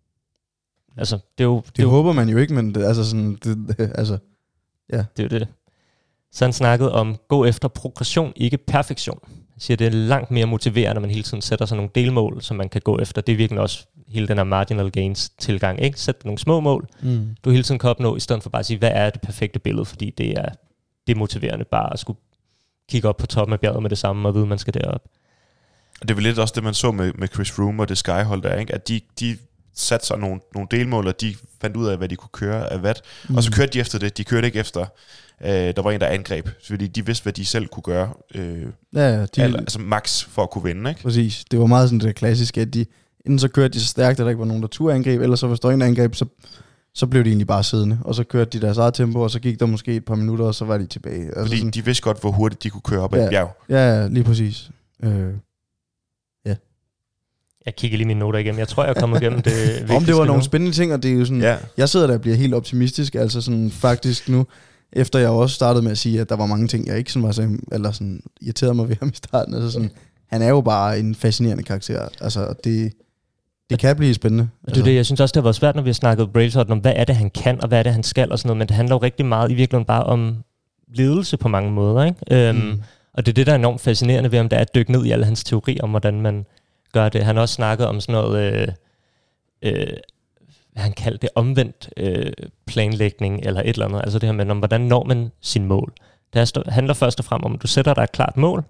Altså, det er jo... Det, det håber man jo ikke, men det, altså sådan... Det, det, altså, ja. Det er jo det. Så han snakkede om, gå efter progression, ikke perfektion. Han siger, det er langt mere motiverende, når man hele tiden sætter sig nogle delmål, som man kan gå efter. Det er virkelig også hele den her marginal gains tilgang, ikke? Sæt nogle små mål, mm. du hele tiden kan opnå, i stedet for bare at sige, hvad er det perfekte billede, fordi det er, det er motiverende bare at skulle kigge op på toppen af bjerget med det samme, og vide, man skal derop. Og det er vel lidt også det, man så med, med Chris Froome og det Sky-hold der, ikke? At de, de satte sig nogle, nogle delmål, og de fandt ud af, hvad de kunne køre af watt, mm. og så kørte de efter det. De kørte ikke efter, øh, der var en, der angreb, fordi de vidste, hvad de selv kunne gøre, øh, ja, de, al, altså max for at kunne vinde, ikke? Præcis. Det var meget sådan det klassiske, at de enten så kørte de så stærkt, at der ikke var nogen, der turde angreb, eller så hvis der ingen angreb, så, så blev de egentlig bare siddende. Og så kørte de deres eget tempo, og så gik der måske et par minutter, og så var de tilbage. Altså fordi sådan, de vidste godt, hvor hurtigt de kunne køre op ja, ad et bjerg. Ja, lige præcis. Øh, ja. Jeg kigger lige mine noter igennem. Jeg tror, jeg er kommet igennem det. Om det var nogle spændende ting, og det er jo sådan, ja. Jeg sidder der og bliver helt optimistisk, altså sådan faktisk nu, efter jeg også startede med at sige, at der var mange ting, jeg ikke sådan var så, eller sådan irriterede mig ved ham i starten. Altså sådan, han er jo bare en fascinerende karakter. Altså det... Det kan blive spændende. Altså. Det er det, jeg synes også, det har været svært, når vi har snakket Brailsford om, hvad er det, han kan, og hvad er det, han skal, og sådan noget, men det handler jo rigtig meget i virkeligheden bare om ledelse på mange måder, ikke? Mm. Øhm, og det er det, der er enormt fascinerende ved, om der er at dykke ned i alle hans teorier om, hvordan man gør det. Han har også snakket om sådan noget, øh, øh, hvad han kaldte det, omvendt øh, planlægning, eller et eller andet, altså det her med, om hvordan når man sin mål. Det handler først og fremmest om, at du sætter dig et klart mål,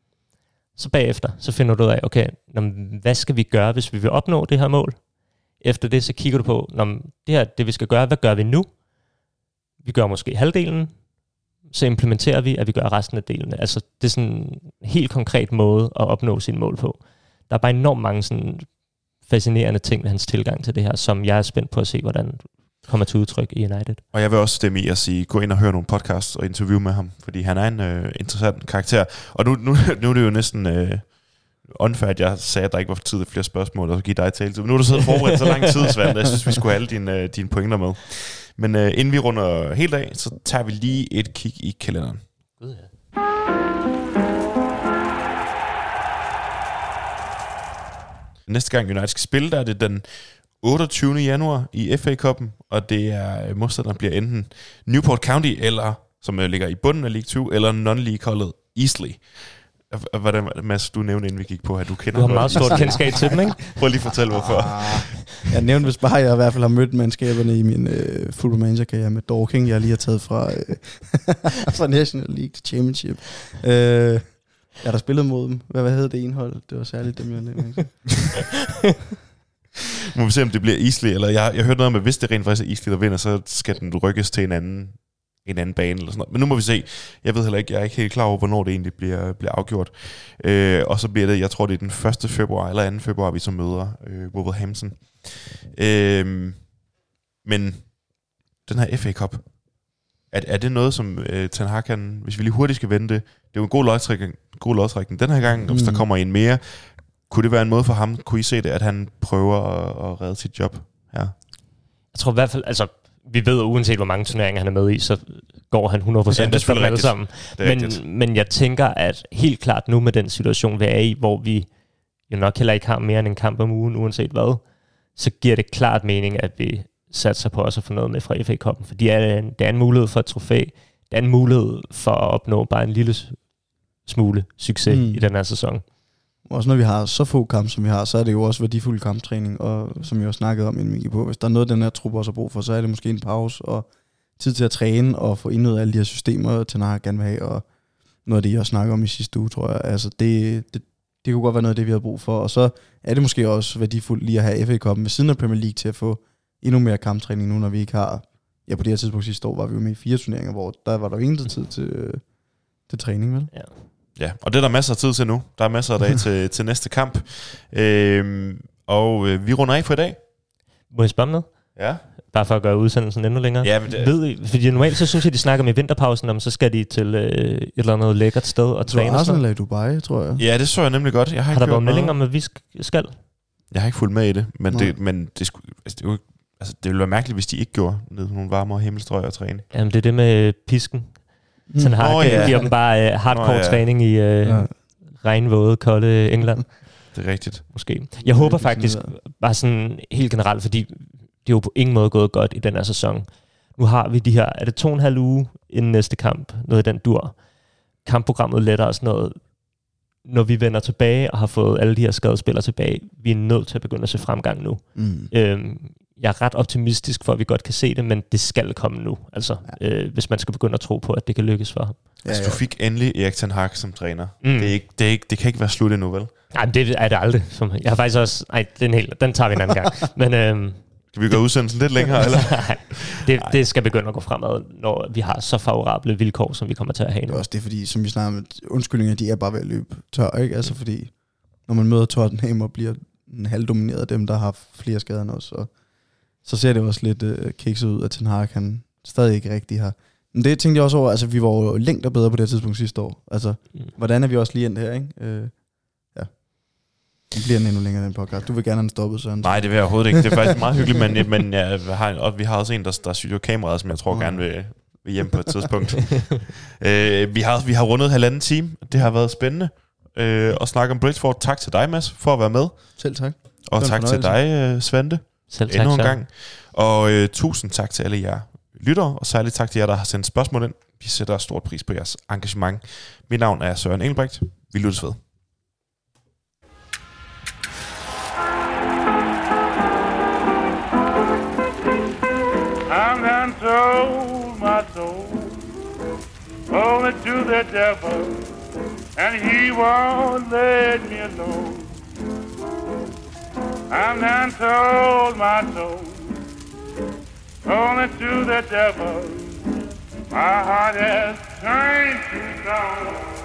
så bagefter, så finder du ud af, okay, hvad skal vi gøre, hvis vi vil opnå det her mål? Efter det, så kigger du på, det her det vi skal gøre, hvad gør vi nu? Vi gør måske halvdelen, så implementerer vi, at vi gør resten af delene. Altså, det er sådan en helt konkret måde at opnå sine mål på. Der er bare enormt mange sådan fascinerende ting ved hans tilgang til det her, som jeg er spændt på at se, hvordan kommer til udtryk i United. Og jeg vil også stemme i at sige, gå ind og høre nogle podcasts og interview med ham, fordi han er en øh, interessant karakter. Og nu, nu, nu er det jo næsten øh, unfair, at jeg sagde, at der ikke var tid til flere spørgsmål, og så give dig tale til. Nu har du siddet forberedt så lang tid, Svend. Jeg synes, vi skulle have alle dine, øh, dine pointer med. Men øh, inden vi runder helt af, så tager vi lige et kig i kalenderen. Gud, ja. Næste gang United skal spille, der er det den otteogtyvende januar i F A-cuppen, og det er modstanderen bliver enten Newport County, eller som ligger i bunden af League to, eller non-league-holdet Eastleigh. Hvordan, Mads, du nævnte, inden vi gik på, at du kender... Du har meget stort kendskab til dem, ikke? Prøv lige at fortælle, hvorfor. Ah, jeg nævnte vist bare, at jeg i hvert fald har mødt mandskaberne i min øh, football manager-karriere med Dorking. Jeg lige har taget fra, øh, fra National League til Championship. Øh, jeg har da spillet mod dem. Hvad, hvad hed det ene hold? Det var særligt dem, jeg nævnte. Må vi se, om det bliver Eastleigh, eller jeg, jeg hørte noget om, at hvis det rent faktisk er Eastleigh, der vinder, så skal den rykkes til en anden, en anden bane, eller sådan noget. Men nu må vi se. Jeg ved heller ikke, jeg er ikke helt klar over, hvornår det egentlig bliver, bliver afgjort. Øh, og så bliver det, jeg tror, det er den første februar, eller anden februar, vi så møder øh, Wolverhampton. Øh, men den her F A Cup, er, er det noget, som øh, Ten Hag kan, hvis vi lige hurtigt skal vente, det er jo en god lodtrækning, god lodtrækning den her gang, mm. hvis der kommer en mere. Kunne det være en måde for ham, kunne I se det, at han prøver at, at redde sit job her? Jeg tror i hvert fald, altså, vi ved, at uanset hvor mange turneringer han er med i, så går han hundrede procent ja, efter dem alle sammen. Men, men jeg tænker, at helt klart nu med den situation, vi er i, hvor vi jo nok heller ikke har mere end en kamp om ugen, uanset hvad, så giver det klart mening, at vi satser på også at få noget med fra F A-cuppen. For det er, en, det er en mulighed for et trofæ. Det er en mulighed for at opnå bare en lille smule succes mm. i den her sæson. Også når vi har så få kampe, som vi har, så er det jo også værdifuld kamptræning, og som jeg også snakkede om inden vi gik på, hvis der er noget, den her trup også har brug for, så er det måske en pause og tid til at træne og få indøvet alle de her systemer, Ten Hag gerne vil have, og noget af det, jeg snakkede om i sidste uge, tror jeg. Altså, det, det, det kunne godt være noget af det, vi har brug for, og så er det måske også værdifuldt lige at have F A-cuppen ved siden af Premier League til at få endnu mere kamptræning nu, når vi ikke har, ja, på det her tidspunkt sidste år var vi jo med i fire turneringer, hvor der var der jo ingen tid til, til træning, vel? Ja. Ja, og det er der masser af tid til nu. Der er masser af dage til, til næste kamp. Øhm, og øh, vi runder af for i dag. Må jeg spørge om noget? Ja. Bare for at gøre udsendelsen endnu længere. Ja, men det... Ved I, fordi normalt så synes jeg, de snakker med vinterpausen, om så skal de til øh, et eller andet lækkert sted og træne. Så Arsenal er i Dubai, tror jeg. Ja, det så jeg nemlig godt. Jeg har, har der været melding om, at vi skal? Jeg har ikke fulgt med i det, men, det, men det, skulle, altså, det, jo, altså, det ville være mærkeligt, hvis de ikke gjorde ned nogle varmere himmelstrøg og træne. Jamen, det er det med pisken. Ten Hag oh, ja. giver dem bare uh, hardcore oh, ja. træning i uh, ja. regnvåde, kolde England. Det er rigtigt. Måske. Jeg håber faktisk, bare sådan helt generelt, fordi det er jo på ingen måde gået godt i den her sæson. Nu har vi de her, er det to og en halv uge inden næste kamp, noget i den dur. Kampprogrammet letter og sådan noget. Når vi vender tilbage og har fået alle de her skadespillere tilbage, vi er nødt til at begynde at se fremgang nu. Mm. Øhm, jeg er ret optimistisk for, at vi godt kan se det, men det skal komme nu, altså, ja. øh, hvis man skal begynde at tro på, at det kan lykkes for ham. Ja, altså, du fik endelig Erik Ten Hag som træner. Mm. Det, er ikke, det, er ikke, det kan ikke være slut endnu, vel? Nej, det er det aldrig. Jeg har faktisk også... Nej, den, helt, den tager vi en anden gang. Men, øhm, kan vi gøre udsendelsen lidt længere, eller? Nej, det, det skal begynde at gå fremad, når vi har så favorable vilkår, som vi kommer til at have nu. Det er også det, fordi, som vi snakker om, undskyldninger, de er bare ved at løbe tør, ikke? Altså, fordi når man møder Tottenham og bliver en halvdomineret af dem, der har flere skader end os, og så ser det også lidt øh, kikset ud, at Ten Hag kan stadig ikke rigtig har. Men det tænkte jeg også over, altså vi var jo længder bedre på det tidspunkt sidste år. Altså, mm. hvordan er vi også lige endt her, ikke? Øh, ja. Det bliver den endnu længere, den podcast. Du vil gerne have den stoppet, Søren. Nej, det vil jeg overhovedet ikke. Det er faktisk meget hyggeligt, men, men jeg har, og vi har også en, der, der syger kameraet, som jeg tror mm. gerne vil, vil hjem på et tidspunkt. øh, vi, har, vi har rundet halvanden time. Det har været spændende øh, at snakke om Bridgeford. Tak til dig, Mads, for at være med. Selv tak. Og tak til dig, Svante. Selv tak, endnu en gang. Og øh, tusind tak til alle jer lyttere, og særligt tak til jer, der har sendt spørgsmål ind. Vi sætter stort pris på jeres engagement. Mit navn er Søren Engelbrecht. Vi lyttes ved. I'm done sold my soul only to the devil, and he won't let me alone. I'm done sold my soul only to the devil. My heart has turned to stone.